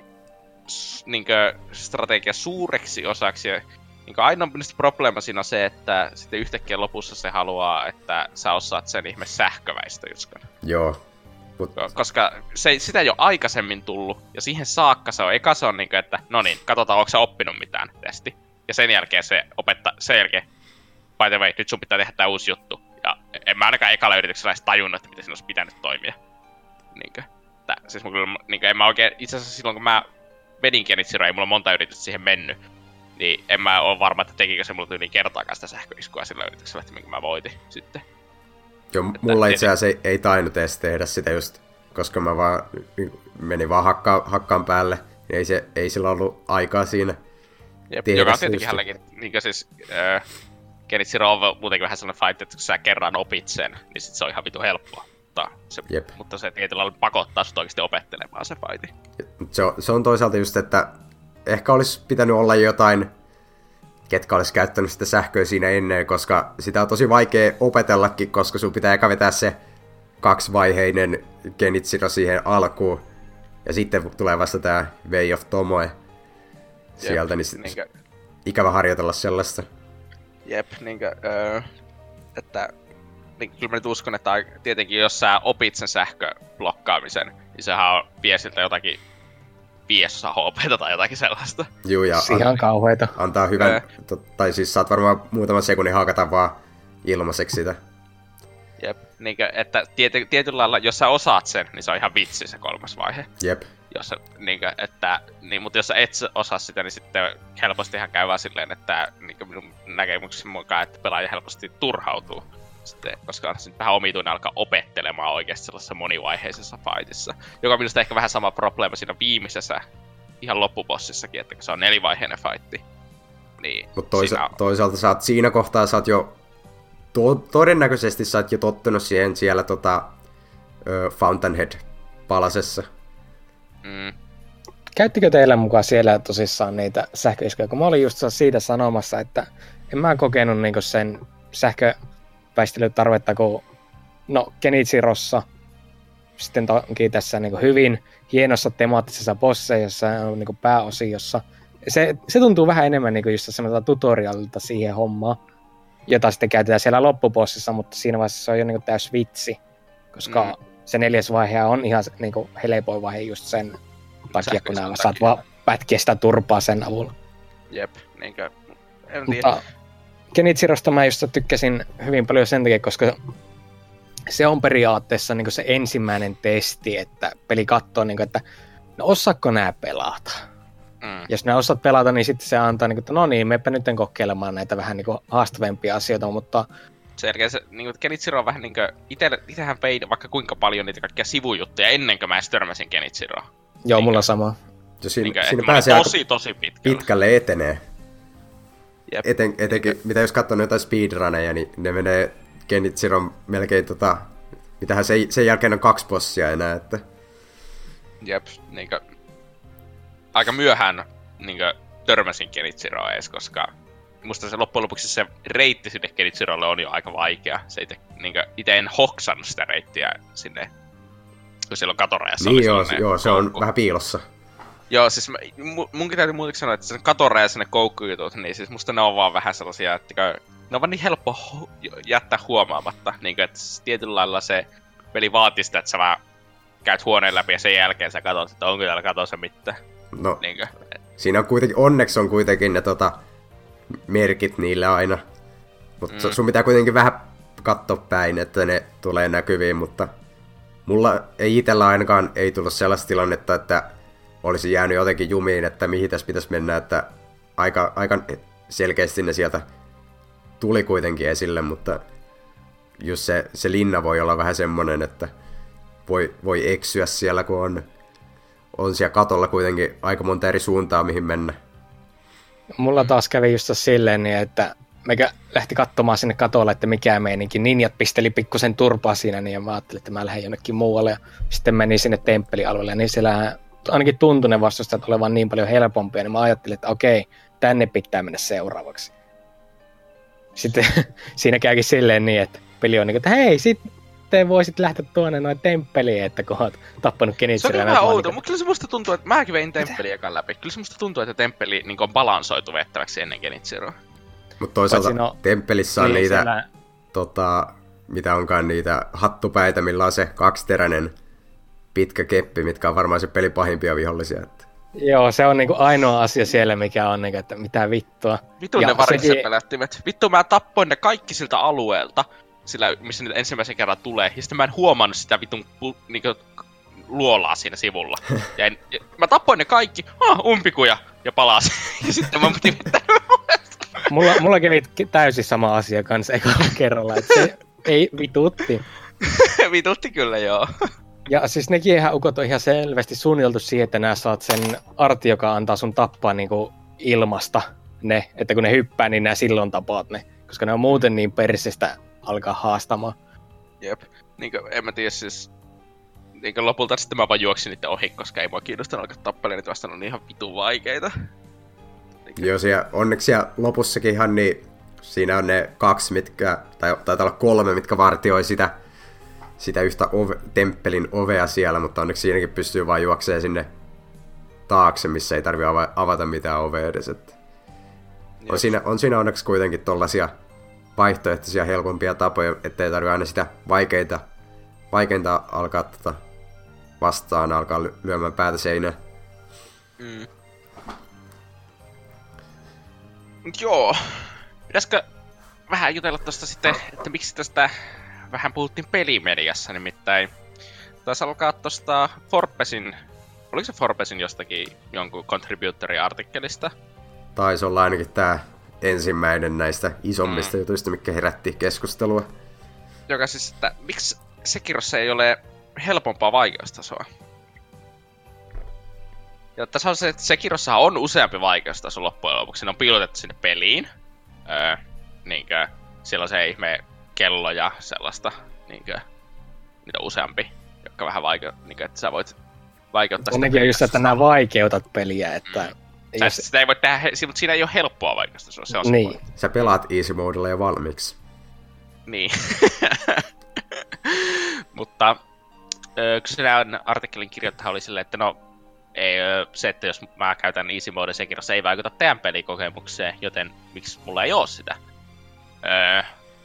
niinkö strategia suureksi osaksi. Ja niinkö ainoa probleema siinä on se, että sitten yhtäkkiä lopussa se haluaa, että sä osaat sen ihme sähköväistöjutkan. Joo. Mut... Koska se, sitä ei ole aikaisemmin tullut, ja siihen saakka se on, eka se on niinkö, että no niin, katsotaan, onko sä oppinut mitään testi. Ja sen jälkeen se opettaa, sen jälkeen, by the way, nyt sun pitää tehdä tää uusi juttu. Ja en mä ainakaan ekalla yrityksellä edes tajunnut, että miten siinä olisi pitänyt toimia. Niinkö, että, siis mä kyllä, niinkö, en mä oikein, itse asiassa silloin kun mä vedin Genichiroa, ei mulla monta yritystä siihen mennyt. Niin en mä oo varma, että tekikö se mulla tyyliin kertaakaan sitä sähköiskua sillä yrityksellä, että minkä mä voitin sitten. Joo, mulla itse asiassa ei, ei tainnut edes tehdä sitä just, koska mä vaan menin vaan hakkaan, hakkaan päälle. Ei, se, ei sillä ollut aikaa siinä. Jep, joka on tietenkin hänelläkin, niinkö siis... Öö, Genichiro on muutenkin vähän sellainen fight, että kun sä kerran opit sen, niin sit se on ihan vitu helppoa. Mutta se, mutta se tietyllä lailla pakottaa sut oikeesti opettelemaan se fighti. Se on, se on toisaalta just, että ehkä olisi pitänyt olla jotain, ketkä olisi käyttänyt sitä sähköä siinä ennen, koska sitä on tosi vaikea opetellakin, koska sun pitää eka vetää se kaksivaiheinen Genichiro siihen alkuun. Ja sitten tulee vasta tää Way of Tomoe sieltä, Jep, niin niinkö... ikävä harjoitella sellaista. Jep, niinkö, öö, että niin, kyllä mä nyt uskon, että tietenkin jos sä opit sen sähköblokkaamisen, niin sehän on vie siltä jotakin viidesosa H P:tä tai jotakin sellaista. Juu, ja ihan an- kauheita. Antaa hyvän, öö. tot, tai siis saat varmaan muutaman sekunnin hakata vaan ilmaiseksi sitä. Jep, niinkö, että tiety, tietyllä lailla, jos sä osaat sen, niin se on ihan vitsi se kolmas vaihe. Jep. Jos, niinkö, että, niin, mutta jos sä et osaa sitä, niin sitten helpostihan käy vaan silleen, että niinkö minun näkemykseni mukaan, että pelaaja helposti turhautuu. Sitten, koska on se nyt vähän omituinen alkaa opettelemaan oikeasti sellaisessa monivaiheisessa fightissa. Joka minusta ehkä vähän sama probleema siinä viimeisessä, ihan loppubossissakin, että kun se on nelivaiheinen fighti. Niin mutta toisa- siinä... toisaalta sä oot siinä kohtaa, sä oot jo to- todennäköisesti sä oot jo tottunut siihen siellä tota, uh, Fountainhead-palasessa. Mm. käyttikö teillä mukaan siellä tosissaan niitä sähköiskuja? Kun mä olin just siitä sanomassa, että en mä kokenut niinku sen sähköväistelytarvetta, kun no Kenichirossa sitten onkin tässä niinku hyvin hienossa temaattisessa bosseissa niinku pääosiossa. Se, se tuntuu vähän enemmän niinku just semmoista tutorialilta siihen hommaan, jota sitten käytetään siellä loppubossissa, mutta siinä vaiheessa se on jo niinku täys vitsi, koska mm. se neljäs vaihe on ihan niinku helpoin vaihe just sen takia, kun nää saat vaan pätkiä sitä turpaa sen avulla. Jep, niinkö, en tiedä. Mutta Kenichirosta mä just tykkäsin hyvin paljon sen takia, koska se on periaatteessa niin se ensimmäinen testi, että peli katsoo, niin kuin, että no osaatko nää pelata? Mm. Jos nää osaat pelata, niin sitten se antaa, niin kuin, että no niin, meppä nyt kokeilemaan näitä vähän niin kuin haastavempia asioita, mutta sen jälkeen se, niin kuin Kenichiro on vähän niin kuin, ite, itehän pein vaikka kuinka paljon niitä kaikkia sivujuttuja ennen kuin mä edes törmäsin Kenichiroon. Joo, niin mulla on sama. Siinä, niin siinä pääsee tosi, tosi pitkälle. pitkälle etenee. Eten, etenkin, mitä jos katsoo jotain speedruneja, niin ne menee Kenichiron melkein tota, mitähän se, sen jälkeen on kaksi bossia enää, että jep, niinkö aika myöhään niinkö törmäsin Kenichiroa edes, koska musta se loppujen lopuksi se reitti sinne Kenichirolle on jo aika vaikea. Se ite, niinkö, ite en hoksannut sitä reittiä sinne, kun siellä on katorajassa. Niin joo, joo, se on vähän piilossa. Joo, siis mä, munkin täytyy muutenkin sanoa, että se katoraja sinne koukkujutut, niin siis musta ne on vaan vähän sellaisia, että ne on vaan niin helppo hu- jättää huomaamatta. Niin että siis tietyllä lailla se peli vaatii sitä, että sä vaan käyt huoneen läpi ja sen jälkeen sä katot, että onko täällä katossa mitään. No, niinkö? Siinä on kuitenkin, onneksi on kuitenkin ne tota, merkit niillä aina. Mutta mm. sun pitää kuitenkin vähän katsoa päin, että ne tulee näkyviin, mutta mulla ei itellä ainakaan ei tullut sellaista tilannetta, että olisi jäänyt jotenkin jumiin, että mihin tässä pitäisi mennä, että aika, aika selkeästi ne sieltä tuli kuitenkin esille, mutta just se, se linna voi olla vähän semmoinen, että voi, voi eksyä siellä, kun on, on siellä katolla kuitenkin aika monta eri suuntaa, mihin mennä. Mulla taas kävi just silleen, että meikä lähti katsomaan sinne katolle, että mikä meininki. Ninjat pisteli pikkusen turpaa siinä, niin mä ajattelin, että mä lähden jonnekin muualle. Ja sitten menin sinne temppelialueelle, niin siellä ainakin tuntui ne vastustajat olevan niin paljon helpompia, niin mä ajattelin, että okei, tänne pitää mennä seuraavaksi. Sitten siinä käykin silleen niin, että peli on niin, että hei, sitten voisit lähteä tuonne noin temppeliin, että kun oot tappanut Kenichiroa. Se on vähän outo, mutta kyllä se musta tuntuu, että mäkin vein temppeliä ekan läpi. Kyllä se musta tuntuu, että temppeli niin on balansoitu vettäväksi ennen Kenichiroa. Mutta toisaalta no, temppelissä on niin, niitä, siellä tota, mitä onkaan niitä hattupäitä, millä on se kaksiteräinen pitkä keppi, mitkä on varmaan se pelin pahimpia vihollisia. Että joo, se on niinku ainoa asia siellä, mikä on niinku, että mitä vittua. Vittu ne varitsepelättimet. Vittu mä tappoin ne kaikki siltä alueelta, sillä missä nyt ensimmäisen kerran tulee, ja sitten mä en huomannut sitä vitun niinku luolaa siinä sivulla. Ja en, ja mä tappoin ne kaikki, ah, umpikuja, ja palasin. Ja sitten mä mutin mulla, mulla kävi täysin sama asia kanssa ekalla kerralla, että se ei vitutti. Vitutti kyllä, joo. Ja siis nekin ihan ukot on ihan selvästi suunniteltu siihen, että nää saat sen arti, joka antaa sun tappaa niinku ilmasta ne. Että kun ne hyppää, niin nää silloin tapaat ne. Koska ne on muuten niin persestä alkaa haastamaan. Jep. Niinkö, en mä tiedä siis. Niinkö lopulta sitten mä vaan juoksin niitä ohi, koska ei mua kiinnostanut alkaa tappelemaan, niitä vastaan on ihan vitun vaikeita. Niinkö. Joo, siellä onneksi siellä lopussakin ihan niin, siinä on ne kaksi, mitkä, tai taitaa olla kolme, mitkä vartioi sitä sitä yhtä ove, temppelin ovea siellä, mutta onneksi siinäkin pystyy vaan juoksemaan sinne taakse, missä ei tarvitse ava- avata mitään ovea edes. On siinä, on siinä onneksi kuitenkin tollaisia vaihtoehtoisia helpompia tapoja, ettei tarvitse aina sitä vaikeita, vaikeinta alkaa tota vastaan, alkaa lyömään päätä seinään. Mm. Joo. Pitäisikö vähän jutella tosta sitten, että miksi tästä vähän puhuttiin pelimediassa, nimittäin taisi alkaa tosta Forbesin, oliko se Forbesin jostakin jonkun contributori-artikkelista? Taisi olla ainakin tää ensimmäinen näistä isommista mm. jutuista, mikä herätti keskustelua. Joka siis, että miksi Sekirossa ei ole helpompaa vaikeustasoa? Ja tässä on se, että Sekirossahan on useampi vaikeustaso loppujen lopuksi. Ne on piilotettu sinne peliin. Öö, niinkö, siellä on se ihme kello ja sellaista, niinkö, niitä on useampi, jotka vähän vaikea, niinkö, että sä voit vaikeuttaa sitä. Ennenkin on just, että nämä vaikeutat peliä, että... Mm. Jos... Sitä ei voi tehdä, mutta siinä ei ole helppoa vaikeasta, se on se niin. Sä pelaat easy modella jo valmiiksi. Niin. Mutta kyseinen artikkelin kirjoittaja oli silleen, että no ei, se, että jos mä käytän easy mode Sekirossa, ei vaikuta teidän pelikokemukseen, joten miksi mulla ei oo sitä? Öö...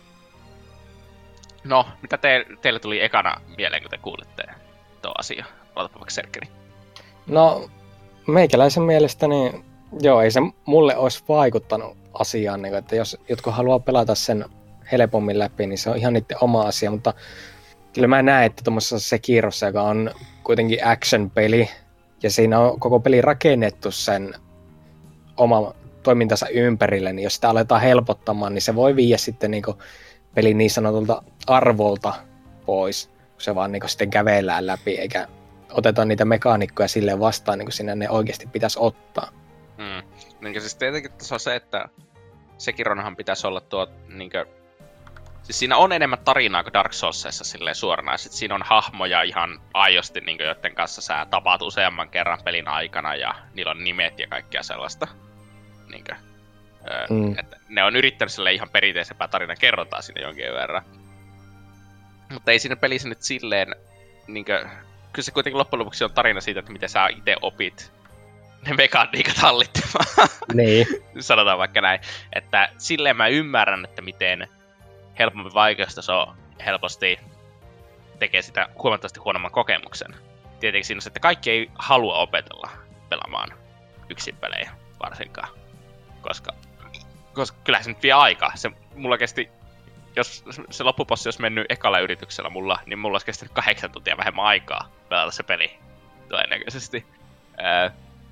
No, mitä te, teille tuli ekana mieleen, kun te kuulitte tuo asia? Aloitapa vaikka Serkeri. No, meikäläisen mielestäni, joo, ei se mulle olisi vaikuttanut asiaan, niin että jos jotkut haluaa pelata sen helpommin läpi, niin se on ihan niiden oma asia, mutta kyllä mä näen, että tuommoisessa Sekirossa, joka on kuitenkin action-peli, ja siinä on koko peli rakennettu sen oma toimintansa ympärille, niin jos sitä aletaan helpottamaan, niin se voi viiä sitten niin kuin pelin niin sanotulta arvolta pois, kun se vaan niin kuin sitten kävellään läpi, eikä oteta niitä mekaanikkoja silleen vastaan, niin kuin siinä ne oikeasti pitäisi ottaa. Mm. Niin siis tietenkin tässä on se, että Sekironhan pitäisi olla tuo niinkö... Siis siinä on enemmän tarinaa kuin Dark Soulsissa silleen suorana. Sitten siinä on hahmoja ihan aidosti, niinkö, joiden kanssa sä tapaat useamman kerran pelin aikana ja niillä on nimet ja kaikkea sellaista. Niinkö... Mm. Että ne on yrittänyt silleen ihan perinteisempää tarinan kerrotaan siinä jonkin verran. Mutta ei siinä pelissä nyt silleen... Niinkö... Kyllä se kuitenkin loppujen lopuksi on tarina siitä, että miten sä itse opit ne mekaniikat hallittamaan. Niin. Sanotaan vaikka näin. Että silleen mä ymmärrän, että miten helpompi vaikeustaso helposti tekee sitä huomattavasti huonomman kokemuksen. Tietenkin siinä on se, että kaikki ei halua opetella pelaamaan yksin pelejä varsinkaan. Koska, koska kyllähän se nyt vie aikaa. Se mulla kesti, jos se loppupossi olisi mennyt ekalla yrityksellä mulla, niin mulla olisi kestänyt kahdeksan tuntia vähemmän aikaa pelata se peli todennäköisesti. Öö,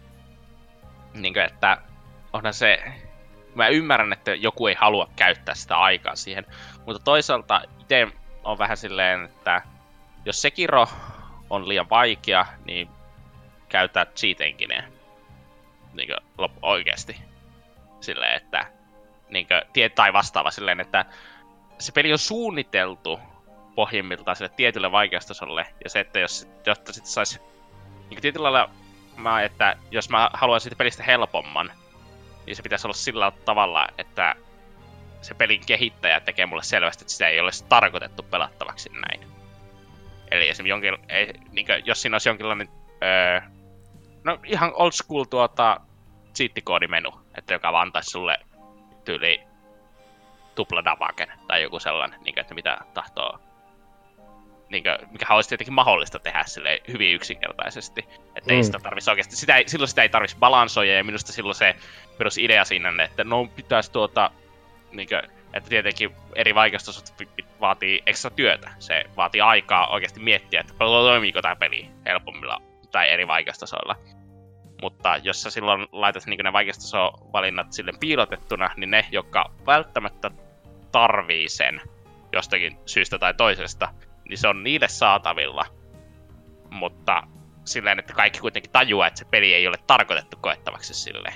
niin kuin, että onhan se... Mä ymmärrän, että joku ei halua käyttää sitä aikaa siihen, mutta toisaalta itse on vähän silleen, että jos Sekiro on liian vaikea, niin käytä cheat-engineä niin kuin oikeasti. Silleen, että niin kuin, tai vastaava silleen, että se peli on suunniteltu pohjimmiltaan sille tietylle vaikeustasolle, ja se, että jos, jotta sitten saisi niin tietyllä lailla, mä, että jos mä haluan siitä pelistä helpomman, niin se pitäisi olla sillä tavalla, että se pelin kehittäjä tekee mulle selvästi, että sitä ei ole tarkoitettu pelattavaksi näin. Eli esimerkiksi jonkin, ei, niin kuin, jos siinä olisi jonkinlainen, öö, no ihan old school tuota cheat-koodimenu, että joka vaan antaisi sulle tyyli tupladavaken tai joku sellainen, niin kuin, että mitä tahtoo, niin kuin, mikä olisi tietenkin mahdollista tehdä silleen hyvin yksinkertaisesti. Että mm. ei sitä tarvitsisi oikeasti, sitä ei, silloin sitä ei tarvitsisi balansoida, ja minusta silloin se perusidea siinä, että no pitäisi tuota, niin kuin, että tietenkin eri vaikeustasot vaatii ekstra työtä. Se vaatii aikaa oikeasti miettiä, että toimiiko tämä peli helpommilla tai eri vaikeustasoilla. Mutta jos sä silloin laitat niin ne vaikeustasovalinnat sille piilotettuna, niin ne, jotka välttämättä tarvii sen jostakin syystä tai toisesta, niin se on niille saatavilla. Mutta silleen, että kaikki kuitenkin tajuaa, että se peli ei ole tarkoitettu koettavaksi silleen.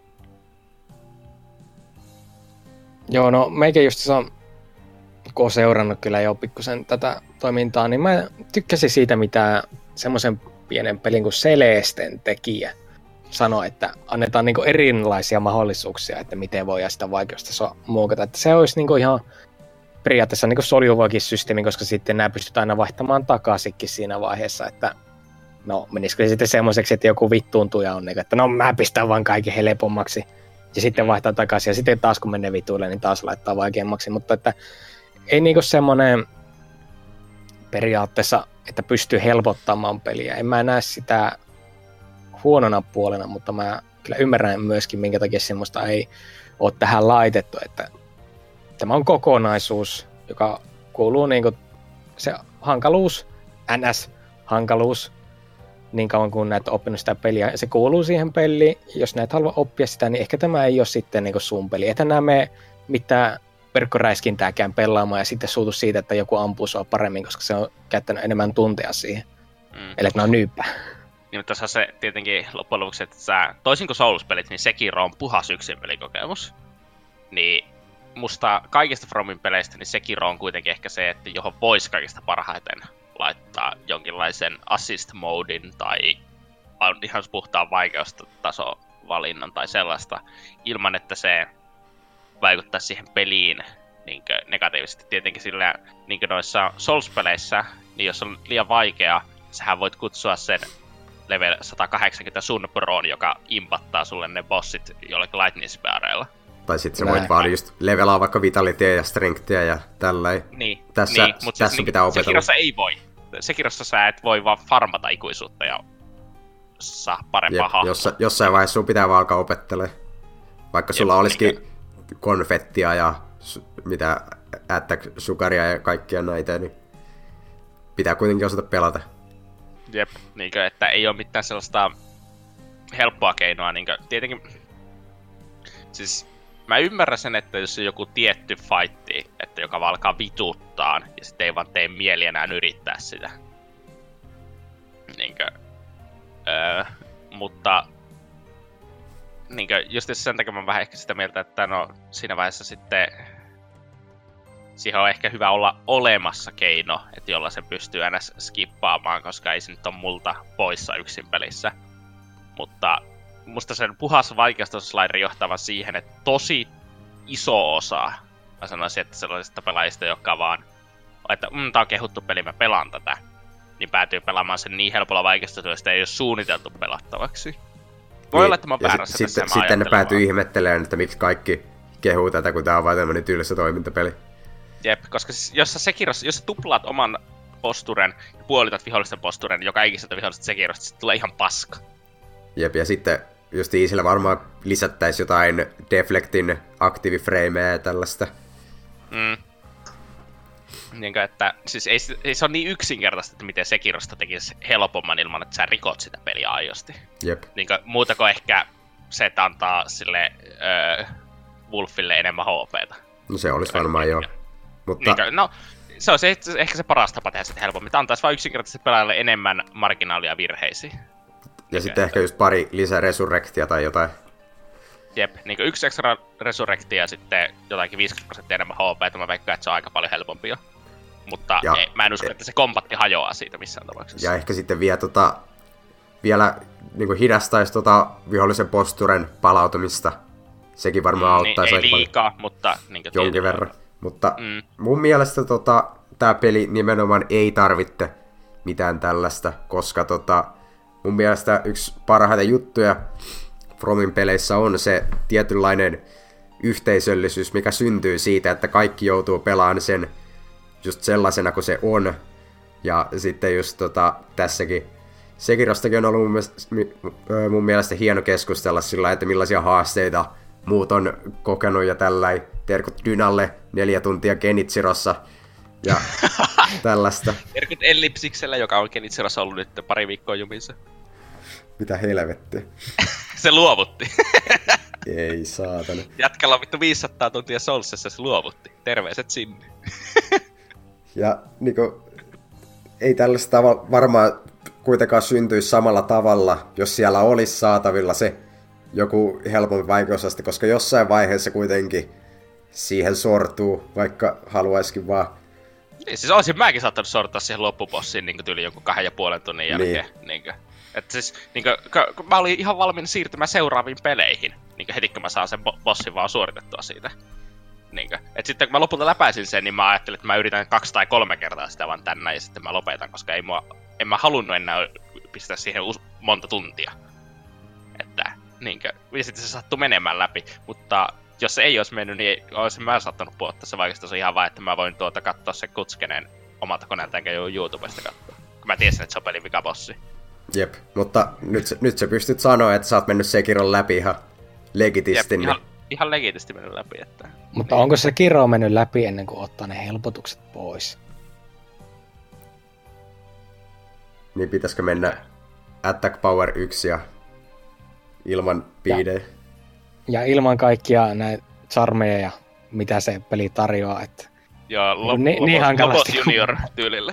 Joo, no meikä just se on, kun olen seurannut kyllä jo pikkusen tätä toimintaa, niin mä tykkäsin siitä, mitä semmoisen pienen pelin kuin Celesten tekijä sanoi, että annetaan niinku erilaisia mahdollisuuksia, että miten voidaan sitä vaikeustasoa muokata. Että se olisi niinku ihan periaatteessa niinku soljuvakin systeemi, koska sitten nämä pystytään aina vaihtamaan takaisinkin siinä vaiheessa, että no menisikö sitten semmoiseksi, että joku vittuuntuja on, että no mä pistän vaan kaiken helpommaksi ja sitten vaihtaa takaisin ja sitten taas kun menee vituille, niin taas laittaa vaikeammaksi, mutta että ei niinku semmoinen periaatteessa, että pystyy helpottamaan peliä. En mä näe sitä huonona puolena, mutta mä kyllä ymmärrän myöskin, minkä takia semmoista ei ole tähän laitettu, että tämä on kokonaisuus, joka kuuluu niinku se hankaluus, N S-hankaluus, niin kauan kuin näet oppinut sitä peliä, se kuuluu siihen peliin, jos näet halua oppia sitä, niin ehkä tämä ei ole sitten niinku sun peli, että nämä me mitään verkkoräiskintääkään pelaamaan ja sitten suutu siitä, että joku ampuu sua paremmin, koska se on käyttänyt enemmän tunteja siihen. Mm. Eli että ne on nyyppää. Niin, mutta tässä on se tietenkin loppujen lopuksi, että sä, toisin kuin Souls-pelit, niin Sekiro on puhas yksin pelikokemus. Niin musta kaikista Fromin peleistä, niin Sekiro on kuitenkin ehkä se, että johon voisi kaikista parhaiten laittaa jonkinlaisen assist-modin tai ihan puhtaan vaikeustasovalinnan tai sellaista, ilman että se vaikuttaa siihen peliin niin negatiivisesti. Tietenkin sillä niin noissa Souls-peleissä, niin jos on liian vaikea, sähän voit kutsua sen level sata kahdeksankymmentä sun proon, joka impattaa sulle ne bossit jollekin lightning speareilla. Tai sit sä voit vaan just levelaa vaikka vitalityä ja strengthia ja tälläin. Niin, tässä, niin mutta tässä siis, pitää opetella. Sekirossa ei voi. Sekirossa sä et voi vaan farmata ikuisuutta ja saa parempaa hahmoa. Jossa, jossain vaiheessa sun pitää vaan alkaa opettelemaan. Vaikka sulla Jep, olisikin mikä... konfettia ja mitä attack sugaria ja kaikkia näitä, niin pitää kuitenkin osata pelata. Jep, niinkö, että ei ole mitään sellaista helppoa keinoa, niinkö, tietenkin, siis mä ymmärrän sen, että jos on joku tietty fightti, että joka vaan alkaa vituttaan, ja sitten ei vaan tee mieli enää yrittää sitä. Niinkö, öö, mutta niinkö, just sen takia mä vähän ehkä sitä mieltä, että no siinä vaiheessa sitten siihen on ehkä hyvä olla olemassa keino, että jolla sen pystyy aina skippaamaan, koska ei se nyt ole multa poissa yksin pelissä. Mutta musta sen puhas vaikeustasoslaideri johtaa siihen, että tosi iso osa, mä sanoisin, että sellaisista pelaajista, jotka vaan, että mm, tää on kehuttu peli, mä pelaan tätä, niin päätyy pelaamaan sen niin helpolla vaikeustasolla, että ei ole suunniteltu pelattavaksi. Voi niin, olla, että mä oon väärässä tässä. Sitten, sitten ne päätyy ihmettelemään, että miksi kaikki kehuu tätä, kun tää on vaan tämmönen tylsä toimintapeli. Jep, koska siis, jos sä Sekirossa, jos sä tuplaat oman posturen ja puolitat vihollisten posturen, joka ikiseltä vihollisesta Sekirosta, sit tulee ihan paska. Jep, ja sitten just Easillä varmaan lisättäisiin jotain Deflectin aktiiviframeja ja tällaista. Mm. Niinkö, että siis ei, ei se ole niin yksinkertaista, että miten Sekirosta tekisi helpomman ilman, että sä rikot sitä peliä aiosti. Jep. Niinkö, muuta kuin ehkä se, että antaa sille öö, Wolfille enemmän H P:tä. No se olisi varmaan joo. Mutta... Niinkö, no, se on se, ehkä se paras tapa tehdä sitä helpommin. Että antaisi vaan yksinkertaisesti pelaajalle enemmän marginaalia virheisiin. Ja niinkö, sitten ehkä just pari lisää resurrektia tai jotain. Jep, niinkö yksi ekstra resurrektia ja sitten jotakin viisikymmentä prosenttia enemmän H P:tä. Mä veikkaan, että se on aika paljon helpompi jo. Mutta ja, ei, mä en usko, että se kombatti hajoaa siitä missään tapauksessa. Ja ehkä sitten vielä, tota, vielä niin kuin hidastaisi tota vihollisen posturen palautumista. Sekin varmaan mm, auttaisi. Niin, ei liikaa, paljon. Mutta... Niin jonkin verran. Mutta mm. mun mielestä tota, tää peli nimenomaan ei tarvitse mitään tällaista, koska tota, mun mielestä yksi parhaita juttuja Fromin peleissä on se tietynlainen yhteisöllisyys, mikä syntyy siitä, että kaikki joutuu pelaamaan sen just sellaisena kuin se on. Ja sitten just tota, tässäkin Sekirostakin on ollut mun mielestä, mun mielestä hieno keskustella sillä, että millaisia haasteita muut on kokenut ja tälläin. Terkut Dynalle neljä tuntia Genitsirossa ja tällaista. Terkut Ellipsiksellä, joka on Genitsirossa ollut nyt pari viikkoa jumissa. Mitä helvettiä? Se luovutti. Ei saatana. Jätkällä on vittu viisisataa tuntia Soulsissa, se luovutti. Terveiset sinne. Ja niinku, ei tällaista tava- varmaan kuitenkaan syntyisi samalla tavalla, jos siellä olisi saatavilla se joku helpompi vaikeusaste, koska jossain vaiheessa kuitenkin siihen sortuu, vaikka haluaisikin vaan... Niin, siis olisin mäkin saattanut sortua siihen loppubossiin niin tyyli jonkun kahden ja puolen tunnin jälkeen. Niin. Niin kuin, että siis, niin kuin, mä olin ihan valmiin siirtymään seuraaviin peleihin, niin heti kun mä saan sen bossin vaan suoritettua siitä. Niin kuin, että sitten kun mä lopulta läpäisin sen, niin mä ajattelin, että mä yritän kaksi tai kolme kertaa sitä vaan tänne ja sitten mä lopetan, koska ei mua, en mä halunnut enää pistää siihen monta tuntia. Että, niin kuin, ja sitten se sattui menemään läpi, mutta... Jos se ei olisi mennyt, niin olisin mä saattanut puhuttaa se vaikka se ihan vaan, että mä voin tuota katsoa sen Kutskeneen omalta koneelta enkä joudu YouTubesta katsoa. Kun mä tiesin, että se on pelin vikabossi. Jep, mutta nyt, nyt sä pystyt sanoa, että sä oot mennyt Sekiron läpi ihan legitisti. Jep, niin... ihan, ihan legitisti mennyt läpi. Että... Mutta onko Sekiro mennyt läpi ennen kuin ottaa ne helpotukset pois? Niin pitäisikö mennä Attack Power yksi ja ilman piidejä? Ja ilman kaikkia näitä charmeja ja mitä se peli tarjoaa, että... Joo, lop, niin, lopos, niin lopos junior tyylillä.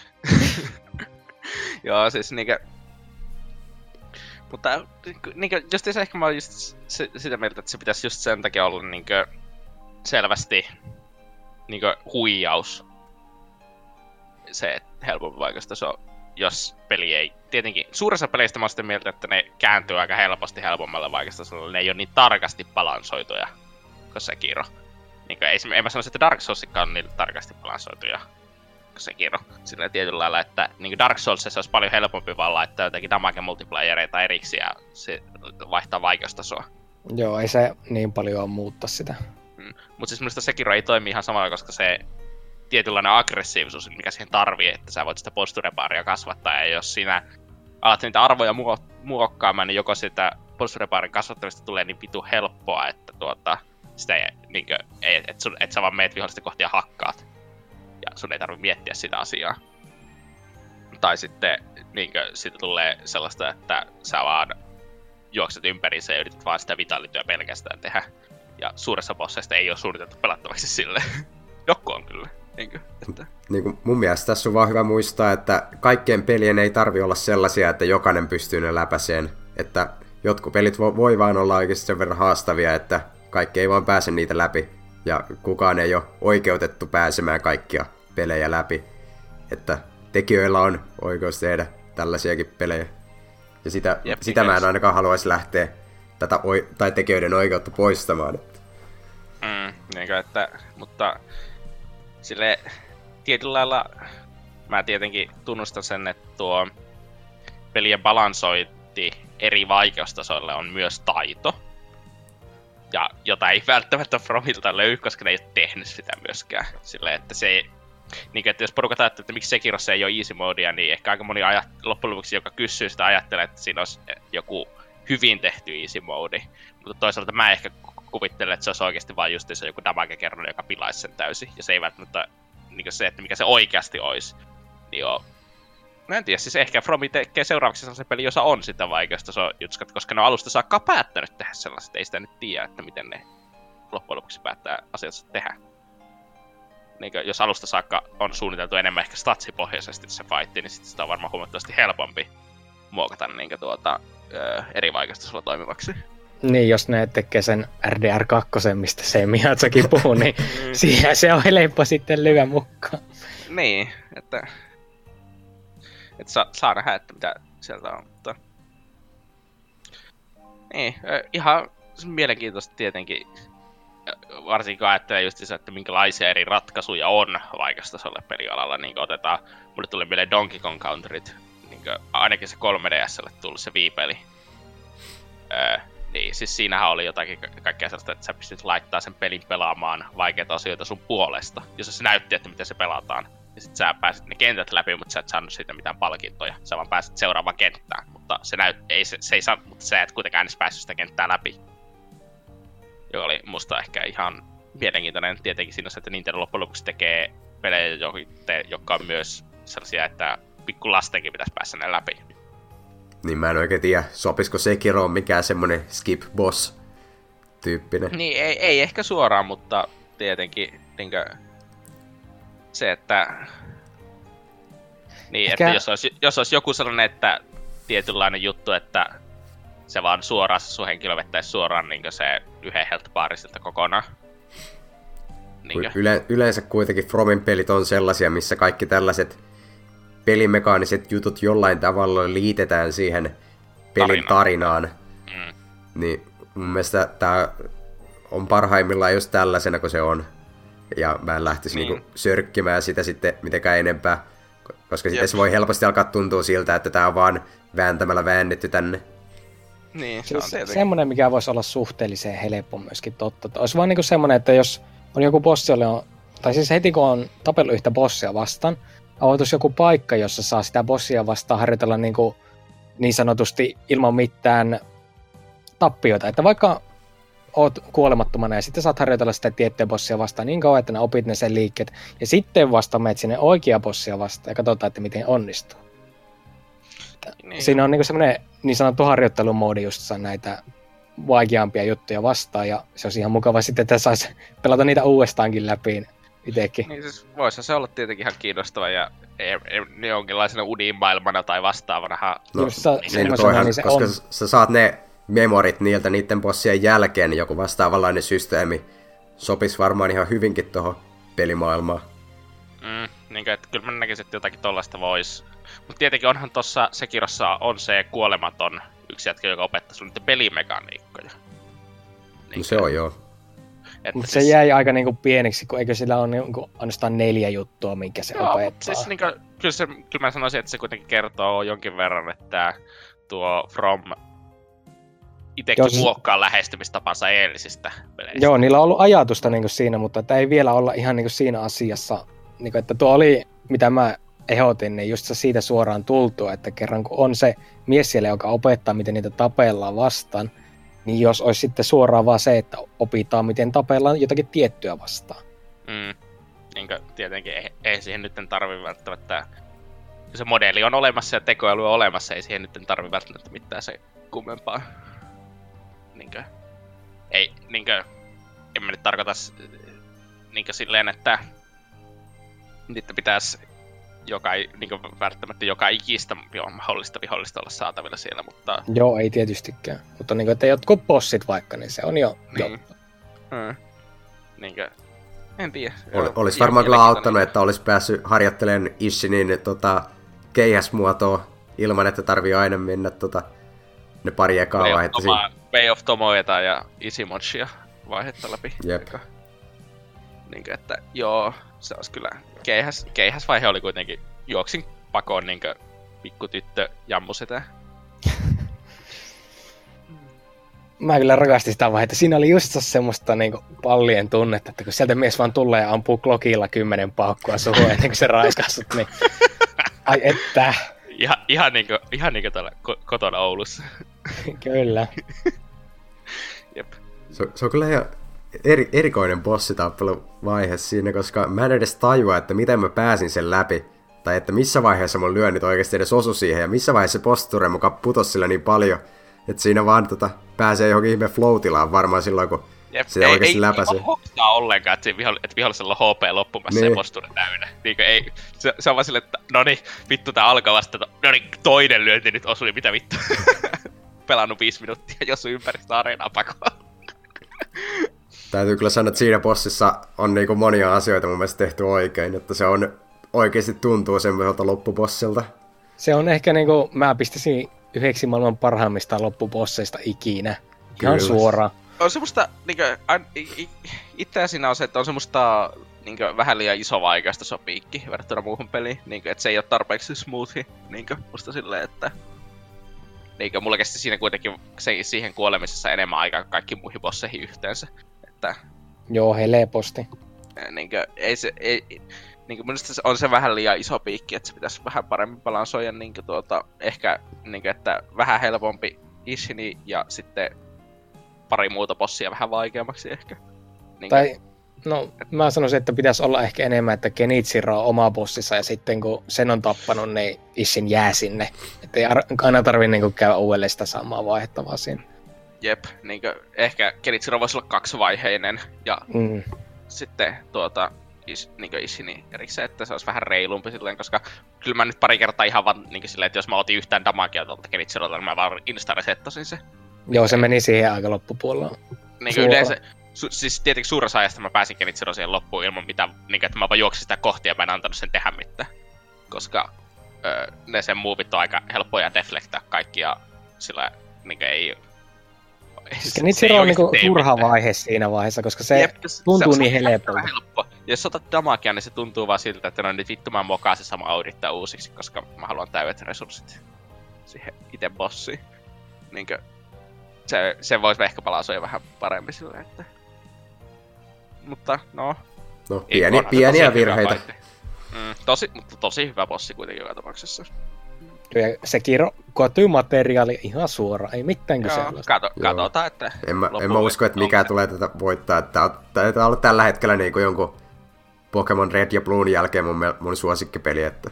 Joo, siis niinkö... Mutta niinkö, just ehkä mä oon just sitä mieltä, että se pitäisi just sen takia olla niinkö selvästi niinkö huijaus. Se, helpompi vaikeustaso, jos peli ei... Tietenkin suuressa peleistä mä oon sitä mieltä, että ne kääntyy aika helposti helpommalle vaikeustasolle. Ne ei ole niin tarkasti balansoituja kuin Sekiro. Niin ei, en mä sanoisi, että Dark Soulskaan on niin tarkasti balansoituja kuin Sekiro. Sillä tietyllä lailla, että niin Dark Soulsissa olisi paljon helpompi vaan laittaa jotenkin damage multiplayereita erikseen ja se vaihtaa vaikeustasoa. Joo, ei se niin paljon muuttaa sitä. Hmm. Mutta siis minusta Sekiro ei toimi ihan samalla, koska se tietynlainen aggressiivisuus, mikä siihen tarvii, että sä voit sitä posturebaaria kasvattaa, ja jos sinä alat niitä arvoja muokkaamaan, niin joko sitä posturebaarin kasvattamista tulee niin vitu helppoa, että tuota, sitä ei, niin kuin, ei, et, sun, et sä vaan meet vihollista kohti ja hakkaat, ja sun ei tarvitse miettiä sitä asiaa. Tai sitten niin kuin, siitä tulee sellaista, että sä vaan juokset ympäriinsä ja yrität vaan sitä vitalityötä pelkästään tehdä. Ja suuressa bosseista ei ole suunniteltu pelattavaksi silleen. Joku on kyllä. Niinkö, että... niin kuin mun mielestä tässä on vaan hyvä muistaa, että kaikkien pelien ei tarvi olla sellaisia, että jokainen pystyy ne läpäiseen. Että jotkut pelit vo- voi vaan olla oikeasti sen verran haastavia, että kaikki ei vaan pääse niitä läpi. Ja kukaan ei ole oikeutettu pääsemään kaikkia pelejä läpi. Että tekijöillä on oikeus tehdä tällaisiakin pelejä. Ja sitä, Jep, sitä mä en ainakaan haluaisi lähteä tätä oi- tai tekijöiden oikeutta poistamaan. Mm, niinkö, että... Mutta... Sille tietyllä lailla mä tietenkin tunnustan sen, että tuo pelien balansointi eri vaikeustasoille on myös taito. Ja jota ei välttämättä Fromilta löydy, koska ne ei ole tehnyt sitä myöskään. Silleen, että se niin, että jos porukat ajattelee, että miksi Sekirossa ei ole easy modea, niin ehkä aika moni ajat, loppujen lopuksi, joka kysyy sitä, ajattelee, että siinä olisi joku hyvin tehty easy mode. Mutta toisaalta mä ehkä kuvittelen, että se olisi oikeasti vain justiinsa joku damage-kerron, joka pilaisi sen täysin. Ja se ei välttämättä niin se, että mikä se oikeasti olisi. Niin on... Mä en tiedä, siis ehkä Fromi tekee seuraavaksi sellaisen peli, jossa on sitä vaikeustasojutskat, koska ne on alusta saakka päättänyt tehdä sellaiset. Ei sitä nyt tiedä, että miten ne loppujen lopuksi päättää asiat tehdä. Niin kuin, jos alusta saakka on suunniteltu enemmän ehkä statsipohjaisesti se fightti, niin sit sitä on varmaan huomattavasti helpompi muokata niin kuin, tuota, ö, eri vaikeustasolla toimivaksi. Niin, jos ne tekee sen R D R kaksi, mistä se Miyazaki puhuu, niin siihen se on helppo sitten lyödä mukaan. Niin, että... Että saa, saa nähdä, että mitä sieltä on, mutta... Niin, ihan mielenkiintoista tietenkin. Varsinkin kun ajattelee just se, että minkälaisia eri ratkaisuja on vaikeustasolle pelialalla. Niin otetaan, mulle tuli mieleen Donkey Kong Countryt, niin ainakin se kolme D S:lle tullut se Wii-peli. Öö, niin, siis siinähän oli jotakin ka- kaikkea sellaista, että sä pystyt laittaa sen pelin pelaamaan vaikeita asioita sun puolesta, jos se näytti, että miten se pelataan. Ja sit sä pääsit ne kentät läpi, mutta sä et saanut siitä mitään palkintoja. Sä vaan pääsit seuraavaan kenttään, mutta se, näyt, ei, se, se ei saa, mutta sä et kuitenkaan edes päässyt sitä kenttää läpi. Joka oli musta ehkä ihan mielenkiintoinen tietenkin siinä, että Nintendo loppujen lopuksi tekee pelejä, jotka on myös sellaisia, että pikku lastenkin pitäisi päästä ne läpi. Niin mä en oikein tiedä, sopisiko Sekiro on mikään semmonen skip boss tyyppinen. Niin, ei, ei ehkä suoraan, mutta tietenkin niinkö se, että... Niin, ehkä... että jos olisi, jos olisi joku sellainen, että tietynlainen juttu, että se vaan suoraan, se sun henkilö vettäisi suoraan niinkö se yhden health barin siltä kokonaan. Yle, yleensä kuitenkin Fromin pelit on sellaisia, missä kaikki tällaiset pelimekaaniset jutut jollain tavalla liitetään siihen pelin tarinaan. Mm. Niin mun mielestä tää on parhaimmillaan just tällaisena kuin se on. Ja mä en lähtisi niin. niinku sörkkimään sitä sitten mitenkään enempää. Koska sitten se voi helposti alkaa tuntua siltä, että tää on vaan vääntämällä väännetty tänne. Niin, se on se, semmoinen, mikä voisi olla suhteellisen helppo myöskin totta. Olisi vaan niinku semmoinen, että jos on joku bossi, on, tai siis heti kun on tapellut yhtä bossia vastaan, avautuisi joku paikka, jossa saa sitä bossia vastaan harjoitella niin, kuin, niin sanotusti ilman mitään tappioita. Että vaikka oot kuolemattomana ja sitten saat harjoitella sitä tiettyä bossia vastaan niin kauan, että ne opit ne sen liikkeet. Ja sitten vasta menet sinne oikea bossia vastaan ja katsotaan, että miten onnistuu. Niin. Siinä on niin semmoinen niin sanottu harjoittelumoodi just näitä vaikeampia juttuja vastaan. Ja se olisi ihan mukava sitten, että saisi pelata niitä uudestaankin läpi itsekin. Niin siis voisi se olla tietenkin ihan kiinnostava ja jonkinlaisena unimaailmana tai vastaavana. No, niin toihan, niin koska on. Sä saat ne memorit niiltä niiden bossien jälkeen, niin joku vastaavanlainen systeemi sopisi varmaan ihan hyvinkin tuohon pelimaailmaan. Mm, Niinkö, että kyllä mä näkisin, että jotakin tollaista vois. Mut tietenkin onhan tossa Sekirossa on se kuolematon yksi jätkä, joka opettaa sun niitä pelimekaniikkoja. Niinkö? No se on joo. Mutta siis... se jäi aika niinku pieneksi, kun eikö sillä ole niinku ainoastaan neljä juttua, minkä se joo, opettaa. Siis niinku, kyllä, se, kyllä mä sanoisin, että se kuitenkin kertoo jonkin verran, että tuo From itekin Jos... muokkaa lähestymistapansa eilisistä peleistä. Joo, niillä on ollut ajatusta niinku siinä, mutta että ei vielä olla ihan niinku siinä asiassa. Niinku, että tuo oli, mitä mä ehdotin, niin just se siitä suoraan tultu, että kerran kun on se mies siellä, joka opettaa, miten niitä tapellaan vastaan, niin jos olisi sitten suoraan vaan se, että opitaan, miten tapellaan jotakin tiettyä vastaan. Mm. Niinkö, tietenkin ei, ei siihen nyt tarvitse välttämättä... Se modeli on olemassa ja tekoäly on olemassa, ei siihen nyt tarvitse välttämättä mitään se kummempaa. Niinkö... Ei, niinkö... En mä nyt tarkoita niinkö silleen, että... Niitä pitäisi joka, niinkö välttämättä joka ikistä mahdollista vihollista olla saatavilla siellä, mutta... Joo, ei tietystikään. Mutta niinkö, että jotkut bossit vaikka, niin se on jo niin. juttu. Hmm. Niinkö... En tiedä. Ol, olisi varmaan kyllä auttanut, että olisi päässyt harjoittelemaan Ishinin tota, keihäsmuotoa ilman, että tarvii aina mennä tota, ne pari ekaa Way vaihetta. Way of Tomoeta ja Isimonchia vaihetta läpi. Jep. Niinkö, että joo, se olisi kyllä... Keihäs, keihäsvaihe oli kuitenkin, juoksin pakoon niinkö pikkutyttö jammusetä. Mä kyllä rakastin sitä vaihetta. Siinä oli just semmoista niinku pallien tunnetta, että kun sieltä mies vaan tulee ja ampuu klokilla kymmenen paukkua suhun ennen kuin se raiskaa sut, niin... Ai että... Ihan, ihan niinku, ihan niinku tuolla ko- kotona Oulussa. Kyllä. Jep. Se, se on kyllä ihan eri, erikoinen bossitappeluvaihe siinä, koska mä en edes tajua, että miten mä pääsin sen läpi. Tai että missä vaiheessa mun lyönnit oikeasti edes osu siihen, ja missä vaiheessa se posture mukaan putosi sillä niin paljon, että siinä vaan tota, pääsee johonkin ihme flow-tilaan varmaan silloin, kun Jep, se ei, oikeasti ei, läpäisee. Ei hoksaa ollenkaan, että, viholl- että vihollisella on H P loppumassa niin. Ja posture täynnä. Niinkö ei, se, se on vaan silleen, että noniin, vittu tää alkaa vasta, noniin, toinen lyönti nyt osui, mitä vittu. Pelannut viisi minuuttia, jos on ympäristöä areenaa pakoon. Täytyy kyllä sanoa, että siinä bossissa on niinku monia asioita mun mielestä tehty oikein, että se on oikeasti tuntuu semmoiselta loppubossilta. Se on ehkä niinku, mä pistäisin yhdeksi maailman parhaimmista loppubosseista ikinä. Ihan Kyllä. Suoraan. On semmoista, niinkö, itseä siinä on se, että on semmoista niinkö, vähän liian iso vaikeasta sopiikki verrattuna muuhun peliin. Niinkö, että se ei ole tarpeeksi smoothi, niinkö, musta silleen, että... Niinkö, mulla kesti siinä kuitenkin se, siihen kuolemisessa enemmän aikaa kuin kaikki muihin bosseihin yhteensä. Että... Joo, helposti. Niinkö, ei se... Ei, niinkö, minusta se on se vähän liian iso piikki, että se pitäisi vähän paremmin balansoida, niinkö, tuota, ehkä, niinkö, että vähän helpompi Ishini ja sitten pari muuta bossia vähän vaikeammaksi ehkä. Niinkö? Tai, no, mä sanoisin, että pitäisi olla ehkä enemmän, että Genichiro on oma bossissa ja sitten kun sen on tappanut, niin Ishin jää sinne. Että ei aina tarvitse niin käydä uudelleen sitä samaa vaihettavaa siinä. Jep, niinkö, ehkä Genichiro voisi olla kaksivaiheinen ja mm. sitten tuota... Is, niin Ishini erikseen, että se olisi vähän reilumpi silleen, koska kyllä mä nyt pari kertaa ihan vaan niin silleen, että jos mä otin yhtään damagea tuolta Genichirolta, niin mä vaan insta-resettasin se. Joo, se meni siihen aika loppupuolella. Niin yleensä, su, siis tietenkin suurassa ajasta mä pääsin Genichiron siihen loppuun ilman mitään, niin että mä vaan juoksin sitä kohti ja mä en antanut sen tehdä mitään. Koska öö, ne sen movit on aika helppoja deflectaa kaikki ja sillä niin ei... Genichiro on niinku turha vaihe siinä vaiheessa, koska se Jep, tuntuu se, niin helpolta. Helppo. Jos otat damagea, niin se tuntuu vaan siltä, että no nyt vittu mä mokaan se sama yrittää uusiksi, koska mä haluan täydet resurssit siihen ite bossiin. Niinkö, se, se vois ehkä palasoida vähän paremmin silleen, että... Mutta no... No, pieni, pieniä virheitä. Mm, tosi, mutta tosi hyvä bossi kuitenkin joka tapauksessa. Ja sekin kotyy materiaali ihan suoraan, ei mitään kyseenalaista. Kato, katsotaan, että... En mä, en mä usko, että mikä tulee tätä voittaa. Että taitaa olla tällä hetkellä niin kuin jonkun Pokemon Red ja Bluun jälkeen mun, mun suosikkipeli. Että...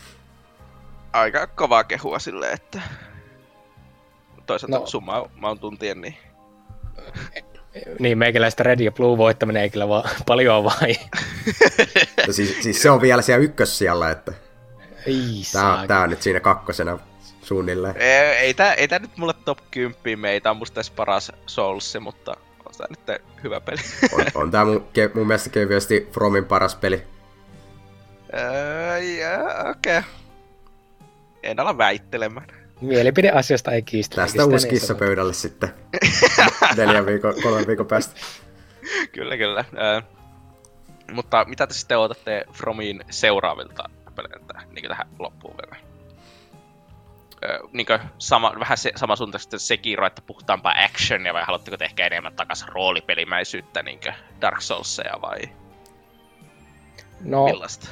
Aika kovaa kehua silleen, että... Toisaalta no. summa mä oon tuntien, niin... Niin, meikäläistä Red ja Blue voittaminen ei kyllä vaan paljon vai. no, siis, siis se on vielä siellä ykkössijalla, että... Ei tää, on, tää on nyt siinä kakkosena suunnilleen. Ei, ei, tää, ei tää nyt mulle top kymmenen meitä, on musta edes paras Souls, mutta on tää nyt hyvä peli. on, on tää mun, ke, mun mielestä kevyesti Fromin paras peli. Öö, okei. Okay. En ala väittelemään. Mielipideasiasta ei kiistä. Tästä uusi kissa pöydälle sitten. Neljän viikon, kolmen viikon päästä. Kyllä, kyllä. Äh, mutta mitä te sitten odotatte Fromin seuraavilta peleiltä niin tähän loppuun vielä? Äh, niin sama, vähän se, sama suuntaan sitten Sekiro, että puhtaampaa actionia, vai haluatteko te ehkä enemmän takaisin roolipelimäisyyttä, niin Dark Soulsia, vai no, millaista?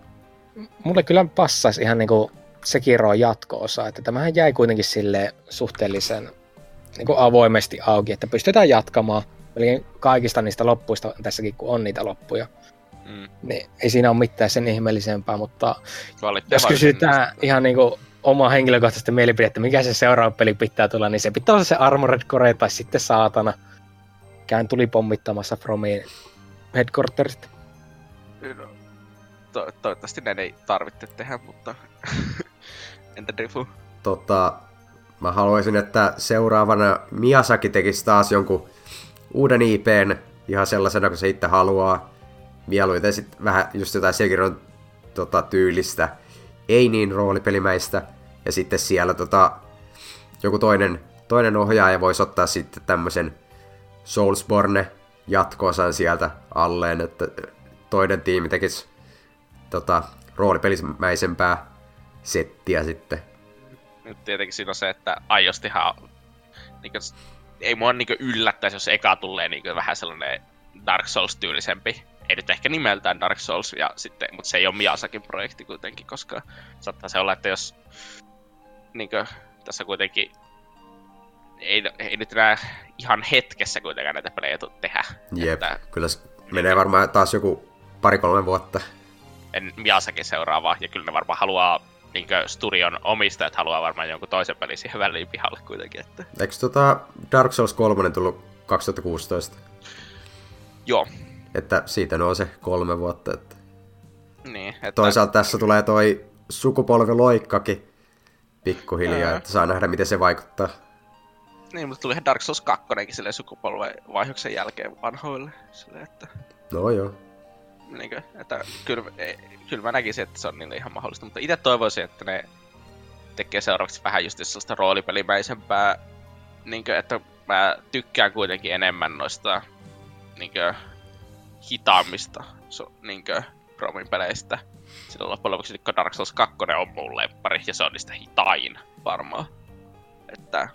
Mulle kyllä passaisi ihan niinku Sekiroon jatko-osa, että tämähän jäi kuitenkin silleen suhteellisen niin kuin avoimesti auki, että pystytään jatkamaan eli kaikista niistä loppuista tässäkin, kun on niitä loppuja. Mm. Niin ei siinä ole mitään sen ihmeellisempää, mutta jos kysytään ihan niin kuin omaa henkilökohtaista mielipidettä, mikä se seuraava peli pitää tulla, niin se pitää olla se Armored Core tai sitten saatana. Kään tuli pommittamassa Fromin headquarterista. No, to- toivottavasti näin ei tarvitse tehdä, mutta entä Drifu? Tota, mä haluaisin, että seuraavana Miyazaki tekisi taas jonkun uuden I P:n ihan sellaisena, kun se itse haluaa. Mieluiten sitten vähän just jotain Sekiron tota, tyylistä, ei niin roolipelimäistä. Ja sitten siellä tota, joku toinen, toinen ohjaaja voisi ottaa sitten tämmöisen Soulsborne jatko-osan sieltä alleen, että toinen tiimi tekisi tota, roolipelimäisempää settiä sitten. Nyt tietenkin siinä on se, että aiostihan niin kuin, ei mua niin kuin yllättäisi, jos eka tulee niin kuin vähän sellainen Dark Souls-tyylisempi. Ei nyt ehkä nimeltään Dark Souls, ja sitten, mutta se ei ole Miyazakin projekti kuitenkin, koska saattaa se olla, että jos niin kuin, tässä kuitenkin ei, ei nyt enää ihan hetkessä kuitenkaan näitä pelejä tehdä. Jep, että, kyllä se menee niin, varmaan taas joku pari-kolme vuotta. En Miyazakin seuraavaa, ja kyllä ne varmaan haluaa niin studion omistajat haluaa varmaan jonkun toisen pelin siihen väliin pihalle kuitenkin. Että eikö tota Dark Souls kolme tullut kaksituhattakuusitoista? Joo. Että siitä on se kolme vuotta. Että niin, että toisaalta tässä tulee toi sukupolviloikkakin pikkuhiljaa, Ää. että saa nähdä miten se vaikuttaa. Niin, mutta tuli ihan Dark Souls kaksi silleen sukupolven vaihoksen jälkeen vanhoille. Silleen, että no joo. Niinkö, että kyllä, kyllä mä näkisin, että se on niille ihan mahdollista, mutta itse toivoisin, että ne tekee seuraavaksi vähän just sellaista roolipelimäisempää, niinkö, että mä tykkään kuitenkin enemmän noista niinkö hitaammista so, niinkö Fromin peleistä. Silloin loppujen lopuksi Dark Souls kaksi on mun lemppari ja se on niistä hitain varmaan. Että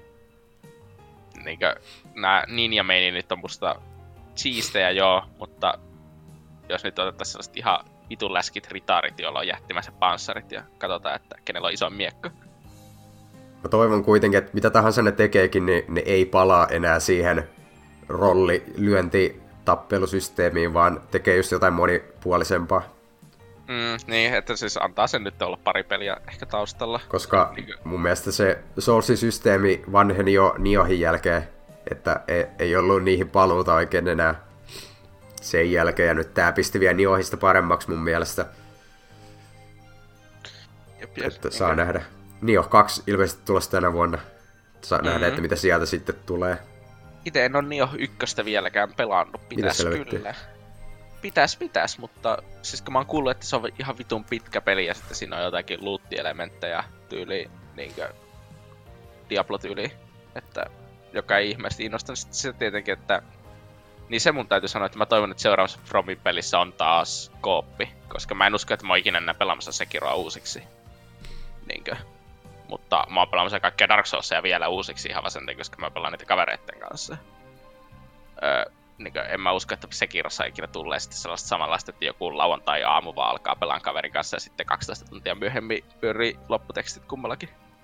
niinkö nää ninja-meininit on musta siistejä joo, mutta jos nyt otettaisiin sellaiset ihan vitun läskit ritaarit, joilla on jättimäiset panssarit ja katsotaan, että kenellä on iso miekko. Mä toivon kuitenkin, että mitä tahansa ne tekeekin, niin ne ei palaa enää siihen rollilyönti-tappelusysteemiin, vaan tekee just jotain monipuolisempaa. Mm, niin, että siis antaa sen nyt olla pari peliä ehkä taustalla. Koska mun mielestä se Soulsi-systeemi vanheni jo Niohin jälkeen, että ei, ei ollut niihin paluuta oikein enää sen jälkeen, ja nyt tää pisti vielä Niohista paremmaksi mun mielestä. Jep, jep, että saa enkä nähdä. Nioh kaksi ilmeisesti tulossa tänä vuonna. Saa mm-hmm. nähdä, että mitä sieltä sitten tulee. Itse en ole Nioh ykköstä vieläkään pelannut. Pitäis kyllä. Pitäis, pitäis, mutta siis kun mä oon kuullut, että se on ihan vitun pitkä peli ja sitten siinä on jotakin loot-elementtejä tyyliin, niinkö Diablo-tyyliin, että joka ei ihmeesti innostanut. Sitten se tietenkin, että niin se mun täytyy sanoa, että mä toivon, että seuraavassa Fromin pelissä on taas kooppi, koska mä en usko, että mä oon ikinä enää pelaamassa Sekiroa uusiksi. Niinkö? Mutta mä oon pelaamassa kaikkia Dark Soulsia vielä uusiksi ihan vaan sen, koska mä pelaan niitä kavereitten kanssa. Öö, niinkö, en mä usko, että Sekirossa ikinä tulee sitten sellaista samanlaista, että joku lauantai-aamu vaan alkaa pelaan kaverin kanssa ja sitten kaksitoista tuntia myöhemmin pyörii lopputekstit kummallakin.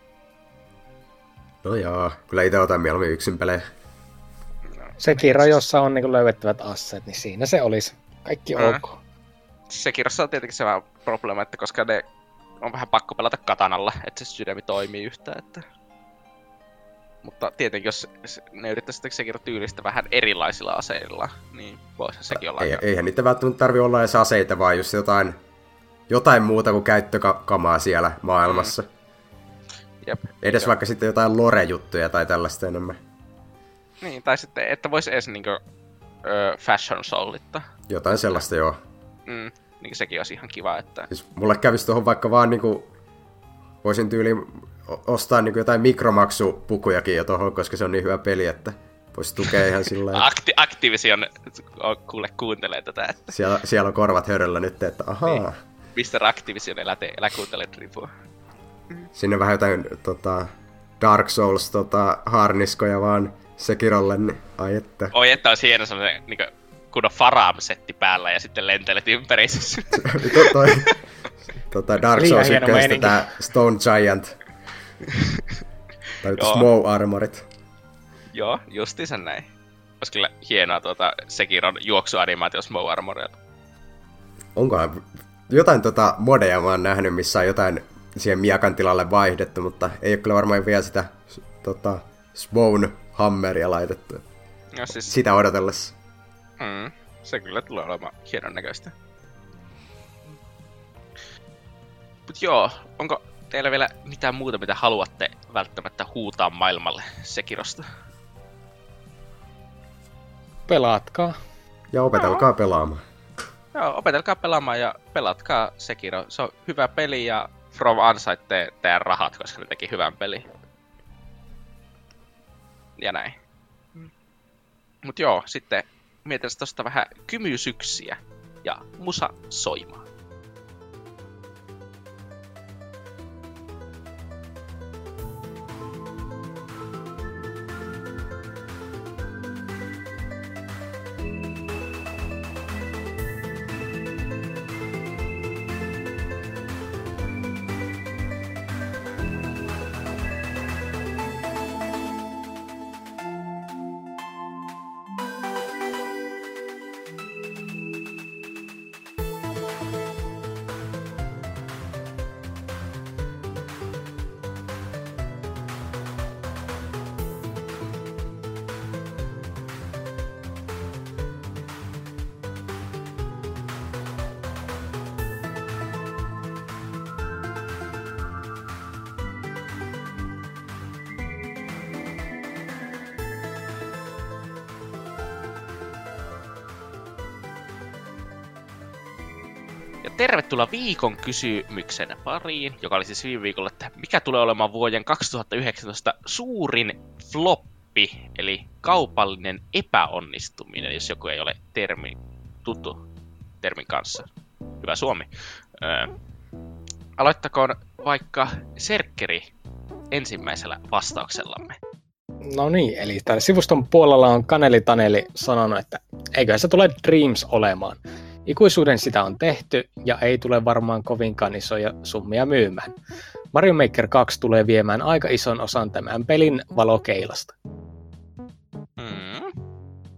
No joo, kyllä ite otan mieluummin yksin pelejä. Sekiro, jossa on niin löydettävät asset, niin siinä se olisi kaikki mm. ok. Sekirossa on tietenkin se vähän probleema, että koska ne on vähän pakko pelata katanalla, että se sydämi toimii yhtään. Että mutta tietenkin, jos ne yrittäisi Sekiro tyylistä vähän erilaisilla aseilla, niin voisi sekin olla. Ei, eihän niitä välttämättä tarvitse olla edes aseita, vaan just jotain, jotain muuta kuin käyttökamaa siellä maailmassa. Mm. Jep, edes jo. Vaikka sitten jotain lore-juttuja tai tällaista enemmän. Niin, tai sitten, että voisi edes niinkö öö, fashion soulittaa. Jotain sellaista, joo. Mm. niin sekin olisi ihan kiva. Että... Siis mulle kävisi tuohon vaikka vaan niinku, voisin tyyliin ostaa niinku jotain mikromaksupukujakin jo tuohon, koska se on niin hyvä peli, että voisi tukea ihan sillä lailla. Acti- Activision kuule kuuntelee tätä. Että... Siellä, siellä on korvat höröllä nyt, että ahaa. Niin. mister Activision elä, te, elä kuuntele Dripua. Sinne vähän jotain tota, Dark Souls tota, harniskoja vaan Sekirolle, niin ai että. Oi että olisi hieno sellainen niin kunnon Faram-setti päällä ja sitten lentelet ympärissä. to, toi, tota Dark Souls ykköstä tää Stone Giant. Tai Smoke Armorit. Joo, justiinsa näin. Olisi kyllä hienoa tuota Sekiron juoksuanimaatio Smoke Armorilla. Onkohan jotain tota modeja mä oon nähnyt, missä on jotain siihen miakan tilalle vaihdettu, mutta ei ole kyllä varmaan vielä sitä tota, Spawn Hammeria laitettu. No, siis... Sitä odotellessa. Mm, se kyllä tulee olemaan hienon näköistä. Mut joo, onko teillä vielä mitään muuta, mitä haluatte välttämättä huutaa maailmalle Sekirosta? Pelatkaa. Ja opetelkaa no. pelaamaan. Joo, opetelkaa pelaamaan ja pelatkaa Sekiro. Se on hyvä peli ja From ansaitte teidän rahat, koska ne teki hyvän pelin. Ja näin. Mut joo, sitten mietitään tosta vähän kymysyksiä ja musa soimaan. Tervetuloa viikon kysymyksen pariin, joka oli siis viime viikolla, että mikä tulee olemaan vuoden kaksituhattayhdeksäntoista suurin floppi, eli kaupallinen epäonnistuminen, jos joku ei ole termi, tuttu termin kanssa. Hyvä Suomi. Öö, aloittakoon vaikka Serkkeri ensimmäisellä vastauksellamme. No niin, eli täällä sivuston puolella on Kaneli Taneli sanonut, että eiköhän se tule Dreams olemaan. Ikuisuuden sitä on tehty ja ei tule varmaan kovinkaan isoja summia myymään. Mario Maker kaksi tulee viemään aika ison osan tämän pelin valokeilasta. Mm.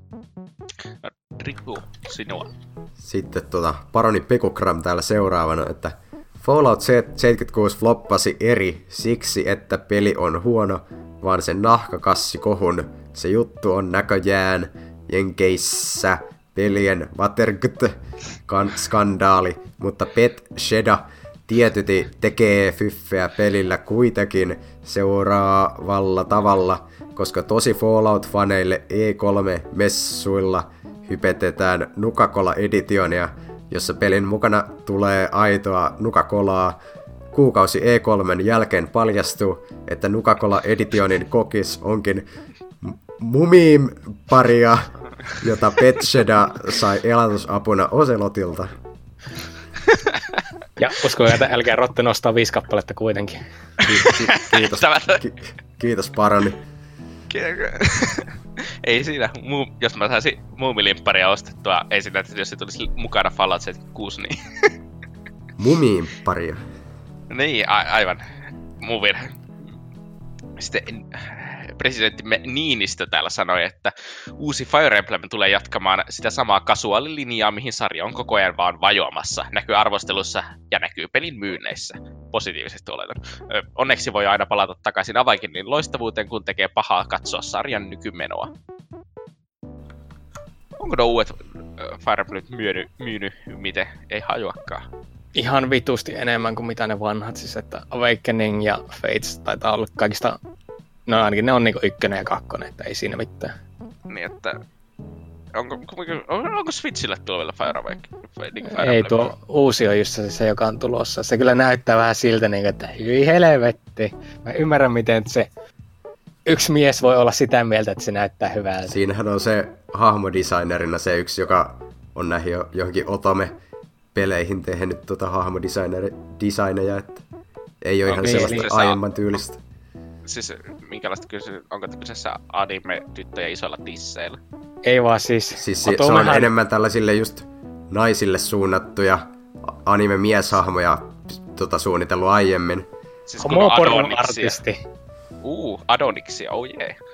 Riku, sinua. Sitten tuota, Paroni Pekukram täällä seuraavana, että Fallout seitsemänkymmentäkuusi floppasi eri siksi, että peli on huono, vaan sen nahkakassikohun se juttu on näköjään Jenkeissä pelien Watergate-skandaali, mutta Pet Sheda tietysti tekee fyffeä pelillä kuitenkin seuraavalla tavalla, koska tosi Fallout-faneille E kolme-messuilla hypetetään Nuka-Cola-editionia, jossa pelin mukana tulee aitoa Nuka-Colaa. Kuukausi E kolmen jälkeen paljastuu, että Nuka-Cola-editionin kokis onkin Mumiim-paria, jota Pet Sheda sai elatusapuna Ocelotilta. Ja uskoin, että älkää rotte nostaa viisi kappaletta kuitenkin. Kiitos, ki- kiitos Paroni. Ei siinä, jos mä saisin Muumilimpparia ostettua, ei siinä, että jos se tulisi mukana Fallout seitsemänkymmentäkuusi, niin... Mumiimparia. Niin, a- aivan. Muu virhe. Sitten presidenttimme Niinistö täällä sanoi, että uusi Fire Emblem tulee jatkamaan sitä samaa kasuaalilinjaa, mihin sarja on koko ajan vaan vajoamassa. Näkyy arvostelussa ja näkyy pelin myynneissä. Positiivisesti oletan. Onneksi voi aina palata takaisin Avainkinin loistavuuteen, kun tekee pahaa katsoa sarjan nykymenoa. Onko nuo uudet Fire Emblem myynyt, myynyt miten? Ei hajuakaan. Ihan vitusti enemmän kuin mitä ne vanhat. Siis että Awakening ja Fates taitaa olla kaikista... No ainakin ne on niinku ykkönen ja kakkonen, että ei siinä mitään. Niin, että Onko, on, onko Switchille tulevilla Fire Emblem? Ei, tuo uusi on just se, joka on tulossa. Se kyllä näyttää vähän siltä, niin, että hyi helvetti. Mä ymmärrän, miten se yksi mies voi olla sitä mieltä, että se näyttää hyvältä. Siinähän on se hahmodesignerina se yksi, joka on näihin jo, johonkin Otome-peleihin tehnyt tuota hahmodesigneja, että ei ole okay, ihan sellaista eli aiemman tyylistä. Siis minkälaista kysy, onko kyseessä anime-tyttöjä isoilla tisseillä? Ei vaan siis... Siis se, se on vähän enemmän tällaisille just naisille suunnattuja anime-mieshahmoja tota, suunnitellut aiemmin. Siis kun on Adoniksia. Uu, Adoniksia, oh jee. Yeah.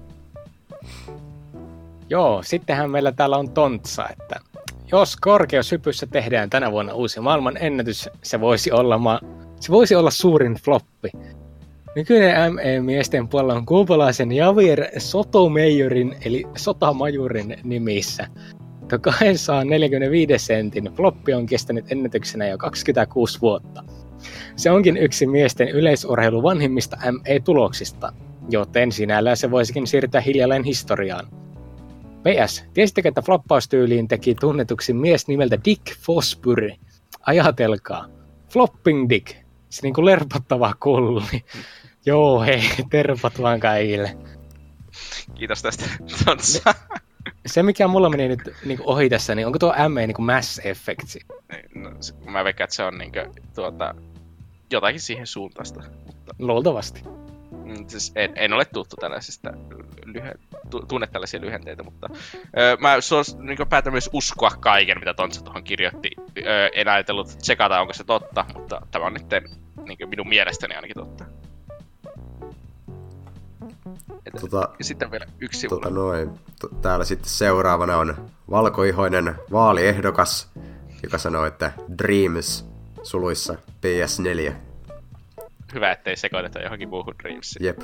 Joo, sittenhän meillä täällä on Tontsa, että jos korkeushypyssä tehdään tänä vuonna uusi maailman ennätys, se voisi olla, ma- se voisi olla suurin floppi. Nykyinen M E-miesten puolella on kuupalaisen Javier Sotomayorin eli Sotamajurin nimissä. Tuo kaksisataaneljäkymmentäviisi sentin floppi on kestänyt ennätyksenä jo kaksikymmentäkuusi vuotta. Se onkin yksi miesten yleisurheilu vanhimmista M E-tuloksista, joten sinällään se voisikin siirtyä hiljalleen historiaan. P S. Tiesittekö, että floppaustyyliin teki tunnetuksi mies nimeltä Dick Fosbury? Ajatelkaa. Flopping Dick. Se niinku lerpottava kulli. Joo, hei, terpat vaan kaikille. Kiitos tästä, Tontsa. Se, mikä mulla meni nyt niin ohi tässä, niin onko tuo M E niin Mass Effect? No, mä veikkaan, että se on niin kuin, tuota, jotakin siihen suuntaista. Mutta... Luultavasti. Siis en, en ole tuttu tällaisista, lyhe, tunne tällaisia lyhenteitä, mutta öö, mä suos, niin päätän myös uskoa kaiken, mitä Tontsa tuohon kirjoitti. Öö, en ajatellut tsekata, onko se totta, mutta tämä on nyt niin minun mielestäni ainakin totta. Tota, ja sitten vielä yksi sivu. Tota noin. Täällä sitten seuraavana on valkoihoinen vaaliehdokas, joka sanoo, että Dreams suluissa P S neljä. Hyvä, ettei sekoiteta johonkin muuhun Dreamsiin. Jep.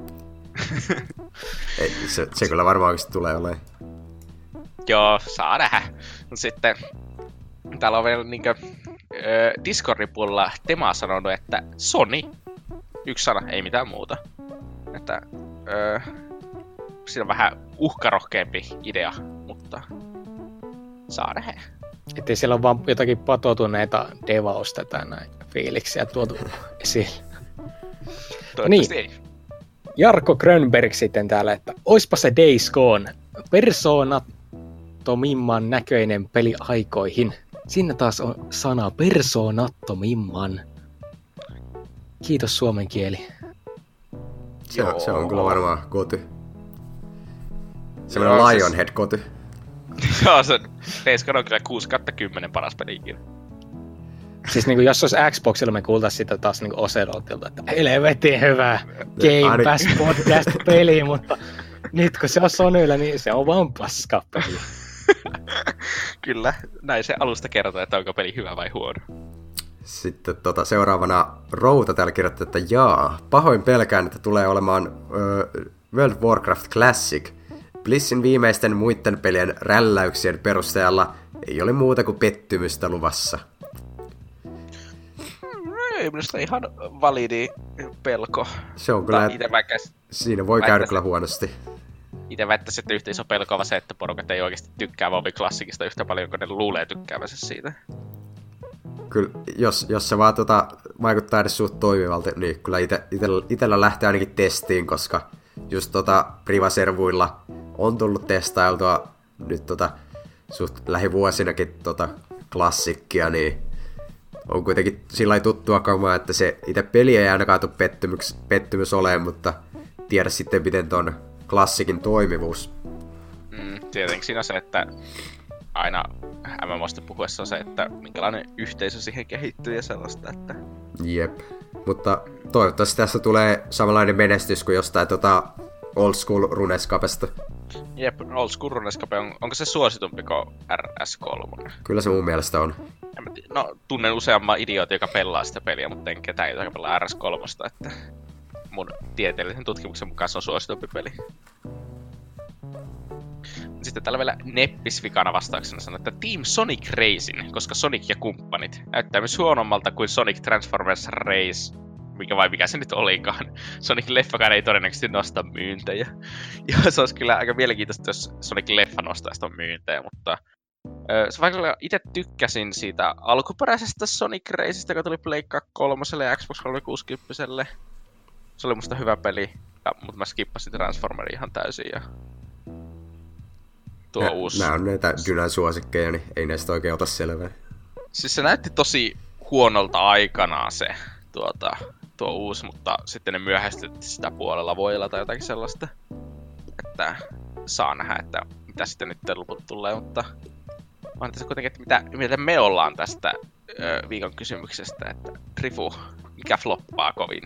Ei, se, se kyllä varmaan oikeasti tulee olemaan. Joo, saa nähdä. Sitten täällä on vielä niinkö äh, Discordin puolella Tema sanonut, että Sony. Yksi sana, ei mitään muuta. Että äh, siinä on vähän uhkarohkeampi idea, mutta saa nähdä. Ettei siellä ole vaan jotakin patoutuneita devausta tai näin fiiliksiä tuotu esille. Toivottavasti niin. ei. Jarkko Grönberg sitten täällä, että oispa se Days Gone. Persoonattomimman näköinen peli aikoihin. Siinä taas on sana persoonattomimman. Kiitos suomen kieli. Se, se on kyllä varmaan koty. Semmoinen no, Lionhead siis... koty. Joo, se Days Gone on kyllä kuusi kautta kymmenen paras peli ikinä. Siis niinku jos olisi Xboxilla, me kuultais sitä taas niinku Ocelotilta, että helvetin hyvä Game Pass podcast-peli, mutta nyt kun se on Sonylla, niin se on vaan paska-peli. Kyllä, näin se alusta kertoo, että onko peli hyvä vai huono. Sitten tota, seuraavana Routa täällä kirjoittaa, että jaa, pahoin pelkään, että tulee olemaan uh, World of Warcraft Classic. Blissin viimeisten muiden pelien rälläyksien perusteella ei ole muuta kuin pettymystä luvassa. Ei minusta ihan validi pelko. Se on kyllä, käs... siinä voi käydä kyllä huonosti. Itse väittäisin, että yhtä iso pelko on se, että porukat ei oikeasti tykkää WoW Classicista yhtä paljon, kun ne luulee tykkäävänsä siitä. Kyllä, jos, jos se vaan tota, vaikuttaa edes suht toimivalta, niin kyllä ite, itellä, itellä lähtee ainakin testiin, koska just tota Privaservuilla on tullut testailtua nyt tota suht lähivuosinakin tota klassikkia, niin on kuitenkin sillä tuttua kamaa, että se itse peli ei ainakaan tule pettymys, pettymys olemaan, mutta tiedä sitten miten ton klassikin toimivuus. Mm, tietenkin siinä on se, että aina M M O:sta puhuessa on se, että minkälainen yhteisö siihen kehittyy ja sellaista, että... Jep, mutta toivottavasti tässä tulee samanlainen menestys kuin jostain tota Old School Runescapesta. Jep, Old School Runescape on, onko se suositumpi kuin R S kolme? Kyllä se mun mielestä on. No, tunnen useamman idiootin, joka pelaa sitä peliä, mutta en ketään, joka pelaa R S kolme, että mun tieteellisen tutkimuksen mukaan se on suositumpi peli. Sitten täällä vielä Neppis-vikana vastauksena sanoo, että Team Sonic Racing, koska Sonic ja kumppanit näyttää myös huonommalta kuin Sonic Transformers Race mikä vai mikä se nyt olikaan. Sonicin leffakaan ei todennäköisesti nosta myyntejä. Ja se olisi kyllä aika mielenkiintoista, jos Sonicin leffa nostaisi ton myyntejä, mutta se vaikka itse tykkäsin siitä alkuperäisestä Sonic Raceista, joka tuli Pleikka kolmoselle ja Xbox kolmesataakuusikymmentä. Se oli musta hyvä peli, ja, mutta mä skippasin Transformerin ihan täysin. Ja tuo ja, uusi... Nää on näitä Dynan suosikkeja, niin ei näistä oikein ota selvää. Siis se näytti tosi huonolta aikanaan se tuota, tuo uusi, mutta sitten ne myöhästytti sitä puolella voilla tai jotakin sellaista. Että saa nähdä, että mitä sitten nyt loput tulee, mutta on tässä kuitenkin, että mitä, mitä me ollaan tästä ö, viikon kysymyksestä, että Trifu, mikä floppaa kovin?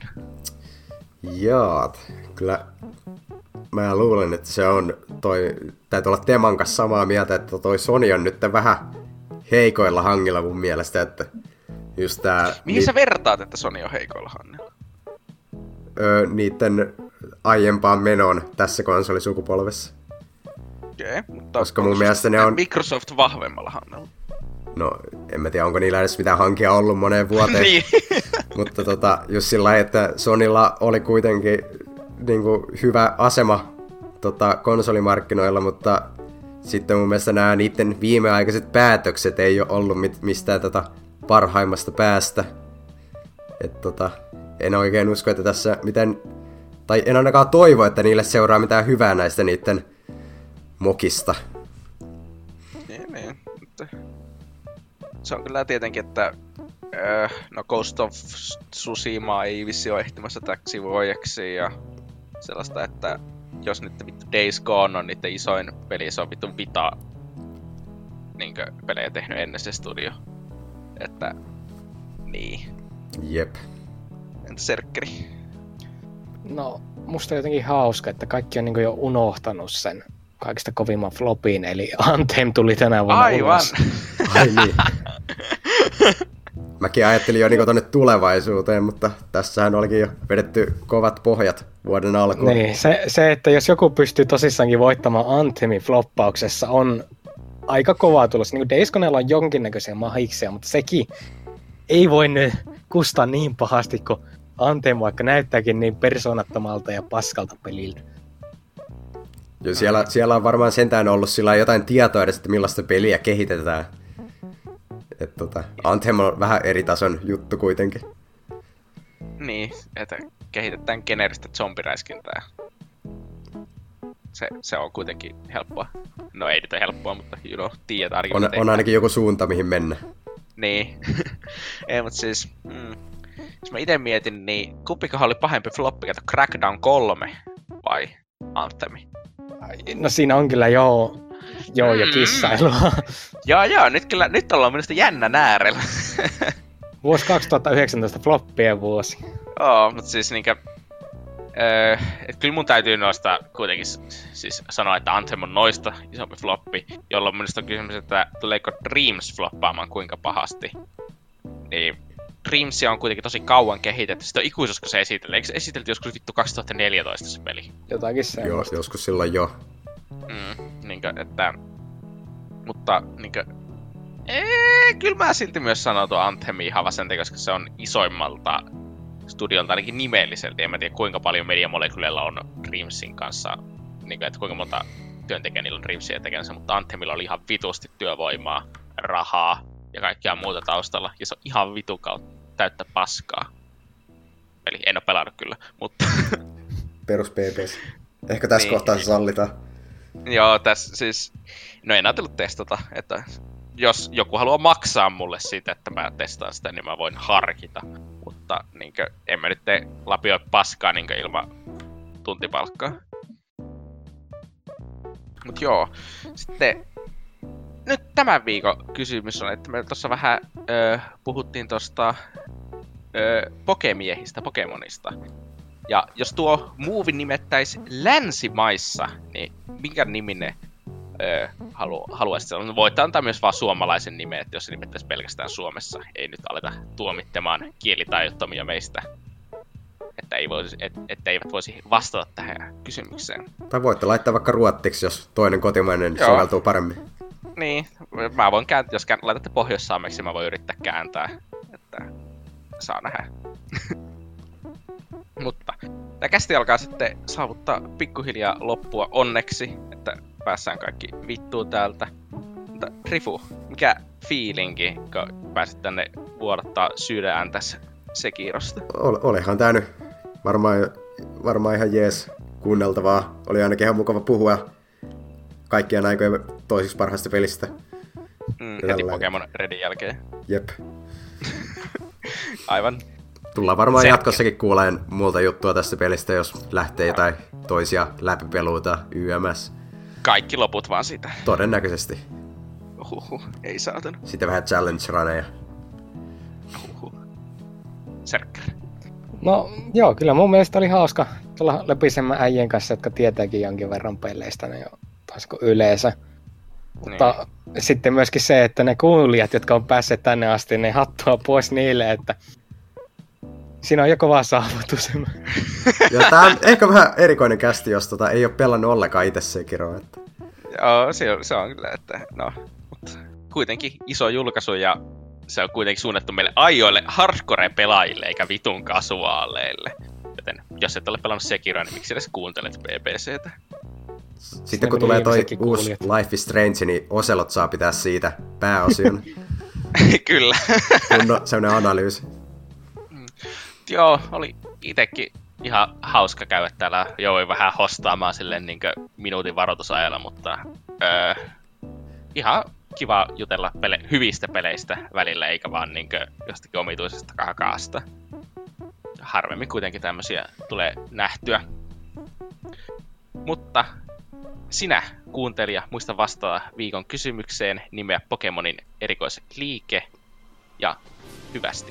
Jaat, kyllä mä luulen, että se on toi, täytyy olla Teman kanssa samaa mieltä, että toi Sony on nyt vähän heikoilla hangilla mun mielestä, että just tää... Mihin ni- sä vertaat, että Sony on heikoilla hangilla? Öö, niitten aiempaan menoon tässä konsolisukupolvessa. Okei, okay, mutta koska mun mielestä ne on... Microsoft vahvemmalla hangilla? No, en mä tiedä, onko niillä edes mitään hankia ollut moneen vuoteen. Niin. Mutta tota, just sillä lailla, että Sonylla oli kuitenkin niinku hyvä asema tota, konsolimarkkinoilla, mutta sitten mun mielestä nämä niiden viimeaikaiset päätökset ei ole ollut mit- mistään tota parhaimmasta päästä. Et tota, en oikein usko, että tässä mitään, tai en ainakaan toivo, että niille seuraa mitään hyvää näistä niiden mokista. Niin, niin. Se on kyllä tietenkin, että äh, no Ghost of Tsushima ei vissi ole ehtimässä täksi vuodeksi ja sellaista, että jos nyt vittu Days Gone on niiden isoin peli, se on vittu Vita niinkö pelejä tehnyt ennen se studio. Että niin. Jep. Entä Serkkeri? No, musta on jotenkin hauska, että kaikki on niinku jo unohtanut sen kaikista kovimman flopin, eli Anthem tuli tänä vuonna Aivan. ulos. Ai niin. Mäkin ajattelin jo niinku tonne tulevaisuuteen, mutta tässähän olikin jo vedetty kovat pohjat vuoden alkuun. Niin, se, se että jos joku pystyy tosissaankin voittamaan Anthemin floppauksessa on aika kovaa tulossa. Niin Days Gonella on jonkinnäköisiä mahiksia, mutta sekin ei voi nyt kustaa niin pahasti kuin Anthem, vaikka näyttääkin niin persoonattomalta ja paskalta peliltä. Jo, siellä, siellä on varmaan sentään ollut sillä jotain tietoa edes, että millaista peliä kehitetään. Et tota, Anthem on vähän eri tason juttu kuitenkin. Niin, että kehitetään geneeristä zombiräiskintää. Se, se on kuitenkin helppoa. No ei nyt ole helppoa, mutta you know, tiedät ainakin. On, on ainakin joku suunta, mihin mennä. Niin. Ei, mutta siis... Mm, jos mä ite mietin, niin kumpikohan oli pahempi floppi, kato Crackdown kolme vai Anthemi? No siinä on kyllä joo, joo ja kissailua. Joo, joo, nyt, kyllä, nyt ollaan minusta jännän äärellä. Vuosi kaksituhattayhdeksäntoista floppien vuosi. Joo, mutta siis niinkö... Öö, et kyllä mun täytyy noista kuitenkin siis sanoa, että Anthem on noista isompi floppi, jolloin minusta on kysymys, että tuleeko Dreams floppaamaan kuinka pahasti. Niin Dreamsia on kuitenkin tosi kauan kehitetty, sitä on ikuisuus, kun se esiteltiin. Eikö se esitelty joskus vittu kaksituhattaneljätoista se peli? Jotakin semmoista. Joo, joskus silloin jo. Mm, niinkö, että... Mutta niinkö... Eee, kyllä mä silti myös sanon tuo Anthemi ihan vaan sen takia, koska se on isoimmalta studiolta ainakin nimelliseltä. En mä tiedä kuinka paljon Media Moleculeilla on Dreamsin kanssa, niinkö, että kuinka monta työntekijää niillä on Dreamsia tekemässä, mutta Anthemilla oli ihan vitusti työvoimaa, rahaa ja kaikkea muuta taustalla. Ja se on ihan vitu kautta täyttä paskaa. Eli en oo pelannut kyllä, mutta... Perus P P S. Ehkä tässä niin. Kohtaa se sallitaan. Joo, tässä siis... No en ajatellut testata, että... Jos joku haluaa maksaa mulle siitä, että mä testaan sitä, niin mä voin harkita. Mutta niinkö, en mä nyt tee lapioi paskaa niinkö ilman tuntipalkkaa. Mut joo, sitten... Nyt tämän viikon kysymys on, että me tuossa vähän ö, puhuttiin tosta ö, pokemiehistä, Pokemonista. Ja jos tuo movie nimettäisi länsimaissa, niin minkä niminen öö, halu, haluaisit sanoa? Voit antaa myös vaan suomalaisen nimen, että jos se nimettäisi pelkästään Suomessa. Ei nyt aleta tuomittamaan kielitaidottomia meistä. Että, ei voisi, et, että eivät voisi vastata tähän kysymykseen. Tai voitte laittaa vaikka ruottiksi, jos toinen kotimainen Joo. soveltuu paremmin. Niin, mä voin kääntää, jos laitatte pohjoissaameksi, mä voin yrittää kääntää. Että saa nähdä. Mutta tämä kästi alkaa sitten saavuttaa pikkuhiljaa loppua onneksi, että päässään kaikki vittuun täältä. Mutta Rifu, mikä fiilinki, kun pääsit tänne vuodattaa sydään tässä Sekirosta? Olehan tää nyt varmaan, varmaan ihan jees kuunneltavaa. Oli ainakin ihan mukava puhua kaikkien aikojen toisiksi parhaista pelistä. Mm, heti tällä... Pokemon Redin jälkeen. Jep. Aivan. Tullaan varmaan Selkeä. jatkossakin kuuleen muuta juttua tästä pelistä, jos lähtee jotain toisia läpipeluita Y M S. Kaikki loput vaan siitä. Todennäköisesti. Huhhuh, ei saatana. Sitten vähän challenge-raneja. Huhhuh. Serkkari. No joo, kyllä mun mielestä oli hauska tulla läpisemmän äijien kanssa, jotka tietääkin jonkin verran peleistä, ne on taas kuin yleensä. Mutta niin. Sitten myöskin se, että ne kuulijat, jotka on päässeet tänne asti, ne hattua pois niille, että siinä on jo kova saavutus. Ja tää on ehkä vähän erikoinen kästi, jos tota ei ole pelannut ollenkaan itse Sekiroa. Että... Joo, se on, se on kyllä, että no, mutta kuitenkin iso julkaisu ja se on kuitenkin suunnattu meille aioille hardcore-pelaajille eikä vitun kasuaaleille. Joten jos et ole pelannut Sekiroa, niin miksi edes kuuntelet B B C:tä? Sitten kun tulee toi uusi Life is Strange, niin Ocelot saa pitää siitä pääosion. Kyllä. Kunno, sellainen analyysi. Mm. Joo, oli itekin ihan hauska käydä täällä. Jouin vähän hostaamaan silleen niin minuutin varoitusajalla, mutta öö, ihan kiva jutella pele- hyvistä peleistä välillä, eikä vaan niin jostakin omituisesta kakaasta. Harvemmin kuitenkin tämmöisiä tulee nähtyä. Mutta sinä, kuuntelija, muista vastata viikon kysymykseen, nimeä Pokemonin erikoisliike ja hyvästi.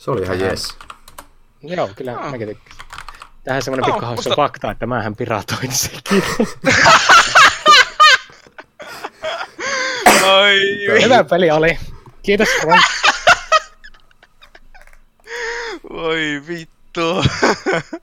Se oli ihan jees. Joo, kyllä no. mäkin tykkäsin. Tähän semmonen pikku hauska musta... fakta, että mähän piratoin sekin. Oi, hyvä peli oli. Kiitos. Voi vittu.